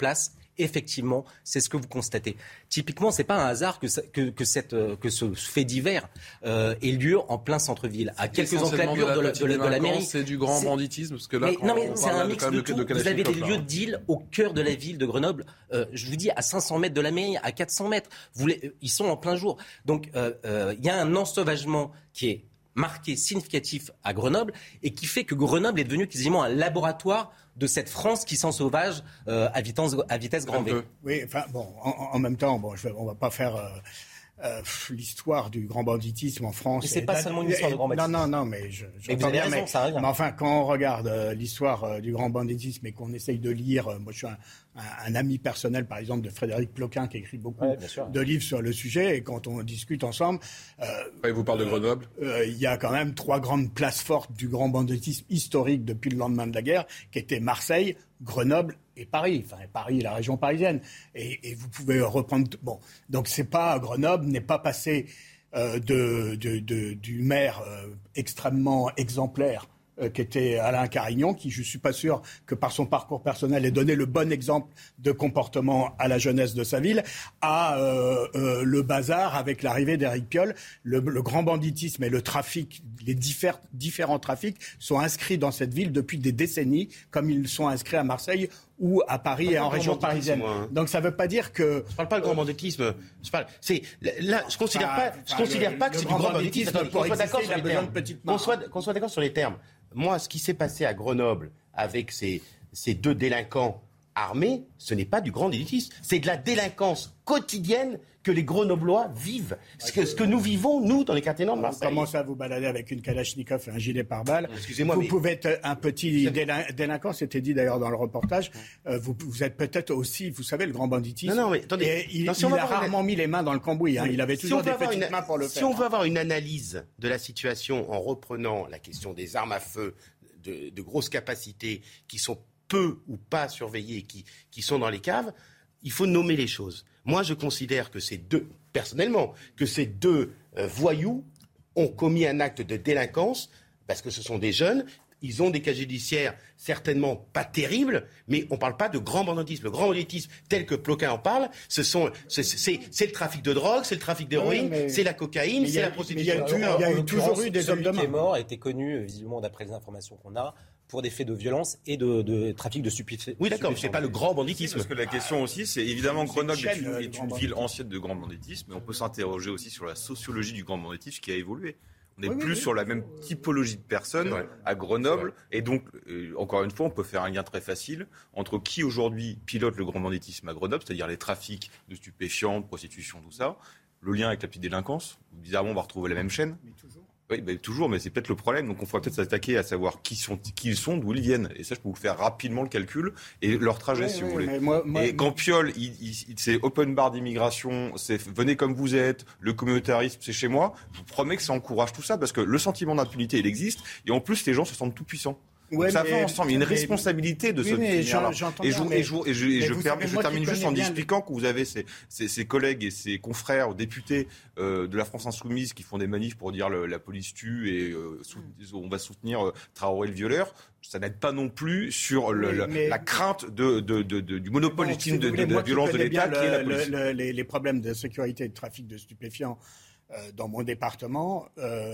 effectivement, c'est ce que vous constatez. Typiquement, c'est pas un hasard que, ça, que, que, cette, que ce fait divers euh, ait lieu en plein centre-ville, à quelques encablures de, de, la, de, la, de la mairie. C'est du grand c'est... banditisme, parce que là, mais, non, mais c'est un mix de, de tout. De vous avez des lieux de deal au cœur de la ville de Grenoble. Euh, je vous dis, à cinq cents mètres de la mairie, à quatre cents mètres. Vous les, ils sont en plein jour. Donc, il euh, euh, y a un ensauvagement qui est marqué, significatif à Grenoble, et qui fait que Grenoble est devenu quasiment un laboratoire de cette France qui s'ensauvage euh, à vitesse, à vitesse grand V. Oui, enfin, bon, en, en même temps, bon, je, on ne va pas faire euh, euh, l'histoire du grand banditisme en France. Mais c'est pas seulement une histoire de grand banditisme. Non, non, non, mais je, je mais vous avez raison, mais, ça arrive. Mais enfin, quand on regarde euh, l'histoire euh, du grand banditisme et qu'on essaye de lire, euh, moi je suis un, un, un ami personnel, par exemple, de Frédéric Ploquin, qui écrit beaucoup ouais, de livres sur le sujet, et quand on discute ensemble... Euh, ouais, vous parlez de Grenoble. Il euh, y a quand même trois grandes places fortes du grand banditisme historique depuis le lendemain de la guerre, qui étaient Marseille, Grenoble et Paris, enfin Paris et la région parisienne. Et, et vous pouvez reprendre... Bon, donc c'est pas... Grenoble n'est pas passé euh, de, de, de, du maire euh, extrêmement exemplaire euh, qui était Alain Carignon, qui je suis pas sûr que par son parcours personnel ait donné le bon exemple de comportement à la jeunesse de sa ville, à euh, euh, le bazar avec l'arrivée d'Éric Piolle. Le, le grand banditisme et le trafic, les diffère, différents trafics sont inscrits dans cette ville depuis des décennies, comme ils sont inscrits à Marseille ou à Paris et en région parisienne. Moi, hein. Donc ça ne veut pas dire que... Je ne parle pas de grand banditisme. Je parle... C'est... Là, je ne considère pas, je considère le, pas que c'est du grand banditisme. Attends, qu'on soit d'accord sur les termes. Qu'on soit, qu'on soit d'accord sur les termes. Moi, ce qui s'est passé à Grenoble avec ces, ces deux délinquants armés, ce n'est pas du grand banditisme. C'est de la délinquance quotidienne que les Grenoblois vivent. Ce que, ce que nous vivons, nous, dans les quartiers nord de Marseille. Vous commencez à vous balader avec une Kalachnikov et un gilet pare-balles. Excusez-moi, vous mais... pouvez être un petit délin- délinquant, c'était dit d'ailleurs dans le reportage. Euh, vous, vous êtes peut-être aussi, vous savez, le grand banditisme. Non, non, mais attendez. Et il, non, si il a rarement une... mis les mains dans le cambouis. Hein. Il avait toujours si des petites une... mains pour le si faire. Si on veut avoir une analyse de la situation en reprenant la question des armes à feu, de, de grosses capacités qui sont peu ou pas surveillées, qui, qui sont dans les caves, il faut nommer les choses. Moi, je considère que ces deux, personnellement, que ces deux euh, voyous ont commis un acte de délinquance, parce que ce sont des jeunes, ils ont des casiers judiciaires certainement pas terribles, mais on ne parle pas de grand banditisme. Le grand banditisme, tel que Ploquin en parle, ce sont, c'est, c'est, c'est le trafic de drogue, c'est le trafic d'héroïne, oui, mais... c'est la cocaïne, c'est a, la prostitution. Il y a, il y a eu toujours eu des hommes de main. Celui qui est mort était connu, visiblement, d'après les informations qu'on a, pour des faits de violence et de, de trafic de stupéfiants. Oui, d'accord, mais c'est pas le grand banditisme. Parce que la question aussi, c'est évidemment Grenoble est une, est une ville ancienne de grand banditisme, mais on peut s'interroger aussi sur la sociologie du grand banditisme qui a évolué. On n'est oui, plus oui, sur oui. la même typologie de personnes à Grenoble. Et donc, euh, encore une fois, on peut faire un lien très facile entre qui aujourd'hui pilote le grand banditisme à Grenoble, c'est-à-dire les trafics de stupéfiants, de prostitution, tout ça, le lien avec la petite délinquance. Bizarrement, on va retrouver la même chaîne. Mais toujours. Oui, bah, toujours, mais c'est peut-être le problème. Donc, on pourrait peut-être s'attaquer à savoir qui, sont, qui ils sont, d'où ils viennent. Et ça, je peux vous faire rapidement le calcul et leur trajet, oui, si oui, vous voulez. Moi, moi, et quand Piolle, il, il, il, c'est open bar d'immigration, c'est venez comme vous êtes, le communautarisme, c'est chez moi. Je vous promets que ça encourage tout ça parce que le sentiment d'impunité, il existe. Et en plus, les gens se sentent tout puissants. Ouais, donc ça fait ensemble, il y a une responsabilité de oui, ce finir-là. Et je, et je, et je, et je, permets, je termine juste en expliquant que vous avez ces, ces, ces collègues et ces confrères députés euh, de la France Insoumise qui font des manifs pour dire le, la police tue et euh, sou, on va soutenir euh, Traoré le violeur. Ça n'aide pas non plus sur le, mais, mais, la crainte de, de, de, de, du monopole bon, ultime si de, de, de la violence de l'État qui est la police. Le, le, les, les problèmes de sécurité et de trafic de stupéfiants euh, dans mon département... Euh,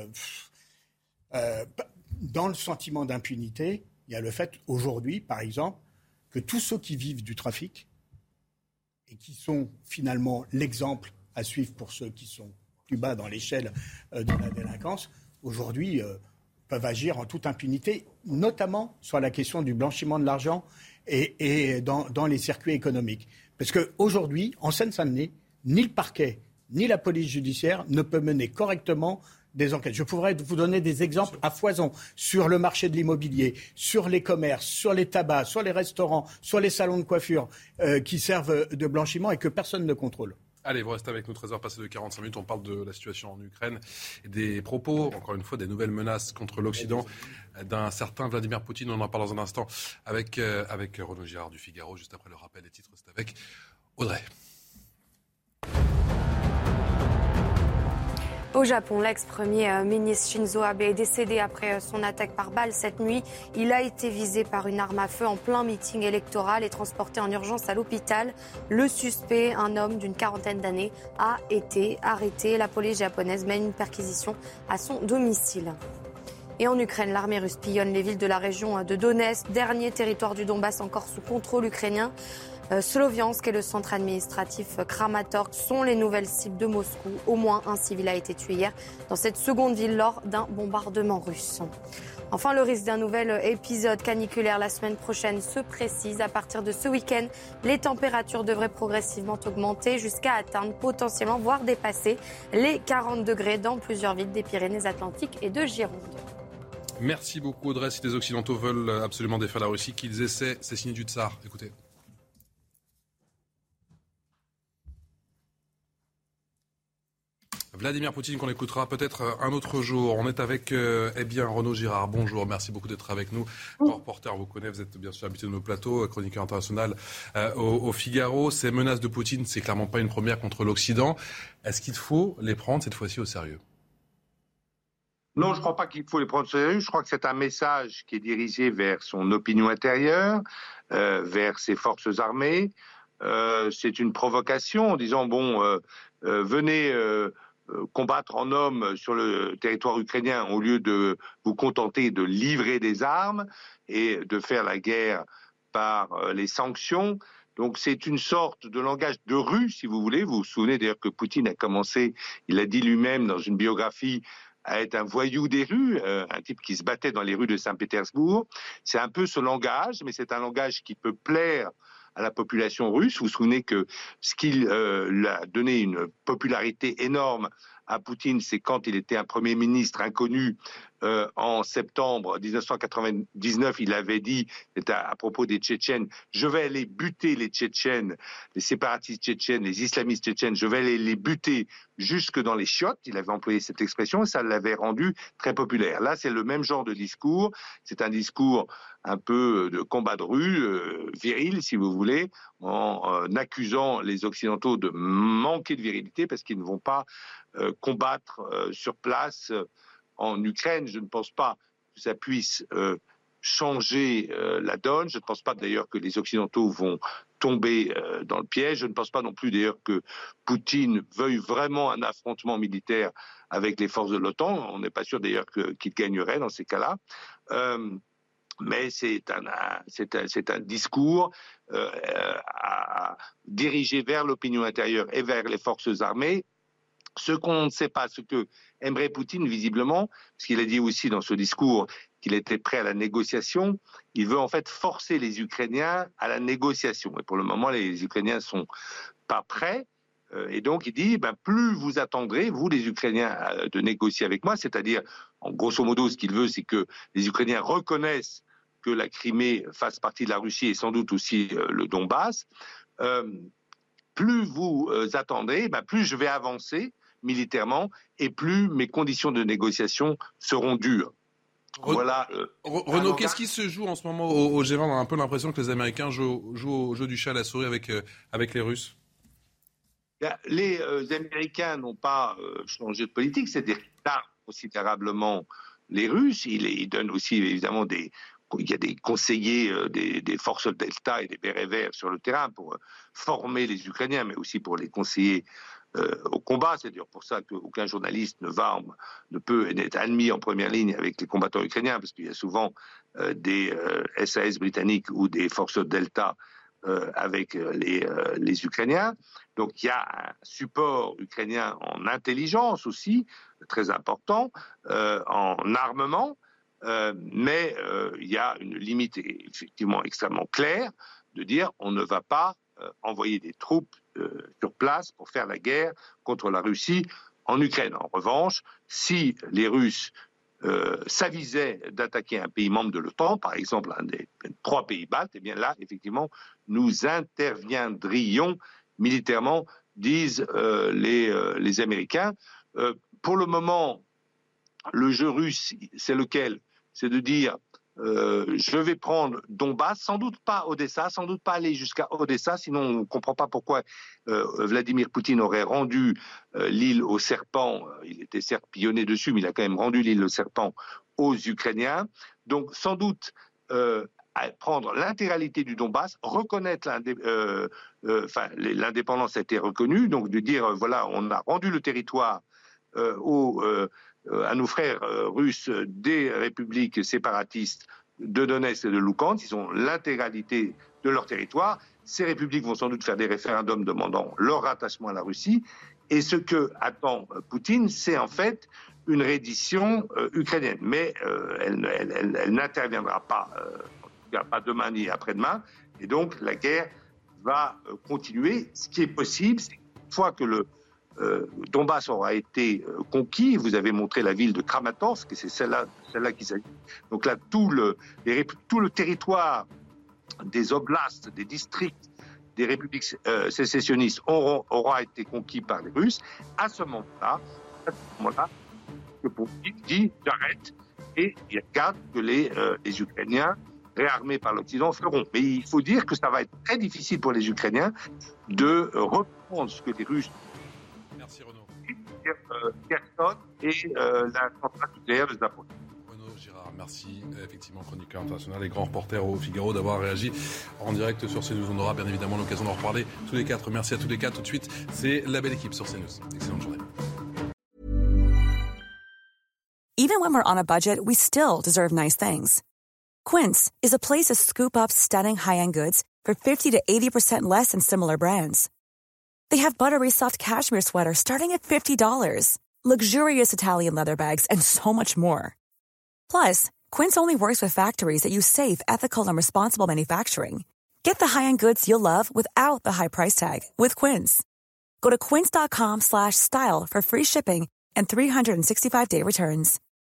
euh, dans le sentiment d'impunité, il y a le fait, aujourd'hui, par exemple, que tous ceux qui vivent du trafic et qui sont finalement l'exemple à suivre pour ceux qui sont plus bas dans l'échelle euh, de la délinquance, aujourd'hui, euh, peuvent agir en toute impunité, notamment sur la question du blanchiment de l'argent et, et dans, dans les circuits économiques. Parce qu'aujourd'hui, en Seine-Saint-Denis, ni le parquet, ni la police judiciaire ne peut mener correctement des enquêtes. Je pourrais vous donner des exemples à foison sur le marché de l'immobilier, sur les commerces, sur les tabacs, sur les restaurants, sur les salons de coiffure euh, qui servent de blanchiment et que personne ne contrôle. Allez, vous restez avec nous, treize heures passées de quarante-cinq minutes. On parle de la situation en Ukraine et des propos, encore une fois, des nouvelles menaces contre l'Occident d'un certain Vladimir Poutine. On en parle dans un instant avec, euh, avec Renaud Girard du Figaro, juste après le rappel des titres. C'est avec Audrey. Au Japon, l'ex-premier ministre Shinzo Abe est décédé après son attaque par balle cette nuit. Il a été visé par une arme à feu en plein meeting électoral et transporté en urgence à l'hôpital. Le suspect, un homme d'une quarantaine d'années, a été arrêté. La police japonaise mène une perquisition à son domicile. Et en Ukraine, l'armée russe pillonne les villes de la région de Donetsk, dernier territoire du Donbass encore sous contrôle ukrainien. Euh, Sloviansk et le centre administratif Kramatorsk sont les nouvelles cibles de Moscou. Au moins un civil a été tué hier dans cette seconde ville lors d'un bombardement russe. Enfin, le risque d'un nouvel épisode caniculaire la semaine prochaine se précise. À partir de ce week-end, les températures devraient progressivement augmenter jusqu'à atteindre potentiellement, voire dépasser les quarante degrés dans plusieurs villes des Pyrénées-Atlantiques et de Gironde. Merci beaucoup Audrey. Si les Occidentaux veulent absolument défaire la Russie, qu'ils essaient, c'est signé du Tsar. Écoutez. Vladimir Poutine qu'on écoutera peut-être un autre jour. On est avec euh, eh bien Renaud Girard. Bonjour, merci beaucoup d'être avec nous. Grand reporter, vous connaissez, vous êtes bien sûr habitué de nos plateaux, chroniqueur international euh, au, au Figaro. Ces menaces de Poutine, c'est clairement pas une première contre l'Occident. Est-ce qu'il faut les prendre cette fois-ci au sérieux ? Non, je ne crois pas qu'il faut les prendre au sérieux. Je crois que c'est un message qui est dirigé vers son opinion intérieure, euh, vers ses forces armées. Euh, c'est une provocation en disant, bon, euh, euh, venez... Euh, combattre en hommes sur le territoire ukrainien au lieu de vous contenter de livrer des armes et de faire la guerre par les sanctions. Donc c'est une sorte de langage de rue, si vous voulez. Vous vous souvenez d'ailleurs que Poutine a commencé, il a dit lui-même dans une biographie, à être un voyou des rues, euh, un type qui se battait dans les rues de Saint-Pétersbourg. C'est un peu ce langage, mais c'est un langage qui peut plaire à la population russe. Vous vous souvenez que ce qui euh, a donné une popularité énorme à Poutine, c'est quand il était un Premier ministre inconnu euh, en septembre dix-neuf cent quatre-vingt-dix-neuf, il avait dit, c'était à, à propos des Tchétchènes, je vais aller buter les Tchétchènes, les séparatistes tchétchènes, les islamistes tchétchènes, je vais aller les buter jusque dans les chiottes. Il avait employé cette expression et ça l'avait rendu très populaire. Là, c'est le même genre de discours. C'est un discours un peu de combat de rue, euh, viril, si vous voulez, en euh, accusant les Occidentaux de manquer de virilité parce qu'ils ne vont pas euh, combattre euh, sur place euh, en Ukraine. Je ne pense pas que ça puisse euh, changer euh, la donne. Je ne pense pas d'ailleurs que les Occidentaux vont tomber euh, dans le piège. Je ne pense pas non plus d'ailleurs que Poutine veuille vraiment un affrontement militaire avec les forces de l'OTAN. On n'est pas sûr d'ailleurs que, qu'il gagnerait dans ces cas-là. Euh, mais c'est un, c'est un, c'est un discours euh, à, à diriger vers l'opinion intérieure et vers les forces armées. Ce qu'on ne sait pas, ce que aimerait Poutine visiblement, parce qu'il a dit aussi dans ce discours qu'il était prêt à la négociation, il veut en fait forcer les Ukrainiens à la négociation. Et pour le moment, les Ukrainiens ne sont pas prêts. Et donc il dit, ben, plus vous attendrez, vous les Ukrainiens, de négocier avec moi, c'est-à-dire, en grosso modo, ce qu'il veut, c'est que les Ukrainiens reconnaissent que la Crimée fasse partie de la Russie et sans doute aussi euh, le Donbass, euh, plus vous euh, attendrez, ben, plus je vais avancer militairement et plus mes conditions de négociation seront dures. Re- voilà, euh, Renaud, qu'est-ce qui se joue en ce moment au, au G vingt ? On a un peu l'impression que les Américains jouent, jouent au jeu du chat à la souris avec, euh, avec les Russes. Les euh, Américains n'ont pas euh, changé de politique, c'est-à-dire qu'ils tardent considérablement les Russes. Ils, ils donnent aussi évidemment des... Il y a des conseillers euh, des, des forces Delta et des bérets verts sur le terrain pour euh, former les Ukrainiens, mais aussi pour les conseiller euh, au combat. C'est d'ailleurs pour ça qu'aucun journaliste ne va, ne peut être admis en première ligne avec les combattants ukrainiens, parce qu'il y a souvent euh, des euh, S A S britanniques ou des forces Delta euh, avec les, euh, les Ukrainiens. Donc il y a un support ukrainien en intelligence aussi, très important, euh, en armement. Euh, mais euh, il y a une limite effectivement extrêmement claire de dire on ne va pas euh, envoyer des troupes euh, sur place pour faire la guerre contre la Russie en Ukraine. En revanche, si les Russes euh, s'avisaient d'attaquer un pays membre de l'OTAN, par exemple un des trois pays baltes, eh bien là, effectivement, nous interviendrions militairement, disent euh, les, euh, les Américains. Euh, pour le moment, le jeu russe, c'est lequel ? C'est de dire, Euh, je vais prendre Donbass, sans doute pas Odessa, sans doute pas aller jusqu'à Odessa, sinon on ne comprend pas pourquoi euh, Vladimir Poutine aurait rendu euh, l'île aux serpents. Il était certes pillonné dessus, mais il a quand même rendu l'île aux serpents aux Ukrainiens. Donc sans doute euh, prendre l'intégralité du Donbass, reconnaître l'indé- euh, euh, enfin, l'indépendance a été reconnue, donc de dire euh, voilà, on a rendu le territoire euh, aux euh, à nos frères russes des républiques séparatistes de Donetsk et de Luhansk. Ils ont l'intégralité de leur territoire. Ces républiques vont sans doute faire des référendums demandant leur rattachement à la Russie. Et ce que attend Poutine, c'est en fait une reddition euh, ukrainienne. Mais euh, elle, elle, elle, elle n'interviendra pas, euh, pas demain ni après-demain. Et donc la guerre va euh, continuer. Ce qui est possible, c'est qu'une fois que le Euh, Donbass aura été euh, conquis. Vous avez montré la ville de Kramatorsk, et c'est celle-là, celle-là qui s'agit. Donc là, tout le, les, tout le territoire des oblasts, des districts, des républiques euh, sécessionnistes auront, aura été conquis par les Russes. À ce moment-là, à ce moment-là, le Poutine dit j'arrête et il regarde que les, euh, les Ukrainiens réarmés par l'Occident feront. Mais il faut dire que ça va être très difficile pour les Ukrainiens de reprendre ce que les Russes. Merci Renaud. Euh, Kherson et euh, la centrale nucléaire de Zaporizhzhia. Renaud Girard, merci. Effectivement, chroniqueur international et grand reporter au Figaro d'avoir réagi en direct sur CNews. On aura bien évidemment l'occasion d'en reparler tous les quatre. Merci à tous les quatre. Tout de suite, c'est la belle équipe sur CNews. Excellente journée. Even when we're on a budget, we still deserve nice things. Quince is a place to scoop up stunning high-end goods for fifty to eighty percent less than similar brands. They have buttery soft cashmere sweaters starting at fifty dollars, luxurious Italian leather bags, and so much more. Plus, Quince only works with factories that use safe, ethical, and responsible manufacturing. Get the high-end goods you'll love without the high price tag with Quince. Go to quince.com slash style for free shipping and three sixty-five day returns.